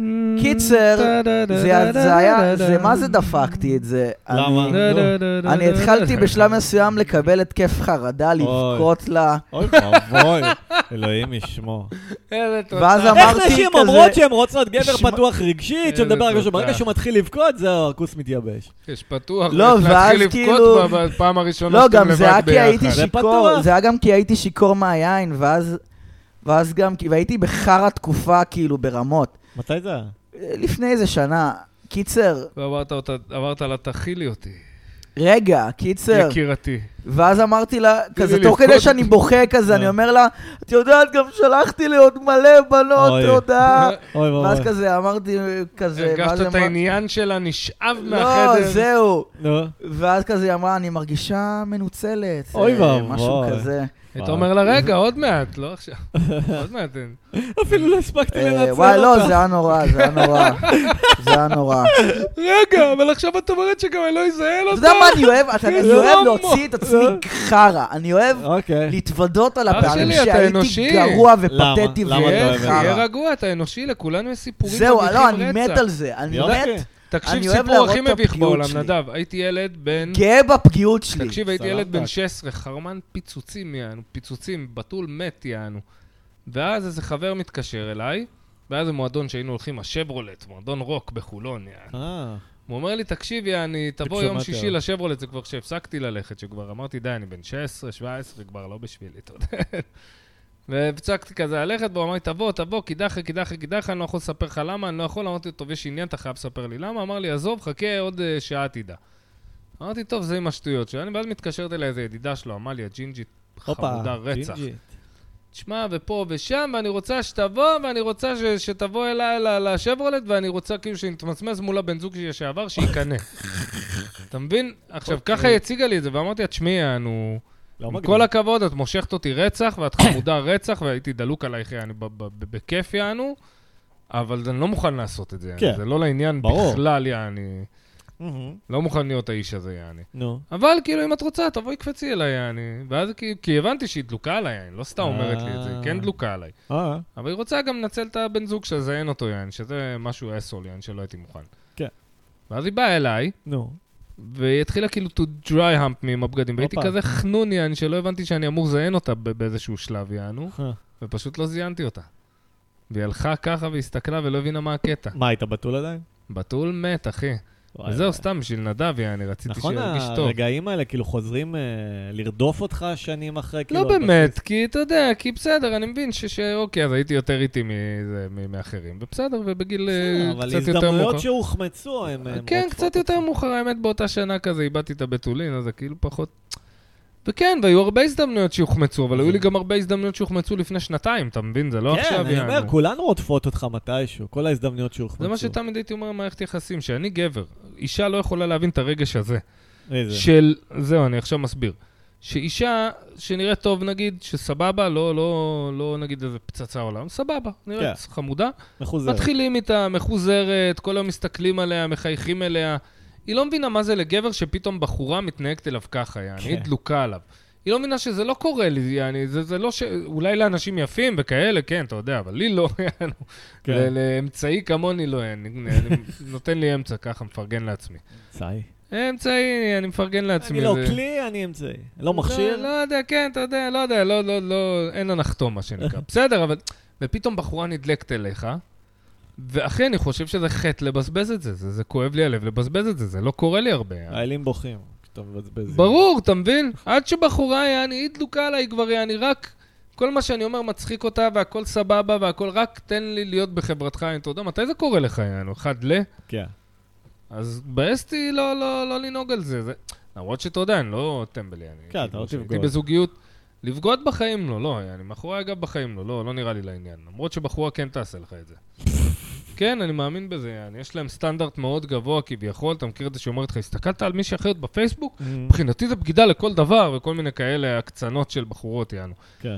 קיצר, זה היה, זה מה זה דפקתי את זה? למה? אני התחלתי בשלב מסוים לקבל התקף חרדה, לבכות לה. אוי אוי, אלוהים ישמור. ואז אמרתי כזה... איך נשים אומרות שהן רוצות גבר פתוח רגשית, שמדבר על משהו, ברגע שהוא מתחיל לבכות, זהו, הכוס מתייבש. יש פתוח, לא, ואז כאילו... בפעם הראשונה לא, גם זה היה כי הייתי שיקור, זה היה גם כי הייתי שיקור מהיין, ואז... ואז גם, והייתי בחר התקופה כאילו ברמות. מתי זה? לפני איזה שנה. קיצר. ואמרת לה, תכילי אותי. רגע, קיצר. יקירתי. ואז אמרתי לה, כזה, תוך כדי שאני בוכה כזה, אני אומר לה, את יודעת, גם שלחתי לי עוד מלא בנות, תודה. ואז כזה, אמרתי כזה. הרגשת את העניין שלה נשאב מהחדר. לא, זהו. ואז כזה היא אמרה, אני מרגישה מנוצלת. אוי ואבוי. משהו כזה. היית אומר לה, רגע, עוד מעט, לא עכשיו. עוד מעט אין. אפילו לא הספקתי לנצל אותה. וואי, לא, זה היה נורא, זה היה נורא. זה היה נורא. רגע, אבל עכשיו את אומרת שגם אני לא אזהל אותה. אתה יודע מה אני אוהב? אני אוהב להוציא את עצמי חרה. אני אוהב להתוודות על הפעמים שהייתי גרוע ופתטי וחרה. תהיה רגוע, אתה אנושי, לכולנו יש סיפורים זהו, מביכים לא, רצח. אני מת על זה. אני מת... תקשיב, סיפור הכי מביך בעולם, נדב. הייתי ילד בן... גאה בפגיעות שלי. תקשיב, הייתי ילד בן שש עשרה, חרמן פיצוצים יענו, פיצוצים, בטול מת יענו. ואז איזה חבר מתקשר אליי, ואז זה מועדון שהיינו הולכים, השברולט, מועדון רוק בחולון יענו. הוא אומר לי, תקשיב יעני, תבוא יום שישי לשברולט, זה כבר שהפסקתי ללכת, שכבר אמרתי, די, אני בן שש עשרה, שבע עשרה, כבר לא בשבילי, אתה יודע. והפסקתי כזה ללכת בו, אמרתי, תבוא, תבוא, כדאחה, כדאחה, כדאחה, אני לא יכול לספר לך למה, אני לא יכול, אמרתי, טוב, יש עניין, אתה חייב לספר לי למה, אמר לי, עזוב, חכה עוד שעה תדע. אמרתי, טוב, זה עם השטויות שלי, אני בעד מתקשרת אליי איזה ידידה שלו, אמליה, ג'ינג'ית, חמודה, רצח. תשמע, ופה ושם, ואני רוצה שתבוא, ואני רוצה ש- שתבוא אליי לשברולט, ואני רוצה כאילו שנתמצמס מול הבן זוג שעבר, שיקנה. אתה מבין? עכשיו, ככה הציגה לי את זה, ואמרתי, תשמעי, אנו... עם כל הכבוד, את מושכת אותי רצח, ואת חמודה רצח, והייתי דלוק עלייך, אני בכיף יענו, אבל אני לא מוכן לעשות את זה, זה לא לעניין בכלל, יעני. לא מוכן להיות האיש הזה, יעני. אבל כאילו, אם את רוצה, תבואי קפצי אליי, יעני. ואז כי הבנתי שהיא דלוקה עליי, יעני, לא סתם אומרת לי את זה, היא כן דלוקה עליי. אבל היא רוצה גם לנצל את הבן זוג שזה אין אותו, יעני, שזה משהו אסול, יעני, שלא הייתי מוכן. כן. ואז היא באה אליי, והיא התחילה כאילו to dry hump me עם הבגדים, והייתי כזה חנון יעני, שלא הבנתי שאני אמור זיין אותה באיזשהו שלב, יענו, ופשוט לא זיינתי אותה. והיא הלכה ככה והסתכלה ולא הבינה מה הקטע. מה, היית בתול עדיין? בתול מת, אחי. וזהו סתם בשביל נדב, אני רציתי שירגיש טוב. נכון, הרגעים האלה כאילו חוזרים לרדוף אותך שנים אחרי. לא באמת, כי אתה יודע, כי בסדר, אני מבין שאוקיי, אז הייתי יותר איטי מאחרים, ובסדר, ובגיל קצת יותר מאוחר. אבל הזדמנויות שהוחמצו, הם... כן, קצת יותר מאוחר, האמת באותה שנה כזה, איבדתי את הבטולין, אז זה כאילו פחות... וכן, והיו הרבה הזדמנויות שהוחמצו, אבל היו לי גם הרבה הזדמנויות שהוחמצו לפני שנתיים, אתה מבין? זה לא עכשיו... כן, אני אומר, כולנו רודפות אותך מתישהו, כל ההזדמנויות שהוחמצו. זה מה שתמיד הייתי אומר במערכת יחסים, שאני גבר. אישה לא יכולה להבין את הרגש הזה. איזה? של... זהו, אני עכשיו מסביר. שאישה שנראית טוב, נגיד, שסבבה, לא, לא, לא נגיד איזה פצצה עולם, סבבה, נראית כן. חמודה. מחוזרת. מתחילים איתה, מחוזרת, כל היום מסתכלים עליה, מחייכים אליה. היא לא מבינה מה זה לגבר שפתאום בחורה מתנהגת אליו ככה, יעני, היא דלוקה עליו. היא לא מבינה שזה לא קורה לי, יעני, זה, זה לא ש... אולי לאנשים יפים וכאלה, כן, אתה יודע, אבל לי לא, יענו. כן. לאמצעי כמוני לא, יעני, נותן לי אמצע ככה, מפרגן לעצמי. אמצעי? אמצעי, אני מפרגן לעצמי. אני לא כלי, אני אמצעי. לא מכשיר? לא יודע, כן, אתה יודע, לא יודע, לא, לא, לא, אין לה נחתום, מה שנקרא. בסדר, אבל... ופתאום בחורה נדלקת אליך, ואחי, אני חושב שזה חטא לבזבז את זה. זה, זה כואב לי הלב לבזבז את זה, זה לא קורה לי הרבה. האלים בוכים, כשאתה מבזבז. ברור, אתה מבין? עד שבחורה יעני, היא דלוקה עליי כבר יעני, רק כל מה שאני אומר מצחיק אותה, והכל סבבה, והכל רק תן לי להיות בחברתך. אתה יודע, מתי זה קורה לך יענו? אחד ל? כן. אז באסתי לא, לא, לא לנהוג על זה. זה... למרות שאתה יודע, אני לא טמבל יעני. כן, אתה לא תפגוד. הייתי בזוגיות. לבגוד בחיים לא, לא, יעני, מאחורי אגב בחיים לא, לא, לא נראה לי לעניין. למרות שבחורה כן תעשה לך את זה. כן, אני מאמין בזה, יעני. יש להם סטנדרט מאוד גבוה כביכול, אתה מכיר את זה שאומרת לך, הסתכלת על מישהי אחרת בפייסבוק? מבחינתי זה בגידה לכל דבר, וכל מיני כאלה הקצנות של בחורות, יענו. כן.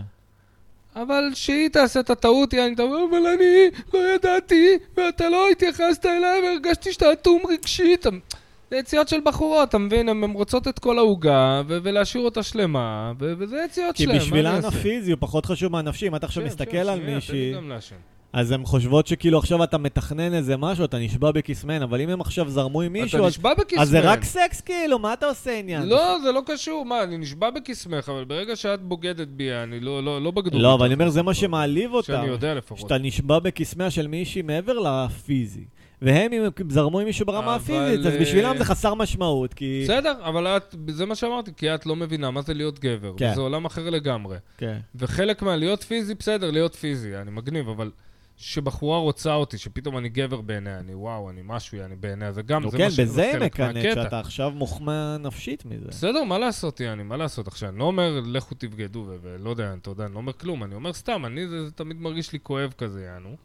אבל שהיא תעשה את הטעות, יעני, אתה אומר, אבל אני לא ידעתי, ואתה לא התייחסת אליי, והרגשתי שאתה אטום רגשית. זה יציאות של בחורות, אתה מבין? הן רוצות את כל ההוגה, ולהשאיר אותה שלמה, וזה יציאות שלהם. כי בשבילן הפיזי הוא פחות חשוב מהנפשי. אם אתה עכשיו מסתכל על מישהי, אז הן חושבות שכאילו עכשיו אתה מתכנן איזה משהו, אתה נשבע בכסמן, אבל אם הם עכשיו זרמו עם מישהו, אתה נשבע בכסמן. אז זה רק סקס כאילו, מה אתה עושה עניין? לא, זה לא קשור, מה, אני נשבע בכסמך, אבל ברגע שאת בוגדת בי, אני לא, לא, לא בגדו. לא, אבל אני אומר, זה מה שמעליב אותה. שאני יודע לפחות. שאתה נשבע בכסמה של מישהי מעבר לפיזי. והם אם זרמו עם מישהו ברמה הפיזית, אז בשבילם זה חסר משמעות, כי... בסדר, אבל את, זה מה שאמרתי, כי את לא מבינה מה זה להיות גבר, וזה עולם אחר לגמרי. וחלק מה להיות פיזי, בסדר, להיות פיזי, אני מגניב, אבל שבחורה רוצה אותי, שפתאום אני גבר בעיניה, אני וואו, אני משהו, אני בעיניה, זה גם, זה כן, בזה מקנט, שאתה עכשיו מוחמה נפשית מזה. בסדר, מה לעשות, יעני, מה לעשות עכשיו? אני לא אומר, לכו תבגדו, ולא יודע, אתה יודע, אני לא אומר כלום, אני אומר סתם, אני, זה תמיד מרגיש לי כואב כזה, יענו.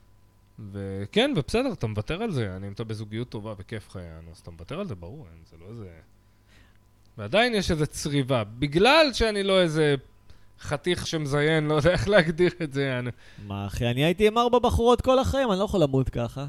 וכן, ובסדר, אתה מוותר על זה, אני, אם אתה בזוגיות טובה וכיף חיינו, אז אתה מוותר על זה, ברור, זה לא איזה... ועדיין יש איזה צריבה, בגלל שאני לא איזה חתיך שמזיין, לא יודע איך להגדיר את זה, יענו. מה, אחי, אני הייתי עם ארבע בחורות כל החיים, אני לא יכול למות ככה.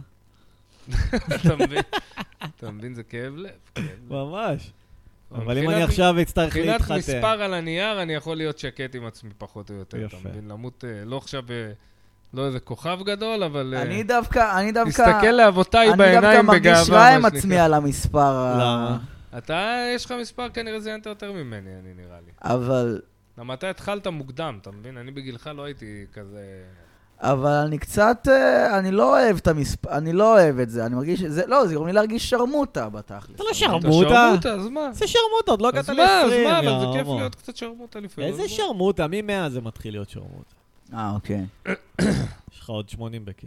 אתה מבין? אתה מבין, זה כאב לב. ממש. אבל אם אני עכשיו אצטרך להתחתן. מבחינת מספר על הנייר, אני יכול להיות שקט עם עצמי פחות או יותר, אתה מבין? למות, לא עכשיו... לא איזה כוכב גדול, אבל... אני דווקא, אני דווקא... תסתכל לאבותיי בעיניים בגאווה, אני דווקא מרגיש רע עם עצמי על המספר. למה? אתה, יש לך מספר כנראה זיינת יותר ממני, אני נראה לי. אבל... למה אתה התחלת מוקדם, אתה מבין? אני בגילך לא הייתי כזה... אבל אני קצת, אני לא אוהב את המספר, אני לא אוהב את זה, אני מרגיש, זה, לא, זה גורם לי להרגיש שרמוטה בתכלס. אתה לא שרמוטה? שרמוטה, אז מה? זה שרמוטה, עוד לא הגעת ל-עשרים. אז מה, אז מה, אבל זה כיף להיות קצת שרמוטה לפעמים. איזה שרמוטה? מ-מאה זה מתחיל להיות שרמוטה. אה, אוקיי. יש לך עוד שמונים בכיף.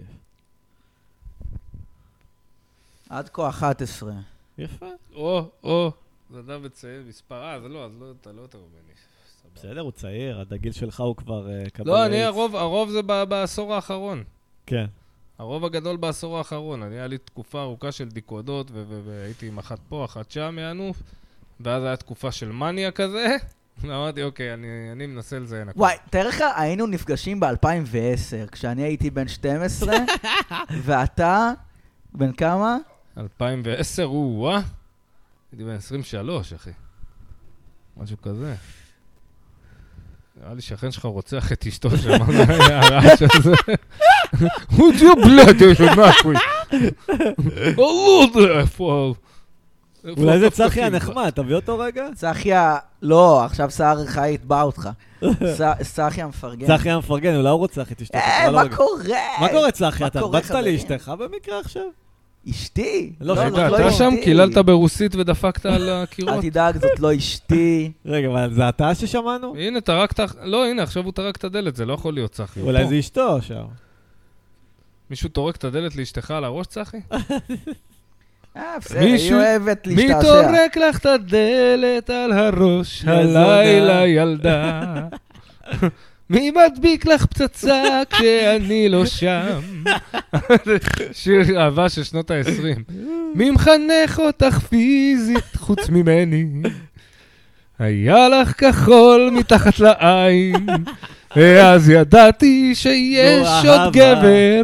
עד כה אחת עשרה. יפה. או, או, זה אדם בצעיר, מספר, אה, זה לא, אז לא, אתה לא יותר ממני. בסדר, הוא צעיר, עד הגיל שלך הוא כבר קבל... לא, אני, הרוב, הרוב זה בעשור האחרון. כן. הרוב הגדול בעשור האחרון. אני היה לי תקופה ארוכה של דיקודות, והייתי עם אחת פה, אחת שם, יענו, ואז היה תקופה של מניה כזה. אמרתי, אוקיי, אני, אני מנסה לזיין הכל. וואי, תאר לך, היינו נפגשים ב-אלפיים ועשר, כשאני הייתי בן שתים עשרה, ואתה, בן כמה? אלפיים ועשר, וואה. הייתי בן עשרים ושלוש, אחי. משהו כזה. נראה לי שכן שלך רוצח את אשתו שם, מה זה היה הרעש הזה? הוא תהיה בלד, יש עוד מהכוי. לא יודע, איפה... אולי זה צחי הנחמד, תביא אותו רגע? צחי ה... לא, עכשיו סער חי יתבע אותך. צחי המפרגן. צחי המפרגן, אולי הוא רוצח את אשתך. אה, מה קורה? מה קורה צחי? אתה הרבצת לאשתך במקרה עכשיו? אשתי? לא, זאת רגע, לא אתה אשתי. שם קיללת ברוסית ודפקת על אל הקירות? תדאג, זאת לא אשתי. רגע, אבל זה אתה ששמענו? הנה, טרקת... לא, הנה, עכשיו הוא טרק את הדלת, זה לא יכול להיות, צחי. הוא אולי פה. זה אשתו שם. מישהו טורק את הדלת לאשתך על הראש, צחי? אה, בסדר, היא מישהו- אוהבת מי להשתעשע. טורק לך את הדלת על הראש הלילה, ילדה? מי מדביק לך פצצה כשאני לא שם? שיר אהבה של שנות ה-עשרים. מי מחנך אותך פיזית חוץ ממני? היה לך כחול מתחת לעין, ואז ידעתי שיש נו, עוד אהבה. גבר.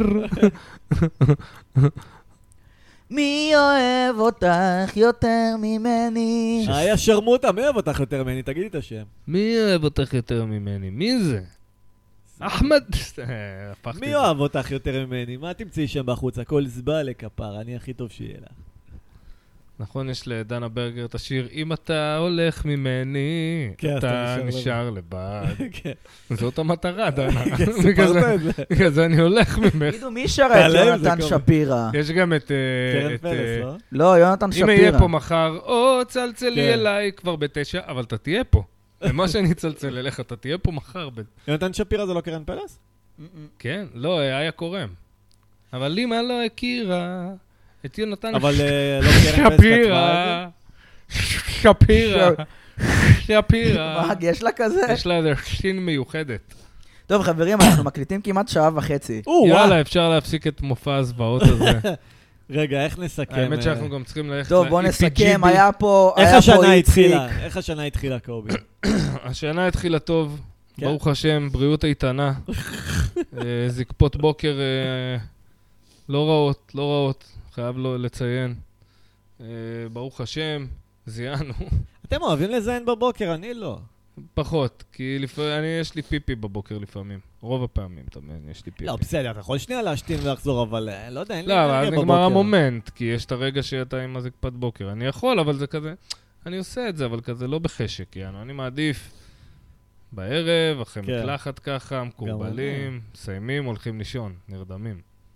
מי אוהב אותך יותר ממני? היה שרמוטה, מי אוהב אותך יותר ממני? תגידי את השם. מי אוהב אותך יותר ממני? מי זה? אחמד. אה, הפכתי מי את זה. אוהב אותך יותר ממני? מה תמצאי שם בחוץ? הכל זבלה כפר, אני הכי טוב שיהיה לך. נכון, יש לדנה ברגר את השיר, אם אתה הולך ממני, כן, אתה אתה נשאר נשאר לבד. כן, זאת המטרה, דנה. כן, בגלל סיפרת זה- את זה. בגלל זה אני הולך ממך. תגידו, מי שר את תעלה עם זה, יונתן קובי. שפירא? יש גם את... אה, קרן את, פלס, אה, לא? לא, יונתן אם שפירא. יהיה פה מחר, או צלצלי כן. אליי כבר בתשע, אבל אתה תהיה פה. ומה שאני אצלצל אליך, אתה תהיה פה מחר. ב- יונתן שפירא זה לא קרן פלס? כן, לא, היה קורם. אבל אמא לא הכירה את יונתן אבל אה, לא קרן פלס כתבה את שפירא. שפירא. שפירא. מה, יש לה כזה? יש לה איזה שין מיוחדת. טוב, חברים, אנחנו מקליטים כמעט שעה וחצי. זה. או, יאללה, וואו. אפשר להפסיק את מופע הזוועות הזה. רגע, איך נסכם? האמת אה, שאנחנו גם צריכים ללכת טוב, בוא ל-E P G B. נסכם, היה פה איך היה פה השנה איציק. התחילה? איך השנה התחילה, קובי? השנה התחילה טוב, כן. ברוך השם, בריאות איתנה. אה, זקפות בוקר אה, לא רעות, לא רעות, חייב לו לציין. אה, ברוך השם, זיינו. אתם אוהבים לזיין בבוקר, אני לא. פחות, כי לפעמים, אני, יש לי פיפי בבוקר לפעמים. רוב הפעמים, אתה מבין, יש לי פיפי. לא, בסדר, אתה יכול שנייה להשתין ולחזור, אבל אה, לא יודע, אין לי לא, אבל אז אנרגיה נגמר בבוקר. המומנט, כי יש את הרגע שאתה עם הזקפת בוקר. אני יכול, אבל זה כזה, אני עושה את זה, אבל כזה לא בחשק, יענו. אני מעדיף בערב, אחרי כן. מקלחת ככה, מקורבלים, מסיימים, הולכים לישון, נרדמים.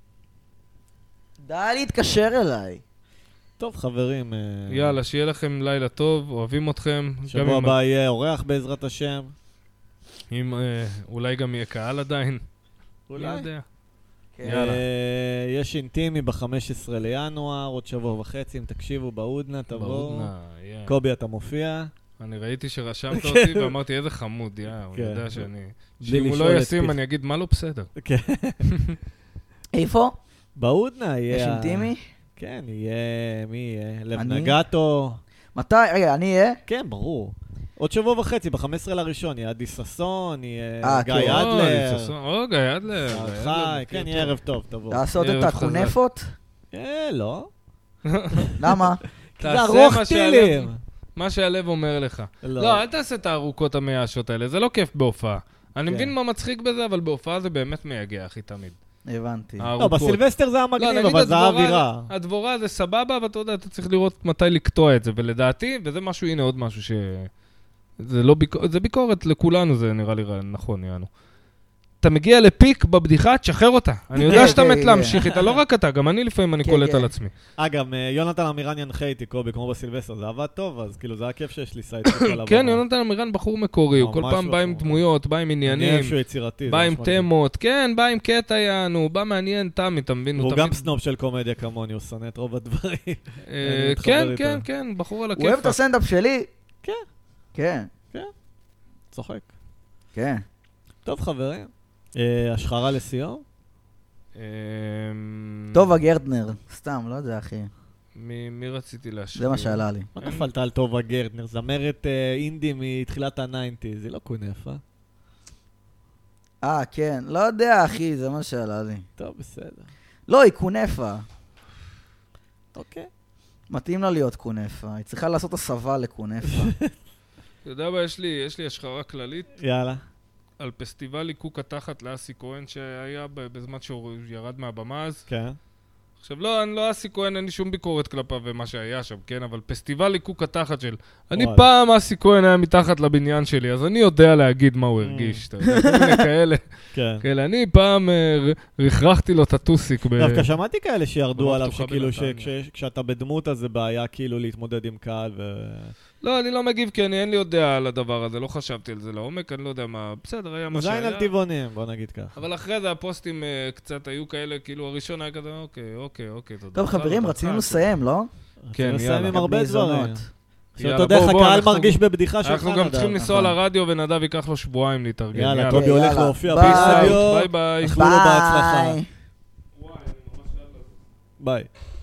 די להתקשר אליי. טוב, חברים. אה, יאללה, שיהיה לכם לילה טוב, אוהבים אתכם. גם שבוע אם- הבא יהיה אורח בעזרת השם. אם, אה, אולי גם יהיה קהל עדיין. אולי. מי יודע. כן. יאללה. אה, יש אינטימי ב-חמישה עשר לינואר, עוד שבוע וחצי, אם תקשיבו, בהודנה, תבואו. בהודנה, yeah. קובי, אתה מופיע? אני ראיתי שרשמת אותי ואמרתי איזה חמוד, יא, הוא כן. יודע שאני... בלי שאם הוא לשאול לא את ישים, פיך. אני אגיד מה לא בסדר. כן. איפה? בהודנה יהיה... יש ה- אינטימי? כן, יהיה... מי יהיה? לב אני? נגטו. מתי? רגע, אני אהיה? כן, ברור. עוד שבוע וחצי, ב-חמישה עשר לראשון, יהיה עדי ששון, יהיה אה, גיא כן. או, אדלר, ניצחון. או, גיא אדלר. שר גיא חי, אדלר, כן, מכיר יהיה טוב. ערב טוב, תבוא. לעשות ערב את חזק. הכונפות? אה, לא. למה? כי זה תעשה ארוך מה טילים. מה שהלב אומר לך. לא. לא, אל תעשה את הארוכות המייאשות האלה, זה לא כיף בהופעה. אני כן. מבין מה מצחיק בזה, אבל בהופעה זה באמת מייגע, אחי, תמיד. הבנתי. לא, הארוכות. בסילבסטר זה היה לא, מגניב, נגיד אבל זה הדבורה- האווירה. הדבורה זה סבבה, אבל אתה יודע, אתה צריך לראות מתי לקטוע את זה, ולדעתי, וזה משהו, הנה עוד משהו ש... זה לא ביקורת, זה ביקורת לכולנו, זה נראה לי רע- נכון, יענו. אתה מגיע לפיק בבדיחה, תשחרר אותה. אני יודע כן, שאתה כן, מת כן. להמשיך איתה, לא רק אתה, גם אני לפעמים אני כן, קולט כן. על עצמי. אגב, אה, יונתן אמירן ינחה איתי, קובי, כמו בסילבסטר, זה עבד טוב, אז כאילו זה היה כיף שיש לי סייט על הבמה. כן, יונתן אמירן בחור מקורי, הוא כל ממש פעם בא עם בחור. דמויות, בא עם אני עניינים, אוהב שהוא יצירתי. בא זה עם ממש מגניב. תמות, כן, בא עם קטע יענו, הוא בא מעניין, תמי, אתה מבין? והוא הוא גם תמיד- סנוב של קומדיה כמוני, הוא שונא את רוב הדברים. אה, אני מתחבר כן, איתו. כן, כן, בחור על הוא אוהב את הכיפאק. הסטנדאפ שלי? כן. כן. צוחק. כן. טוב, חברים. אה, השחרה לסיום? אמ, טובה גרטנר. סתם, לא יודע, אחי. מי מי רציתי להשאיר? זה מה שעלה לי. מה נפלת על טובה גרטנר? זמרת אה, אינדי מתחילת ה-תשעים, זה לא כונף, אה? אה, כן. לא יודע, אחי, זה מה שעלה לי. טוב, בסדר. לא, היא קונפה. אוקיי. מתאים לה להיות קונפה. היא צריכה לעשות הסבה לקונפה. אתה יודע מה, יש לי, יש לי השחרה כללית יאללה. על פסטיבל ליקוק התחת לאסי כהן שהיה ב- בזמן שהוא ירד מהבמה אז. כן. עכשיו, לא, אני לא אסי כהן, אין לי שום ביקורת כלפיו ומה שהיה שם, כן? אבל פסטיבל ליקוק התחת של... אני פעם אסי כהן היה מתחת לבניין שלי, אז אני יודע להגיד מה הוא הרגיש, אתה יודע, כל מיני כאלה. כאלה, אני פעם רכרחתי לו את הטוסיק. דווקא שמעתי כאלה שירדו עליו, שכאילו, כשאתה בדמות אז זה בעיה כאילו להתמודד עם קהל ו... לא, אני לא מגיב, כי אני אין לי יודע על הדבר הזה, לא חשבתי על זה לעומק, אני לא יודע מה, בסדר, היה מה שהיה. זין על טבעונים, בוא נגיד כך. אבל אחרי זה הפוסטים קצת היו כאלה, כאילו הראשון היה כזה, אוקיי, אוקיי, אוקיי, תודה. טוב, חברים, רצינו לסיים, לא? כן, רצינו לסיים עם הרבה דברים. יאללה, שאתה יודע איך הקהל מרגיש בבדיחה שלך, אנחנו גם צריכים לנסוע לרדיו, ונדב ייקח לו שבועיים להתארגן. יאללה, טובי הולך להופיע ברדיו. ביי ביי. אכלו לו בהצלחה. ביי.